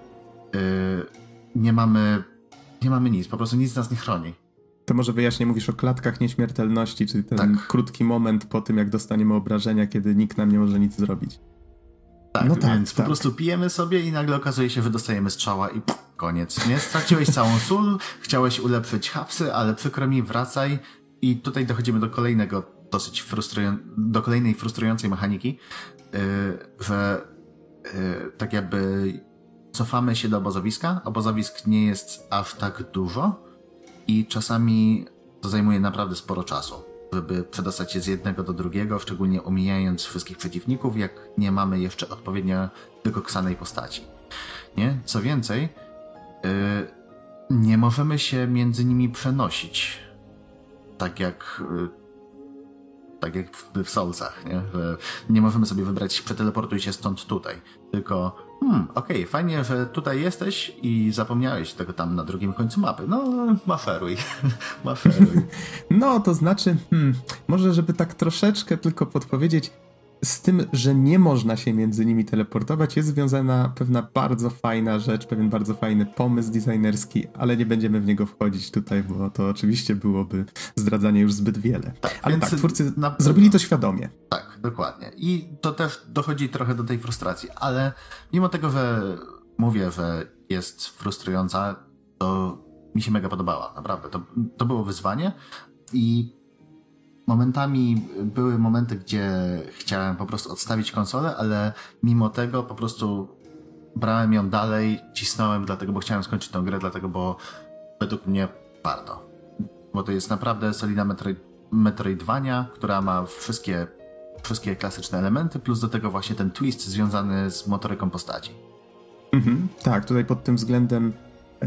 nie mamy nic, po prostu nic nas nie chroni. To może wyjaśnię, mówisz o klatkach nieśmiertelności, czyli ten krótki moment po tym, jak dostaniemy obrażenia, kiedy nikt nam nie może nic zrobić. Tak, no tak, więc po prostu pijemy sobie i nagle okazuje się, że dostajemy strzała i koniec. Nie? Straciłeś całą sól, chciałeś ulepszyć hapsy, ale przykro mi, wracaj. I tutaj dochodzimy do kolejnej frustrującej mechaniki, że tak jakby cofamy się do obozowiska. Obozowisk nie jest aż tak dużo i czasami to zajmuje naprawdę sporo czasu, żeby przedostać się z jednego do drugiego, szczególnie omijając wszystkich przeciwników, jak nie mamy jeszcze odpowiednio wykoksanej postaci. Nie? Co więcej, nie możemy się między nimi przenosić. Tak jak w Soulsach, nie? Że nie możemy sobie wybrać, przeteleportuj się stąd tutaj. Tylko, okej, fajnie, że tutaj jesteś i zapomniałeś tego tam na drugim końcu mapy. No, maszeruj. Maszeruj. No, to znaczy, może żeby tak troszeczkę tylko podpowiedzieć, z tym, że nie można się między nimi teleportować, jest związana pewna bardzo fajna rzecz, pewien bardzo fajny pomysł designerski, ale nie będziemy w niego wchodzić tutaj, bo to oczywiście byłoby zdradzanie już zbyt wiele. Tak, ale tak, twórcy zrobili to świadomie. Tak, dokładnie. I to też dochodzi trochę do tej frustracji, ale mimo tego, że mówię, że jest frustrująca, to mi się mega podobała, naprawdę. To było wyzwanie i momentami były momenty, gdzie chciałem po prostu odstawić konsolę, ale mimo tego po prostu brałem ją dalej, cisnąłem bo chciałem skończyć tę grę, bo według mnie warto. Bo to jest naprawdę solidna Metroidvania, która ma wszystkie klasyczne elementy, plus do tego właśnie ten twist związany z motoryką postaci. Tak, tutaj pod tym względem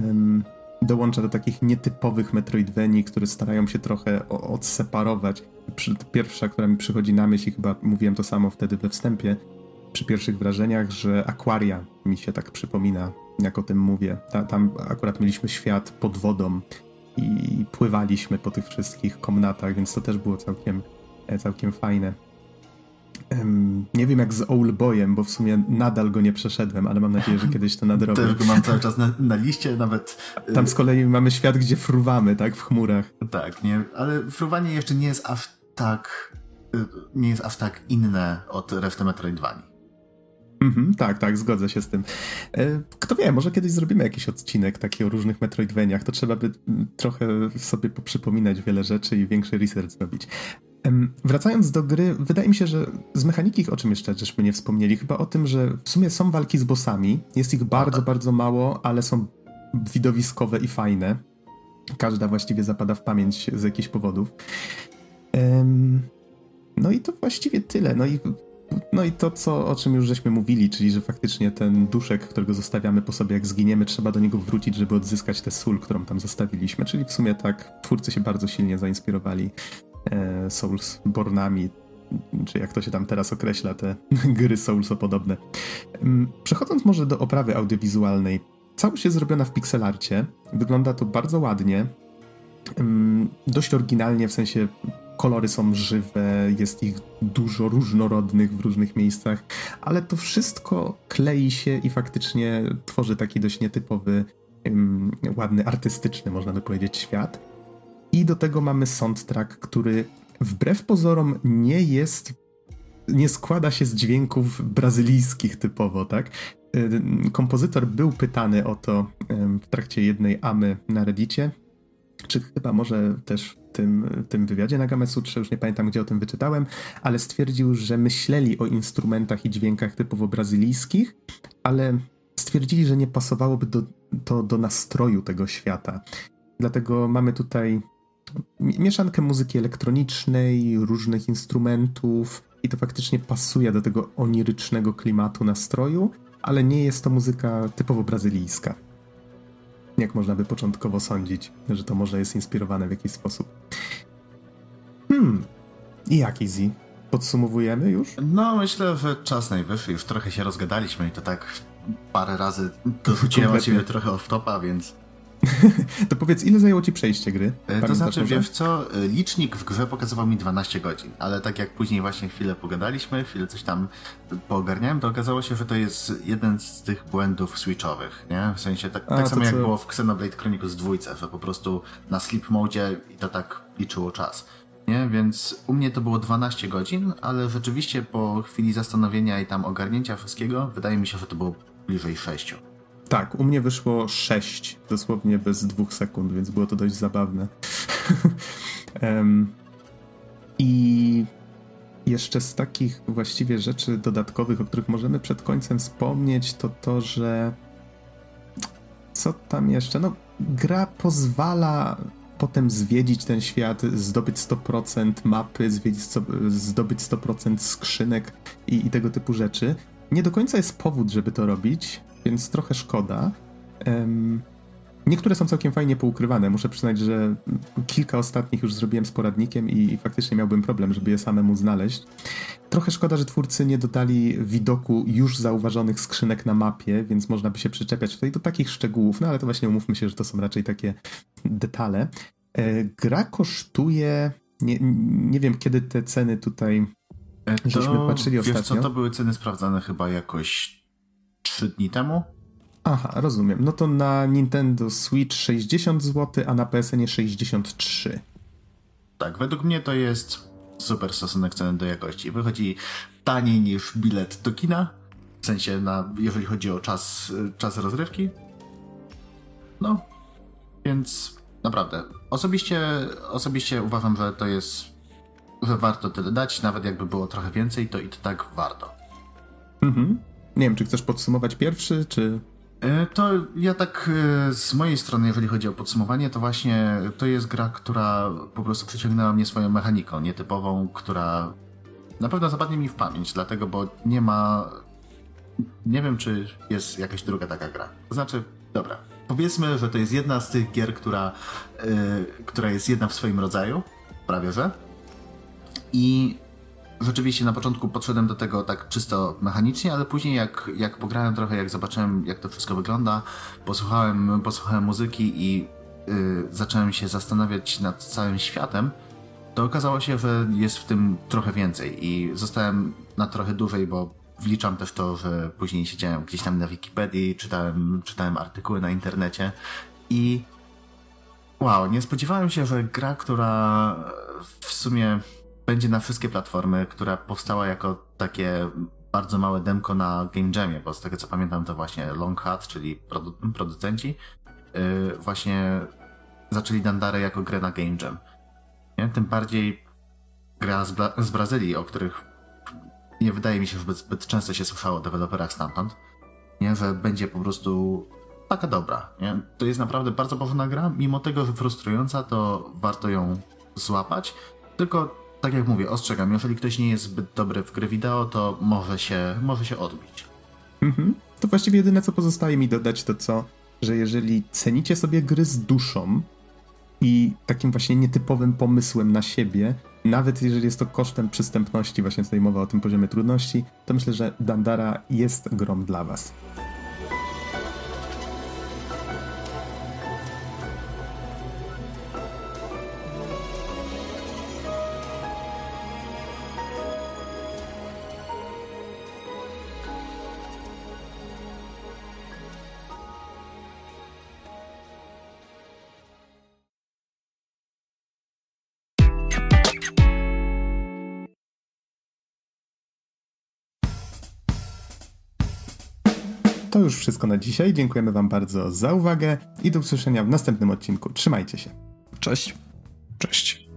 dołącza do takich nietypowych Metroidvanii, które starają się trochę odseparować. pierwsza, która mi przychodzi na myśl i chyba mówiłem to samo wtedy we wstępie, przy pierwszych wrażeniach, że Aquaria mi się tak przypomina, jak o tym mówię. Tam akurat mieliśmy świat pod wodą i pływaliśmy po tych wszystkich komnatach, więc to też było całkiem fajne. Nie wiem jak z Owlboyem, bo w sumie nadal go nie przeszedłem, ale mam nadzieję, że kiedyś to nadrobię. Też go mam cały czas na liście, nawet... Tam z kolei mamy świat, gdzie fruwamy, tak, w chmurach. Tak, nie, ale fruwanie jeszcze nie jest aż tak inne od reszty Metroidvanii. Tak, zgodzę się z tym. Kto wie, może kiedyś zrobimy jakiś odcinek taki o różnych Metroidvaniach, to trzeba by trochę sobie poprzypominać wiele rzeczy i większy research zrobić. Wracając do gry, wydaje mi się, że z mechaniki, o czym jeszcze żeśmy nie wspomnieli, chyba o tym, że w sumie są walki z bossami, jest ich bardzo, bardzo mało, ale są widowiskowe i fajne. Każda właściwie zapada w pamięć z jakichś powodów. No i to właściwie tyle. No i to, o czym już żeśmy mówili, czyli że faktycznie ten duszek, którego zostawiamy po sobie, jak zginiemy, trzeba do niego wrócić, żeby odzyskać tę sól, którą tam zostawiliśmy. Czyli w sumie tak, twórcy się bardzo silnie zainspirowali Soulsbornami, czy jak to się tam teraz określa, te gry Soulso-podobne. Przechodząc może do oprawy audiowizualnej. Całość jest zrobiona w pixelarcie. Wygląda to bardzo ładnie. Dość oryginalnie, w sensie kolory są żywe, jest ich dużo różnorodnych w różnych miejscach, ale to wszystko klei się i faktycznie tworzy taki dość nietypowy, ładny, artystyczny, można by powiedzieć, świat. I do tego mamy soundtrack, który wbrew pozorom nie składa się z dźwięków brazylijskich typowo, tak? Kompozytor był pytany o to w trakcie jednej AMY na Reddicie, czy chyba może też w tym wywiadzie na Gamesutrze, już nie pamiętam, gdzie o tym wyczytałem, ale stwierdził, że myśleli o instrumentach i dźwiękach typowo brazylijskich, ale stwierdzili, że nie pasowałoby do nastroju tego świata. Dlatego mamy tutaj mieszankę muzyki elektronicznej, różnych instrumentów i to faktycznie pasuje do tego onirycznego klimatu nastroju, ale nie jest to muzyka typowo brazylijska. Jak można by początkowo sądzić, że to może jest inspirowane w jakiś sposób. I jak, Easy? Podsumowujemy już? No, myślę, że czas najwyższy. Już trochę się rozgadaliśmy i to tak parę razy dorzuciłem od ciebie trochę off-topa, więc... To powiedz, ile zajęło ci przejście gry? To znaczy, wiesz co, licznik w grze pokazywał mi 12 godzin, ale tak jak później właśnie chwilę pogadaliśmy, chwilę coś tam poogarniałem, to okazało się, że to jest jeden z tych błędów switchowych, nie? W sensie tak samo jak było w Xenoblade Chronicles 2, że po prostu na sleep mode i to tak liczyło czas, nie? Więc u mnie to było 12 godzin, ale rzeczywiście po chwili zastanowienia i tam ogarnięcia wszystkiego, wydaje mi się, że to było bliżej 6. Tak, u mnie wyszło 6, dosłownie bez 2 sekund, więc było to dość zabawne. I jeszcze z takich właściwie rzeczy dodatkowych, o których możemy przed końcem wspomnieć, to, że co tam jeszcze? No, gra pozwala potem zwiedzić ten świat, zdobyć 100% mapy, zdobyć 100% skrzynek i tego typu rzeczy. Nie do końca jest powód, żeby to robić, więc trochę szkoda. Niektóre są całkiem fajnie poukrywane. Muszę przyznać, że kilka ostatnich już zrobiłem z poradnikiem i faktycznie miałbym problem, żeby je samemu znaleźć. Trochę szkoda, że twórcy nie dodali widoku już zauważonych skrzynek na mapie, więc można by się przyczepiać tutaj do takich szczegółów, no ale to właśnie umówmy się, że to są raczej takie detale. Gra kosztuje... Nie wiem, kiedy te ceny tutaj... Żeśmy patrzyli ostatnio. Wiesz co, to były ceny sprawdzane chyba jakoś 3 dni temu. Aha, rozumiem. No to na Nintendo Switch 60 zł, a na PSN 63. Tak, według mnie to jest super stosunek ceny do jakości. Wychodzi taniej niż bilet do kina, w sensie jeżeli chodzi o czas rozrywki. No, więc naprawdę. Osobiście uważam, że to jest, że warto tyle dać, nawet jakby było trochę więcej, to i to tak warto. Nie wiem, czy chcesz podsumować pierwszy, czy... To ja tak z mojej strony, jeżeli chodzi o podsumowanie, to właśnie to jest gra, która po prostu przyciągnęła mnie swoją mechaniką nietypową, która na pewno zapadnie mi w pamięć, dlatego, bo nie wiem, czy jest jakaś druga taka gra. To znaczy, dobra, powiedzmy, że to jest jedna z tych gier, która jest jedna w swoim rodzaju, prawie że. I rzeczywiście na początku podszedłem do tego tak czysto mechanicznie, ale później jak pograłem trochę, jak zobaczyłem, jak to wszystko wygląda, posłuchałem muzyki i zacząłem się zastanawiać nad całym światem, to okazało się, że jest w tym trochę więcej i zostałem na trochę dłużej, bo wliczam też to, że później siedziałem gdzieś tam na Wikipedii, czytałem artykuły na internecie i wow, nie spodziewałem się, że gra, która w sumie będzie na wszystkie platformy, która powstała jako takie bardzo małe demko na Game Jamie, bo z tego co pamiętam to właśnie Long Hat, czyli producenci, właśnie zaczęli Dandarę jako grę na Game Jam. Nie? Tym bardziej gra z Brazylii, o których nie wydaje mi się, że zbyt często się słyszało o deweloperach stamtąd, nie? Że będzie po prostu taka dobra. Nie? To jest naprawdę bardzo porządna gra, mimo tego, że frustrująca, to warto ją złapać, tylko tak jak mówię, ostrzegam, jeżeli ktoś nie jest zbyt dobry w gry wideo, to może się odbić. To właściwie jedyne, co pozostaje mi dodać, to że jeżeli cenicie sobie gry z duszą i takim właśnie nietypowym pomysłem na siebie, nawet jeżeli jest to kosztem przystępności, właśnie tutaj mowa o tym poziomie trudności, to myślę, że Dandara jest grą dla was. To już wszystko na dzisiaj. Dziękujemy wam bardzo za uwagę i do usłyszenia w następnym odcinku. Trzymajcie się. Cześć. Cześć.